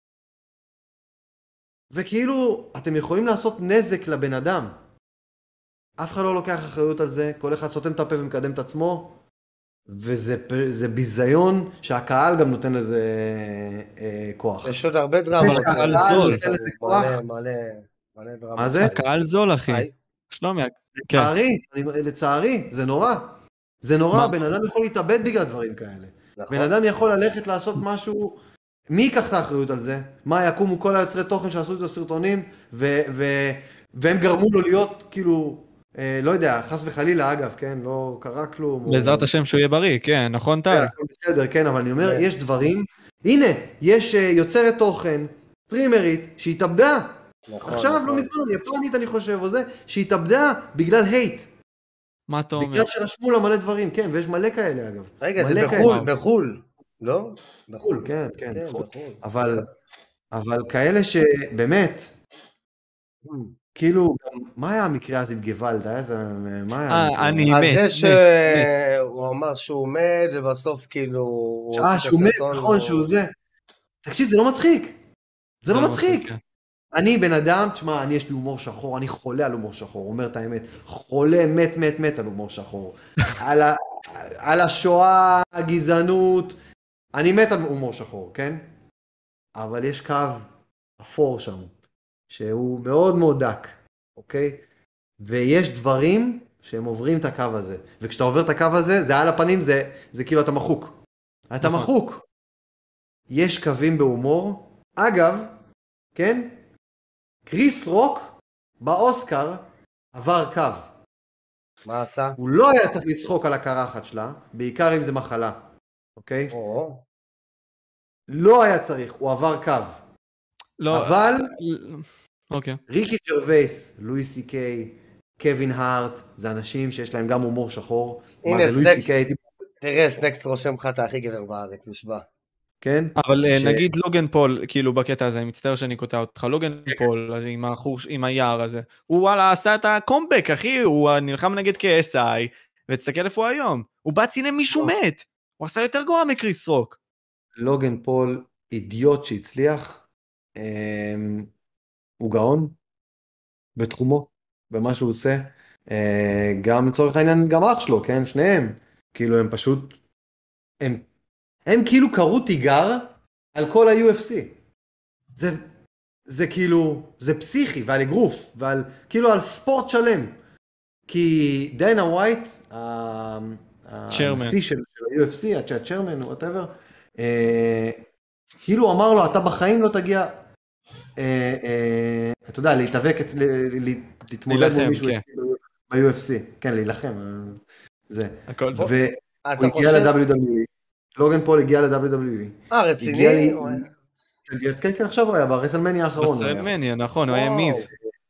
וכאילו, אתם יכולים לעשות נזק לבן אדם. אף אחד לא לוקח אחריות על זה, כל אחד סותם את הפה ומקדם את עצמו, וזה ביזיון שהקהל גם נותן לזה כוח. יש עוד הרבה דרמה. הקהל נותן לזה כוח. מלא דרמה. מה זה? הקהל זול, אחי. שלומי. לצערי, זה נורא. זה נורא, בן אדם יכול להתאבד בגלל דברים כאלה. בן אדם יכול ללכת לעשות משהו, מי ייקח את האחריות על זה? מה, יקומו כל היוצרי תוכן שעשו איתו סרטונים, והם גרמו לו להיות, כאילו, לא יודע, חס וחלילה, אגב, כן, לא קרה כלום. בעזרת השם שהוא יהיה בריא, כן, נכון טל? בסדר, כן, אבל אני אומר, יש דברים, הנה, יש יוצרת תוכן, סטרימרית, שהתאבדה. עכשיו, לא מזמן, יפנית אני חושב, או זה, שהתאבדה בגלל הייט. מה אתה אומר? בגלל שרשמו לה מלא דברים, כן, ויש מלא כאלה, אגב. רגע, זה בחול, לא? בחול, כן, כן, בחול. אבל כאלה שבאמת, כאילו, מה היה המקרה הזה עם גוואלד? מה היה? אני מת. על זה שהוא אמר שהוא מת, ובסוף כאילו... שהוא מת, נכון, שהוא זה. תקשיב, זה לא מצחיק. זה לא מצחיק. אני בן אדם, תשמע, יש לי הומור שחור, אני חולה על הומור שחור, אומר את האמת. חולה, מת על הומור שחור. על השואה, הגזענות, אני מת על הומור שחור, כן? אבל יש קו אפור שם. שהוא מאוד מאוד דק, אוקיי? ויש דברים שהם עוברים את הקו הזה. וכשאתה עובר את הקו הזה, זה על הפנים, זה כאילו אתה מחוק. אתה מחוק. יש קווים בהומור. אגב, כן? קריס רוק באוסקר עבר קו. מה עשה? הוא לא היה צריך לשחוק על הקרחת שלה, בעיקר אם זה מחלה, אוקיי? לא היה צריך, הוא עבר קו. לא, אבל אוקיי. ריקי ג'רווייס, לואי סי קיי, קווין הארט, זה אנשים שיש להם גם הומור שחור. הנה סנקס, תראה, סנקס רושם לך את הכי גבר בארץ, נשבע. כן? אבל נגיד לוגן פול, כאילו בקטע הזה, אני מצטער שאני קוטע אותך, לוגן פול, אז עם היער הזה, הוא וואלה עשה את הקומבק, אחי, הוא נלחם נגד KSI, ותסתכל איפה הוא היום, הוא בא צילם מישהו מת, הוא עשה יותר גרוע מקריס רוק. לוגן פול, אידיוט שהצליח, הוא גאון בתחומו, במה שהוא עושה, גם לצורך העניין, גם אח שלו, כן? שניהם, כאילו הם פשוט, הם כאילו קראו תיגר על כל ה-UFC. זה כאילו, זה פסיכי, ועל אגרוף, ועל, כאילו על ספורט שלם. כי דיינה ווייט, הנשיא של ה-UFC, הצ'רמן, או whatever, כאילו אמר לו, אתה בחיים לא תגיע, אתה יודע, להתאבק, להתמודד מול מישהו ב-UFC. כן, להילחם. זה. והוא הגיע ל-WWE. לוגן פול הגיע ל-WWE. רציני? כן, כן, עכשיו הוא היה ברסלמניה האחרון. ברסלמניה, נכון, הוא היה מיז.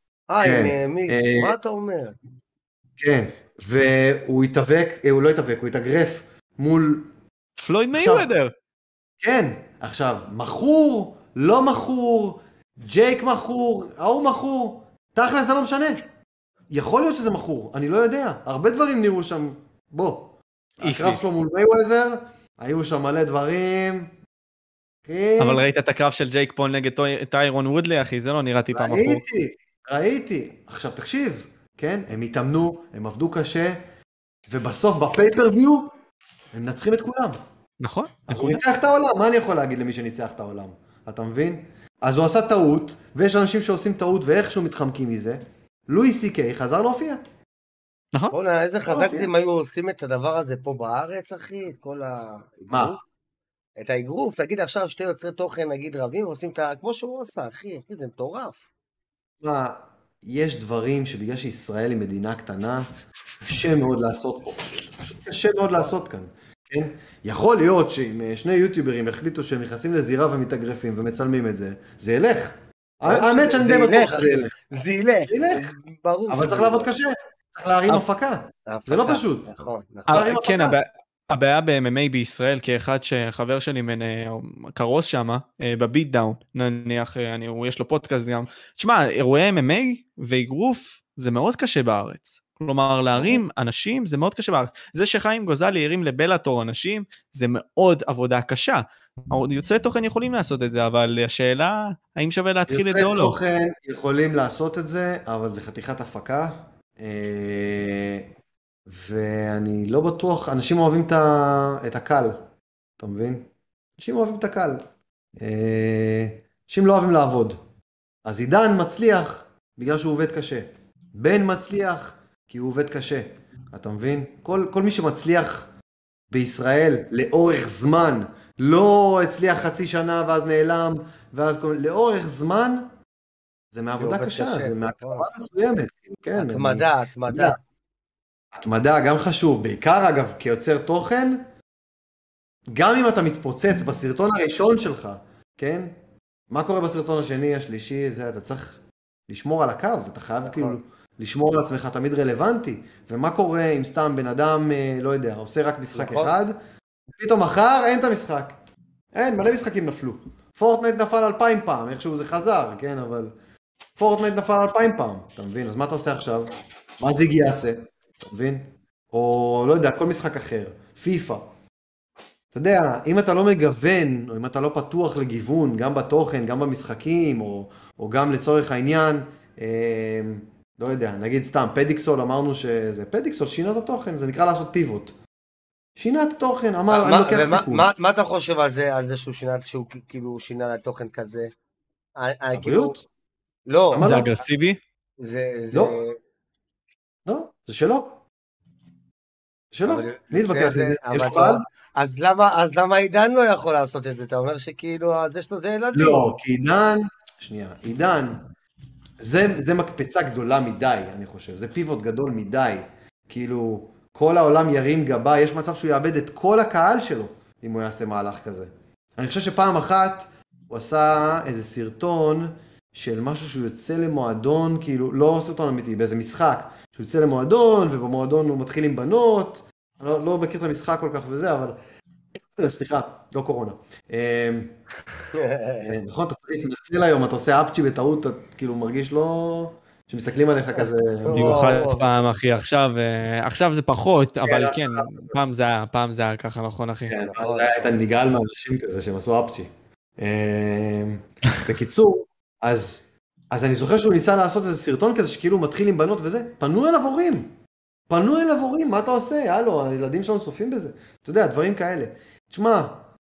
עם מיז, מה אתה אומר? כן, והוא התאבק, הוא לא התאבק, הוא התאגרף מול... פלויד מייוודר. כן, עכשיו, מכור, לא מכור, ג'ייק מכור, ההוא מכור, תכל'ס זה לא משנה. יכול להיות שזה מכור, אני לא יודע. הרבה דברים נראו שם, בוא. הקרב שלו מול מייוודר, היו שם מלא דברים. אבל ראית את הקרב של ג'ייק פול נגד טיירון וודלי, אחי, זה לא נראה טיפה מכור. ראיתי. עכשיו תקשיב, כן? הם התאמנו, הם עבדו קשה, ובסוף בפייפריוויו, הם מנצחים את כולם. נכון. אז הוא ניצח את העולם, מה אני יכול להגיד למי שניצח את העולם? אתה מבין? אז הוא עשה טעות, ויש אנשים שעושים טעות ואיכשהו מתחמקים מזה. לואי סי-קיי חזר להופיע. נכון. בוא'נה, איזה חזק זה אם היו עושים את הדבר הזה פה בארץ, אחי? את כל ה... מה? את האגרוף, תגיד עכשיו שתי יוצרי תוכן, נגיד רבים, ועושים את ה... כמו שהוא עושה, אחי, זה מטורף. מה, יש דברים שבגלל שישראל היא מדינה קטנה, קשה מאוד לעשות פה. פשוט קשה מאוד לעשות כאן, כן? יכול להיות שאם שני יוטיוברים החליטו שהם נכנסים לזירה ומתאגרפים ומצלמים את זה, זה ילך. האמת שאני די בטוח שזה ילך. זה ילך. ברור. אבל צריך לעבוד קשה. צריך להרים הפקה. זה לא פשוט. נכון. כן, הבעיה ב-MMA בישראל, כאחד שחבר שלי קרוס שם, בביט דאון, נניח, יש לו פודקאסט גם. תשמע, אירועי MMA ואגרוף זה מאוד קשה בארץ. כלומר, להרים אנשים זה מאוד קשה בארץ. זה שחיים גוזלי הרים לבלאטור אנשים, זה מאוד עבודה קשה. יוצאי תוכן יכולים לעשות את זה, אבל השאלה, האם שווה להתחיל את זה או לא? יוצאי תוכן יכולים לעשות את זה, אבל זה חתיכת הפקה. ואני לא בטוח, אנשים אוהבים את הקל, אתה מבין? אנשים אוהבים את הקל. אנשים לא אוהבים לעבוד. אז עידן מצליח בגלל שהוא עובד קשה. בן מצליח כי הוא עובד קשה. אתה מבין? כל מי שמצליח בישראל לאורך זמן, לא הצליח חצי שנה ואז נעלם, ואז לאורך זמן, זה מעבודה קשה, זה מהקרבה מסוימת. התמדה. התמדה גם חשוב, בעיקר אגב כיוצר תוכן, גם אם אתה מתפוצץ בסרטון הראשון שלך, כן? מה קורה בסרטון השני, השלישי, זה אתה צריך לשמור על הקו, אתה חייב כאילו לשמור על עצמך תמיד רלוונטי, ומה קורה אם סתם בן אדם, לא יודע, עושה רק משחק אחד, פתאום מחר אין את המשחק, אין, מלא משחקים נפלו, פורטנייט נפל 2000 פעם, איכשהו זה חזר, כן, אבל פורטנייט נפל 2000 פעם, אתה מבין? אז מה אתה עושה עכשיו? מה זיגי יעשה? אתה מבין? או לא יודע, כל משחק אחר, פיפה. אתה יודע, אם אתה לא מגוון, או אם אתה לא פתוח לגיוון, גם בתוכן, גם במשחקים, או גם לצורך העניין, לא יודע, נגיד סתם, פדיקסול, אמרנו שזה, פדיקסול שינה את התוכן, זה נקרא לעשות פיבוט. שינה את התוכן, אמר, אני לוקח סיכון. מה אתה חושב על זה שהוא שינה לתוכן כזה? הבריאות? לא. זה אגרסיבי? לא. לא, זה שלו. שלו. מי התווכח לזה? יש לו קהל? אז למה עידן לא יכול לעשות את זה? אתה אומר שכאילו, זה שלו זה ילדים. לא, כי עידן, זה מקפצה גדולה מדי, אני חושב. זה פיבוט גדול מדי. כאילו, כל העולם ירים גבה, יש מצב שהוא יאבד את כל הקהל שלו, אם הוא יעשה מהלך כזה. אני חושב שפעם אחת, הוא עשה איזה סרטון של משהו שהוא יוצא למועדון, כאילו, לא סרטון אמיתי, באיזה משחק, שהוא יוצא למועדון, ובמועדון הוא מתחיל עם בנות, אני לא מכיר את המשחק כל כך וזה, אבל סליחה, לא קורונה. נכון, אתה צריך להתנצל היום, אתה עושה אפצ'י בטעות, אתה כאילו מרגיש לא... שמסתכלים עליך כזה... במיוחד פעם, אחי, עכשיו זה פחות, אבל כן, פעם זה היה ככה, נכון, אחי? כן, זה היה את הנגעל מהאנשים כזה שהם עשו אפצ'י. בקיצור, אז אני זוכר שהוא ניסה לעשות איזה סרטון כזה שכאילו מתחיל עם בנות וזה, פנו אליו הורים, מה אתה עושה? הלו, הילדים שלנו צופים בזה. אתה יודע, דברים כאלה. תשמע,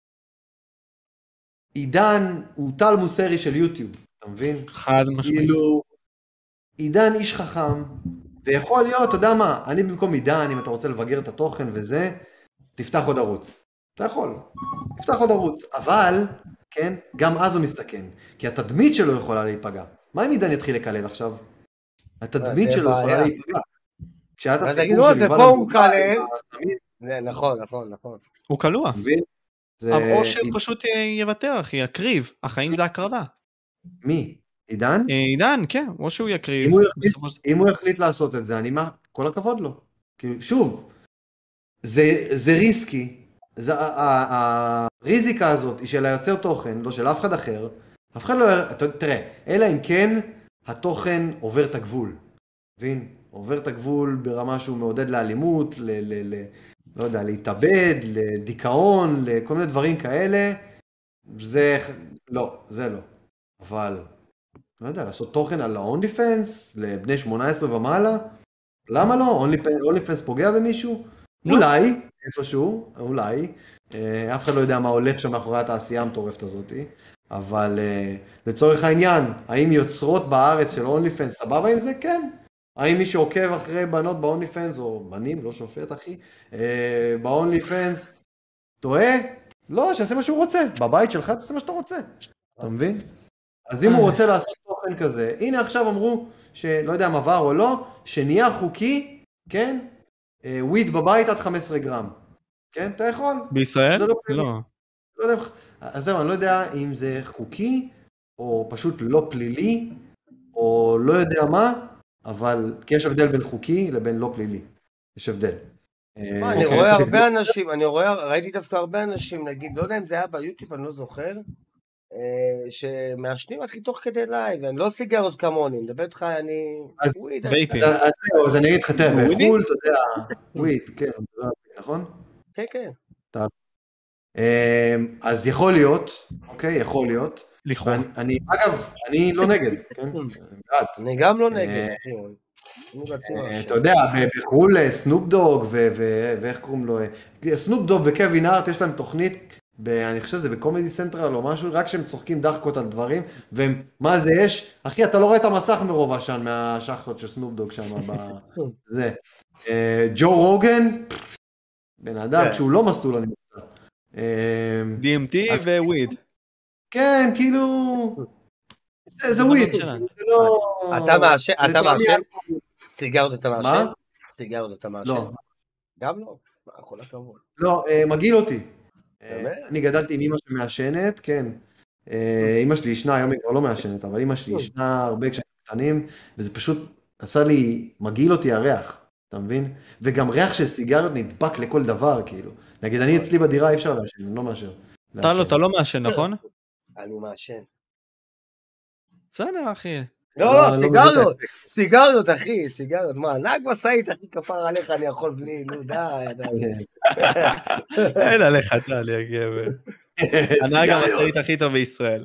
עידן הוא טל מוסרי של יוטיוב, אתה מבין? חד משמעית. כאילו, עידן איש חכם, ויכול להיות, אתה יודע מה, אני במקום עידן, אם אתה רוצה לבגר את התוכן וזה, תפתח עוד ערוץ. אתה יכול, תפתח עוד ערוץ, אבל, כן, גם אז הוא מסתכן, כי התדמית שלו יכולה להיפגע. מה אם עידן יתחיל לקלל עכשיו? התדמית שלו יכולה להיפגע. כשאת הסיפור של יובל אביטן, נכון. הוא קלוע. זה... או שפשוט יוותר, אחי, יקריב. החיים זה הקרבה. מי? עידן? עידן, כן, או שהוא יקריב. אם הוא יחליט לעשות את זה, כל הכבוד לו. כאילו, זה ריסקי. הריזיקה הזאת היא של היוצר תוכן, לא של אף אחד אחר. אף אחד לא... תראה, אלא אם כן התוכן עובר את הגבול. מבין? עובר את הגבול ברמה שהוא מעודד לאלימות, לא יודע, להתאבד, לדיכאון, לכל מיני דברים כאלה. זה לא. אבל, לא יודע, לעשות תוכן על ה-OnlyFans, לבני 18 ומעלה, למה לא? OnlyFans פוגע במישהו? אולי, איפשהו, אולי. אף אחד לא יודע מה הולך שם מאחורי התעשייה המטורפת הזאת, אבל לצורך העניין, האם יוצרות בארץ של OnlyFans סבבה עם זה? כן. האם מי שעוקב אחרי בנות ב-OnlyFans, או בנים, לא שופט אחי, ב-OnlyFans, טועה? לא, שיעשה מה שהוא רוצה. בבית שלך תעשה מה שאתה רוצה. אתה מבין? אז אם הוא רוצה לעשות תוכן כזה, הנה עכשיו אמרו, שלא יודע אם עבר או לא, שנהיה חוקי, כן? וויד בבית עד 15 גרם. כן? אתה יכול? בישראל? לא. לא יודע, אז זהו, אני לא יודע אם זה חוקי, או פשוט לא פלילי, או לא יודע מה, אבל כי יש הבדל בין חוקי לבין לא פלילי. יש הבדל. אני רואה הרבה אנשים, ראיתי דווקא הרבה אנשים, נגיד, לא יודע אם זה היה ביוטיוב, אני לא זוכר, שמעשנים הכי תוך כדי לייב, הם לא סיגרות כמוני, מדבר איתך, אז אני אגיד לך, תראה, בחול, אתה יודע, וויד, כן, נכון? כן, כן. אז יכול להיות, אוקיי, יכול להיות. אגב, אני לא נגד, כן? אני גם לא נגד. אתה יודע, בחול סנופ דוג ואיך קוראים לו, סנופ דוג וקווין הארט יש להם תוכנית, אני חושב שזה בקומדי סנטרל או משהו, רק שהם צוחקים דחקות על דברים, ומה זה יש? אחי, אתה לא רואה את המסך מרוב עשן מהשחטות של סנופ דוג שם, זה. ג'ו רוגן, בן אדם, כשהוא לא מסטול אני מסטול. DMT וויד. כן, כאילו... זה וויד. אתה מעשן? סיגרות אתה מעשן? סיגרות אתה מעשן? לא. גם לא? כל הכבוד. לא, מגעיל אותי. אני גדלתי עם אמא שמעשנת, כן. אמא שלי ישנה, היום היא כבר לא מעשנת, אבל אמא שלי ישנה הרבה כשהם קטנים, וזה פשוט עשה לי, מגעיל אותי הריח, אתה מבין? וגם ריח של סיגריות נדבק לכל דבר, כאילו. נגיד, אני אצלי בדירה אי אפשר לעשן, אני לא מאשר. אתה לא מעשן, נכון? אני מעשן. בסדר, אחי. לא, סיגריות, אחי, סיגריות. מה, נהג משאית, אחי, כפר עליך, אני יכול בלי, נו, די. אין עליך, טלי, הגבר. הנהג המשאית הכי טוב בישראל.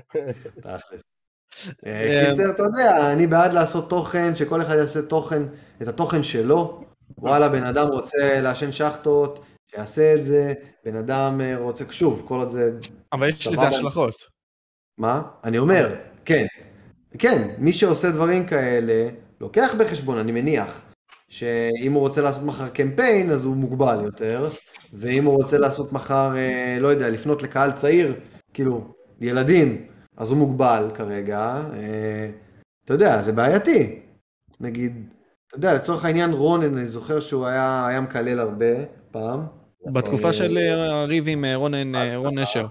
קיצר, אתה יודע, אני בעד לעשות תוכן, שכל אחד יעשה תוכן, את התוכן שלו. וואלה, בן אדם רוצה לעשן שחטות, שיעשה את זה, בן אדם רוצה, שוב, כל עוד זה... אבל יש לזה השלכות. מה? אני אומר, כן. כן, מי שעושה דברים כאלה, לוקח בחשבון, אני מניח, שאם הוא רוצה לעשות מחר קמפיין, אז הוא מוגבל יותר, ואם הוא רוצה לעשות מחר, לא יודע, לפנות לקהל צעיר, כאילו, ילדים, אז הוא מוגבל כרגע. אתה יודע, זה בעייתי. נגיד, אתה יודע, לצורך העניין רונן, אני זוכר שהוא היה מקלל הרבה פעם. בתקופה של הריב עם רון נשר.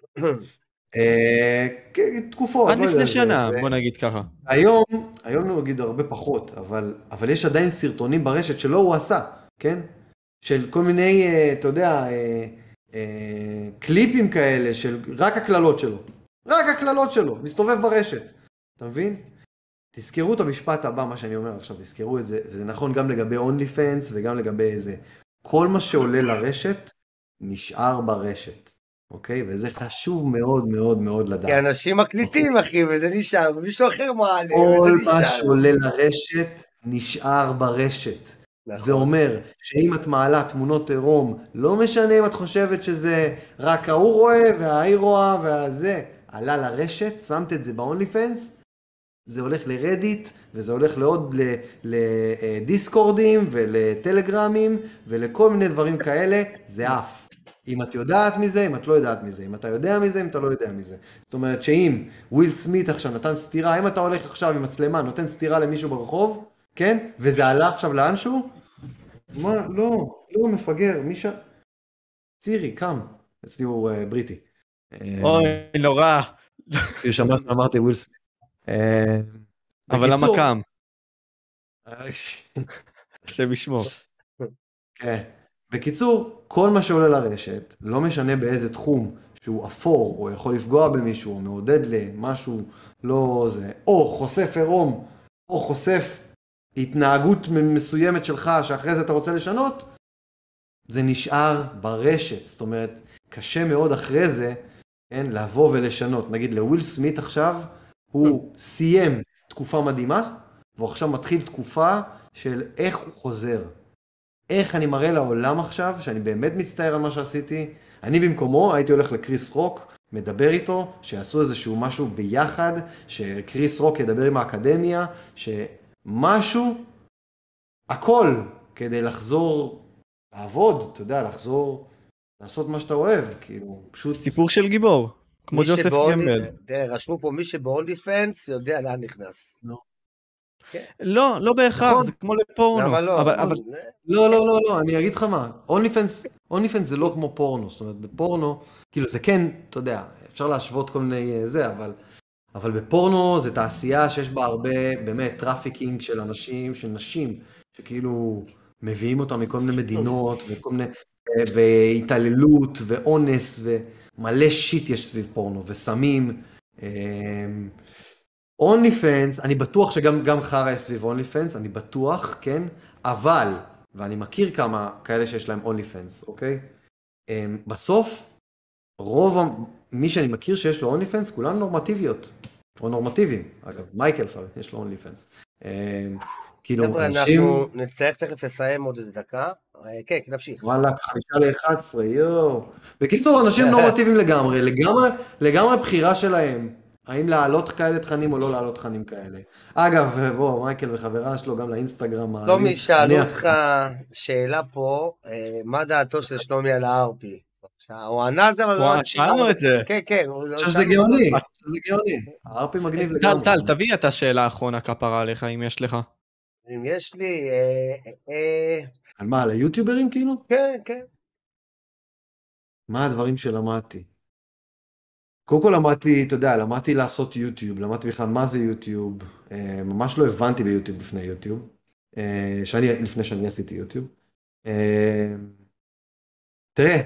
תקופות. עד לפני שנה, בוא נגיד ככה. היום נגיד הרבה פחות, אבל יש עדיין סרטונים ברשת שלא הוא עשה, כן? של כל מיני, אתה יודע, קליפים כאלה של רק הקללות שלו. רק הקללות שלו, מסתובב ברשת. אתה מבין? תזכרו את המשפט הבא, מה שאני אומר עכשיו, תזכרו את זה, וזה נכון גם לגבי OnlyFans וגם לגבי זה. כל מה שעולה לרשת, נשאר ברשת. אוקיי? וזה חשוב מאוד מאוד מאוד לדעת. כי אנשים מקליטים, אחי, וזה נשאר, ומישהו אחר מעלה, כל וזה מה נשאר. שעולה לרשת, נשאר ברשת. נכון. זה אומר שאם את מעלה תמונות עירום, לא משנה אם את חושבת שזה רק ההוא רואה וההיא רואה והזה, עלה לרשת, שמת את זה ב-OnlyFans, זה הולך לרדיט, וזה הולך לעוד לדיסקורדים ולטלגרמים ולכל מיני דברים כאלה, זה אף. אם את יודעת מזה, אם את לא יודעת מזה, אם אתה יודע מזה, אם אתה לא יודע מזה. זאת אומרת שאם וויל סמית עכשיו נתן סתירה, אם אתה הולך עכשיו עם מצלמה, נותן סתירה למישהו ברחוב, כן? וזה עלה עכשיו לאנשהו, מה? לא, לא, מפגר, מישה... צירי, קם. אצלי הוא בריטי. אוי, נורא. שמעת, אמרתי וויל סמית. אבל למה קם? השם ישמור. כן. בקיצור, כל מה שעולה לרשת, לא משנה באיזה תחום שהוא אפור, או יכול לפגוע במישהו, או מעודד למשהו לא זה, או חושף עירום, או חושף התנהגות מסוימת שלך, שאחרי זה אתה רוצה לשנות, זה נשאר ברשת. זאת אומרת, קשה מאוד אחרי זה, כן, לבוא ולשנות. נגיד, לוויל סמית עכשיו, הוא סיים תקופה מדהימה, והוא עכשיו מתחיל תקופה של איך הוא חוזר. איך אני מראה לעולם עכשיו, שאני באמת מצטער על מה שעשיתי. אני במקומו הייתי הולך לקריס רוק, מדבר איתו, שיעשו איזשהו משהו ביחד, שקריס רוק ידבר עם האקדמיה, שמשהו, הכל, כדי לחזור לעבוד, אתה יודע, לחזור, לעשות מה שאתה אוהב, כאילו, פשוט... סיפור של גיבור, כמו ג'וסף גמבל. רשמו פה מי שבאונליפנס יודע לאן נכנס. לא, לא בהכרח, זה כמו לפורנו. אבל לא. לא, אני אגיד לך מה, OnlyFans זה לא כמו פורנו, זאת אומרת, בפורנו, כאילו זה כן, אתה יודע, אפשר להשוות כל מיני זה, אבל בפורנו זה תעשייה שיש בה הרבה, באמת, טראפיקינג של אנשים, של נשים, שכאילו מביאים אותם מכל מיני מדינות, וכל מיני, והתעללות, ואונס, ומלא שיט יש סביב פורנו, וסמים, OnlyFans, אני בטוח שגם חרה יש סביב OnlyFans, אני בטוח, כן? אבל, ואני מכיר כמה כאלה שיש להם OnlyFans, אוקיי? בסוף, מי שאני מכיר שיש לו OnlyFans, כולן נורמטיביות, או נורמטיביים. אגב, מייקל יש לו OnlyFans. כאילו, אנשים... אנחנו נצטרך תכף לסיים עוד איזה דקה. כן, נמשיך. וואלה, 5-11, יואו. בקיצור, אנשים נורמטיביים לגמרי בחירה שלהם. האם להעלות כאלה תכנים או לא להעלות תכנים כאלה. אגב, בוא, מייקל וחברה שלו גם לאינסטגרם. שלומי, שאלו אותך שאלה פה, מה דעתו של שלומי על הארפי? הוא ענה על זה, אבל... שאלנו את זה. כן, כן. שזה גאוני, זה גאוני. הארפי מגניב לגמרי. טל, תביא את השאלה האחרונה כפרה עליך, אם יש לך. אם יש לי... על מה, על היוטיוברים כאילו? כן, כן. מה הדברים שלמדתי? קודם כל למדתי, אתה יודע, למדתי לעשות יוטיוב, למדתי בכלל מה זה יוטיוב, ממש לא הבנתי ביוטיוב לפני יוטיוב, לפני שאני עשיתי יוטיוב. תראה,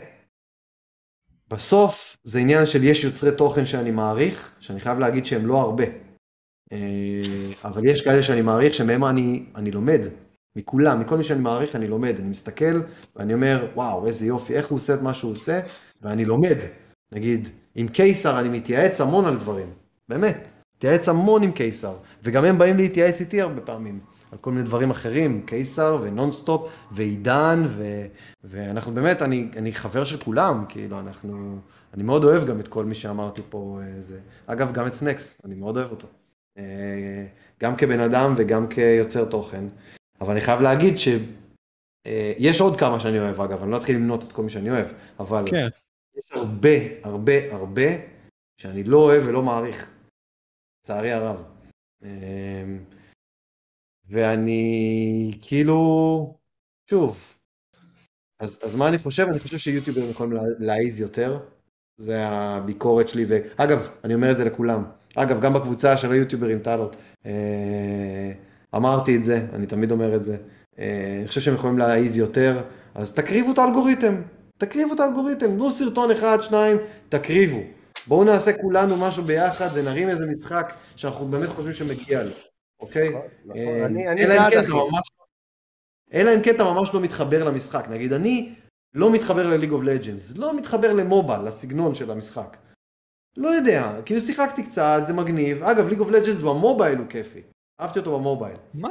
בסוף זה עניין של יש יוצרי תוכן שאני מעריך, שאני חייב להגיד שהם לא הרבה, אבל יש כאלה שאני מעריך שמהם אני לומד, מכולם, מכל מי שאני מעריך אני לומד, אני מסתכל ואני אומר, וואו, איזה יופי, איך הוא עושה את מה שהוא עושה, ואני לומד, נגיד, עם קיסר אני מתייעץ המון על דברים, באמת, מתייעץ המון עם קיסר, וגם הם באים להתייעץ איתי הרבה פעמים, על כל מיני דברים אחרים, קיסר ונונסטופ ועידן, ואנחנו באמת, אני חבר של כולם, כאילו אני מאוד אוהב גם את כל מי שאמרתי פה, אגב גם את סנקס, אני מאוד אוהב אותו, גם כבן אדם וגם כיוצר תוכן, אבל אני חייב להגיד שיש עוד כמה שאני אוהב, אגב, אני לא אתחיל למנות את כל מי שאני אוהב, אבל... כן. יש הרבה שאני לא אוהב ולא מעריך, לצערי הרב. ואני כאילו, שוב, אז מה אני חושב? אני חושב שיוטיוברים יכולים להעיז יותר, זה הביקורת שלי, ואגב, אני אומר את זה לכולם, אגב, גם בקבוצה של היוטיוברים, טלות, אמרתי את זה, אני תמיד אומר את זה, אני חושב שהם יכולים להעיז יותר, אז תקריבו את האלגוריתם, תקריבו את האלגוריתם, תנו סרטון אחד, שניים, תקריבו. בואו נעשה כולנו משהו ביחד ונרים איזה משחק שאנחנו באמת חושבים שמגיע לו, אוקיי? אלא אם כן אתה ממש לא מתחבר למשחק. נגיד, אני לא מתחבר לליג אוף לג'נדס, לא מתחבר למובייל, לסגנון של המשחק. לא יודע, כאילו שיחקתי קצת, זה מגניב. אגב, ליג אוף לג'נדס במובייל הוא כיפי. אהבתי אותו במובייל. מה?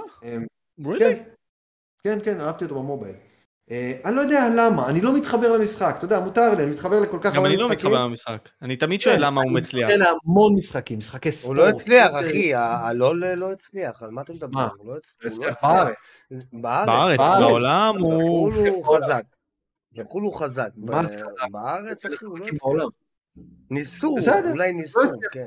כן, אהבתי אותו במובייל. אני לא יודע למה, אני לא מתחבר למשחק, אתה יודע, מותר לי, אני מתחבר לכל כך גם הרבה אני משחקים. לא מתחבר למשחק, אני תמיד שואל למה הוא מצליח. אני מתחבר להמון משחקים, משחקי ספורט. הוא לא הצליח, אחי, הלול לא הצליח, על מה אתה מדבר? הוא לא הצליח. בארץ. בארץ, בעולם הוא... בחול הוא חזק. בחול הוא חזק. מה זה חזק? בארץ, אחי, הוא לא הצליח. בעולם. ניסו, בסדר. אולי ניסו, כן.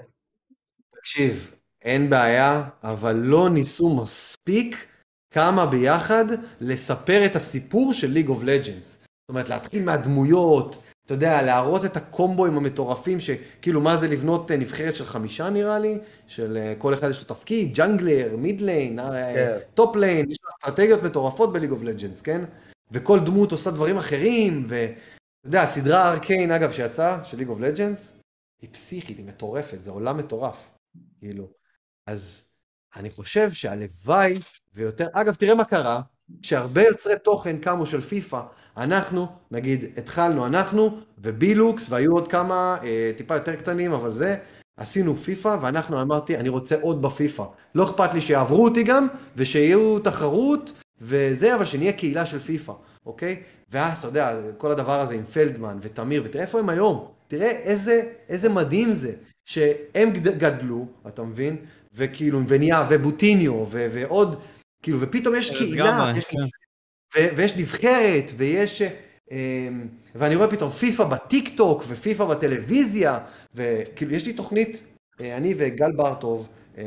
תקשיב, אין בעיה, אבל לא ניסו מספיק כמה ביחד לספר את הסיפור של ליג אוף לג'נדס. זאת אומרת, להתחיל מהדמויות, אתה יודע, להראות את הקומבואים המטורפים, שכאילו מה זה לבנות נבחרת של 5 נראה לי, של כל אחד יש לו תפקיד, ג'אנגלר, מיד ליין, טופ ליין, יש לו אסטרטגיות מטורפות בליג אוף לג'נדס, כן? וכל דמות עושה דברים אחרים, ואתה יודע, הסדרה ארקיין, אגב, שיצאה, של ליג אוף לג'נדס, היא פסיכית, היא מטורפת, זה עולם מטורף, כאילו. אז אני חושב שהלוואי ויותר, אגב, תראה מה קרה, כשהרבה יוצרי תוכן קמו של פיפה, אנחנו, נגיד, התחלנו אנחנו ובילוקס, והיו עוד כמה טיפה יותר קטנים, אבל זה, עשינו פיפה, ואנחנו אמרתי, אני רוצה עוד בפיפה. לא אכפת לי שיעברו אותי גם, ושיהיו תחרות, וזה, אבל שנהיה קהילה של פיפה, אוקיי? ואז, אתה יודע, כל הדבר הזה עם פלדמן ותמיר, ותראה איפה הם היום. תראה איזה מדהים זה, שהם גדלו, אתה מבין? וכאילו, ונהיה, ובוטיניו, ועוד, כאילו, ופתאום יש קהילה, ויש נבחרת, ויש, ואני רואה פתאום פיפה בטיק טוק, ופיפה בטלוויזיה, וכאילו, יש לי תוכנית, אני וגל ברטוב,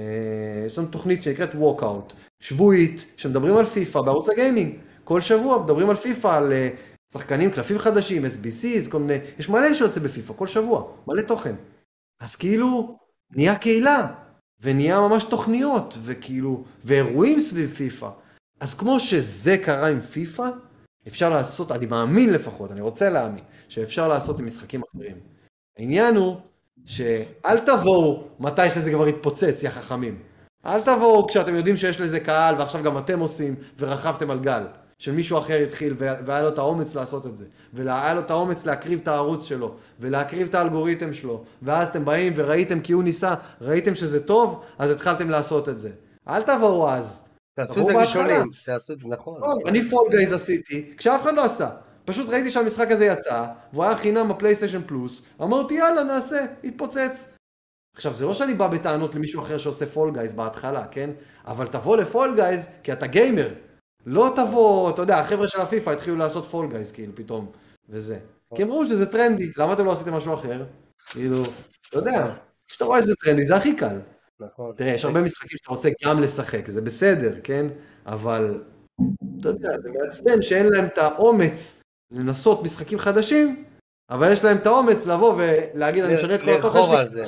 יש לנו תוכנית שנקראת ווקאוט, שבועית, שמדברים על פיפה בערוץ הגיימינג. כל שבוע מדברים על פיפה, על שחקנים, קלפים חדשים, SBCs, כל מיני, יש מלא שיוצא בפיפה, כל שבוע, מלא תוכן. אז כאילו, נהיה קהילה, ונהיה ממש תוכניות, וכאילו, ואירועים סביב פיפה. אז כמו שזה קרה עם פיפה, אפשר לעשות, אני מאמין לפחות, אני רוצה להאמין, שאפשר לעשות עם משחקים אחרים. העניין הוא, שאל תבואו מתי שזה כבר יתפוצץ, יא חכמים. אל תבואו כשאתם יודעים שיש לזה קהל, ועכשיו גם אתם עושים, ורחבתם על גל. שמישהו אחר התחיל, והיה לו את האומץ לעשות את זה. והיה לו את האומץ להקריב את הערוץ שלו, ולהקריב את האלגוריתם שלו. ואז אתם באים וראיתם כי הוא ניסה, ראיתם שזה טוב, אז התחלתם לעשות את זה. אל תבואו אז. תעשו את זה ראשונים. תעשו את זה, נכון. אני פול גייז עשיתי, כשאף אחד לא עשה. פשוט ראיתי שהמשחק הזה יצא, והוא היה חינם בפלייסטיישן פלוס, אמרתי יאללה נעשה, יתפוצץ. עכשיו זה לא שאני בא בטענות למישהו אחר שעושה פול גייז בהתחלה, כן? אבל תבוא לפול גייז כי אתה גיימר. לא תבוא, אתה יודע, החבר'ה של הפיפה התחילו לעשות פול גייז כאילו פתאום, וזה. כי הם ראו שזה טרנדי, למה אתם לא עשיתם משהו אחר? כאילו, אתה יודע, כשאתה רואה שזה טרנדי זה הכי קל. נכון. תראה, יש הרבה משחקים שאתה רוצה גם לשחק, זה בסדר, כן? אבל, אתה יודע, זה מעצבן שאין להם את האומץ לנסות משחקים חדשים, אבל יש להם את האומץ לבוא ולהגיד, אני משנה את כל התוכן לרחוב על זה.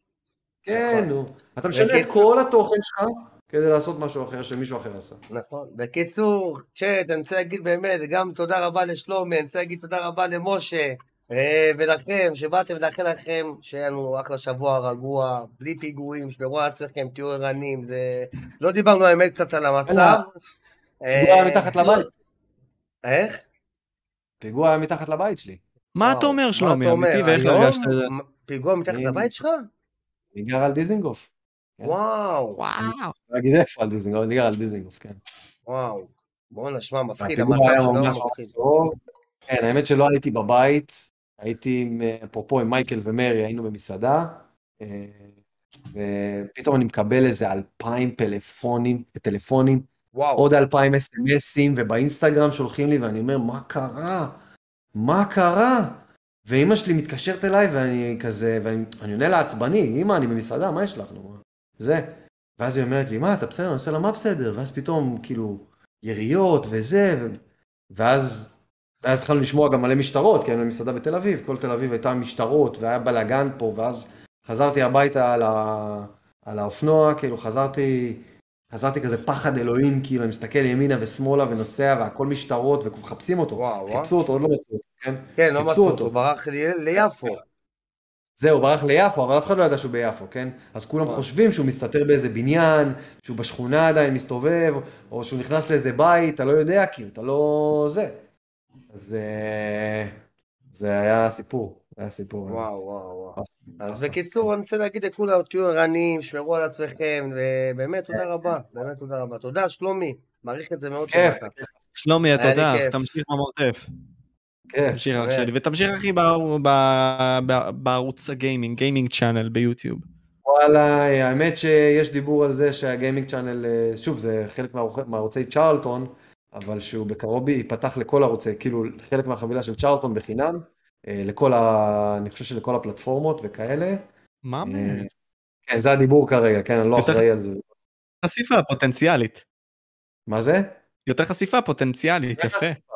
כן, נו. אתה משנה את כל התוכן שלך כדי לעשות משהו אחר שמישהו אחר עשה. נכון. בקיצור, צ'אט, אני רוצה להגיד באמת, גם תודה רבה לשלומי, אני רוצה להגיד תודה רבה למשה, ולכם, שבאתם לאחל לכם, שיהיה לנו אחלה שבוע רגוע, בלי פיגועים, שברור לעצמכם, תהיו ערניים, ולא דיברנו האמת קצת על המצב. פיגוע היה מתחת לבית. איך? פיגוע היה מתחת לבית שלי. מה אתה אומר שלומי? אמיתי ואיך הרגשת את זה? פיגוע מתחת לבית שלך? אני גר על דיזינגוף. וואו. לא אגיד איפה על דיזינגוף, אני גר על דיזינגוף, כן. וואו. בואו נשמע, מפחיד, הפיגוע המצב היה שלו ממש מפחיד. טוב. כן, האמת שלא הייתי בבית, הייתי, אפרופו עם מייקל ומרי, היינו במסעדה, ופתאום אני מקבל איזה 2,000 טלפונים, וואו. עוד 2,000 SMSים, ובאינסטגרם שולחים לי, ואני אומר, מה קרה? מה קרה? ואמא שלי מתקשרת אליי, ואני כזה, ואני עונה לה עצבני, אמא, אני במסעדה, מה יש לך? זה. ואז היא אומרת לי, מה, אתה בסדר? אני עושה לה, מה בסדר? ואז פתאום, כאילו, יריות וזה, ואז התחלנו לשמוע גם מלא משטרות, כי אני במסעדה בתל אביב, כל תל אביב הייתה משטרות, והיה בלגן פה, ואז חזרתי הביתה על האופנוע, כאילו חזרתי חזרתי כזה פחד אלוהים, כאילו, אני מסתכל ימינה ושמאלה ונוסע, והכל משטרות, ומחפשים אותו. וואו, חיפשו אותו, עוד לא מצאו אותו, כן? כן, לא חיפשו מצאו אותו. אותו, ברח ליפו. זהו, ברח ליפו, אבל אף אחד לא ידע שהוא ביפו, כן? אז כולם חושבים שהוא מסתתר באיזה בניין, שהוא בשכונה עדיין מסתובב, או שהוא נכנס לאיזה בית, אתה לא יודע, כאילו, אתה לא... אז זה היה סיפור, וואו, וואו. אז פסה. בקיצור, אני רוצה להגיד לכולם, תהיו ערניים, שמרו על עצמכם, ובאמת תודה רבה, באמת תודה רבה. תודה, שלומי, מעריך את זה מאוד כיף. שבאת. שלומי, היה לי תודה, כיף. תמשיך במרתף. כיף. תמשיך אח באמת. שלי, ותמשיך אחי בערוץ הגיימינג, גיימינג צ'אנל ביוטיוב. וואלה, האמת שיש דיבור על זה שהגיימינג צ'אנל, שוב, זה חלק מערוצי צ'רלטון, אבל שהוא בקרוב ייפתח לכל ערוצי, כאילו חלק מהחבילה של צ'רלטון בחינם, אני חושב שלכל הפלטפורמות וכאלה. מה? כן, זה הדיבור כרגע, כן, אני לא אחראי על זה. חשיפה פוטנציאלית. מה זה? יותר חשיפה פוטנציאלית, יפה.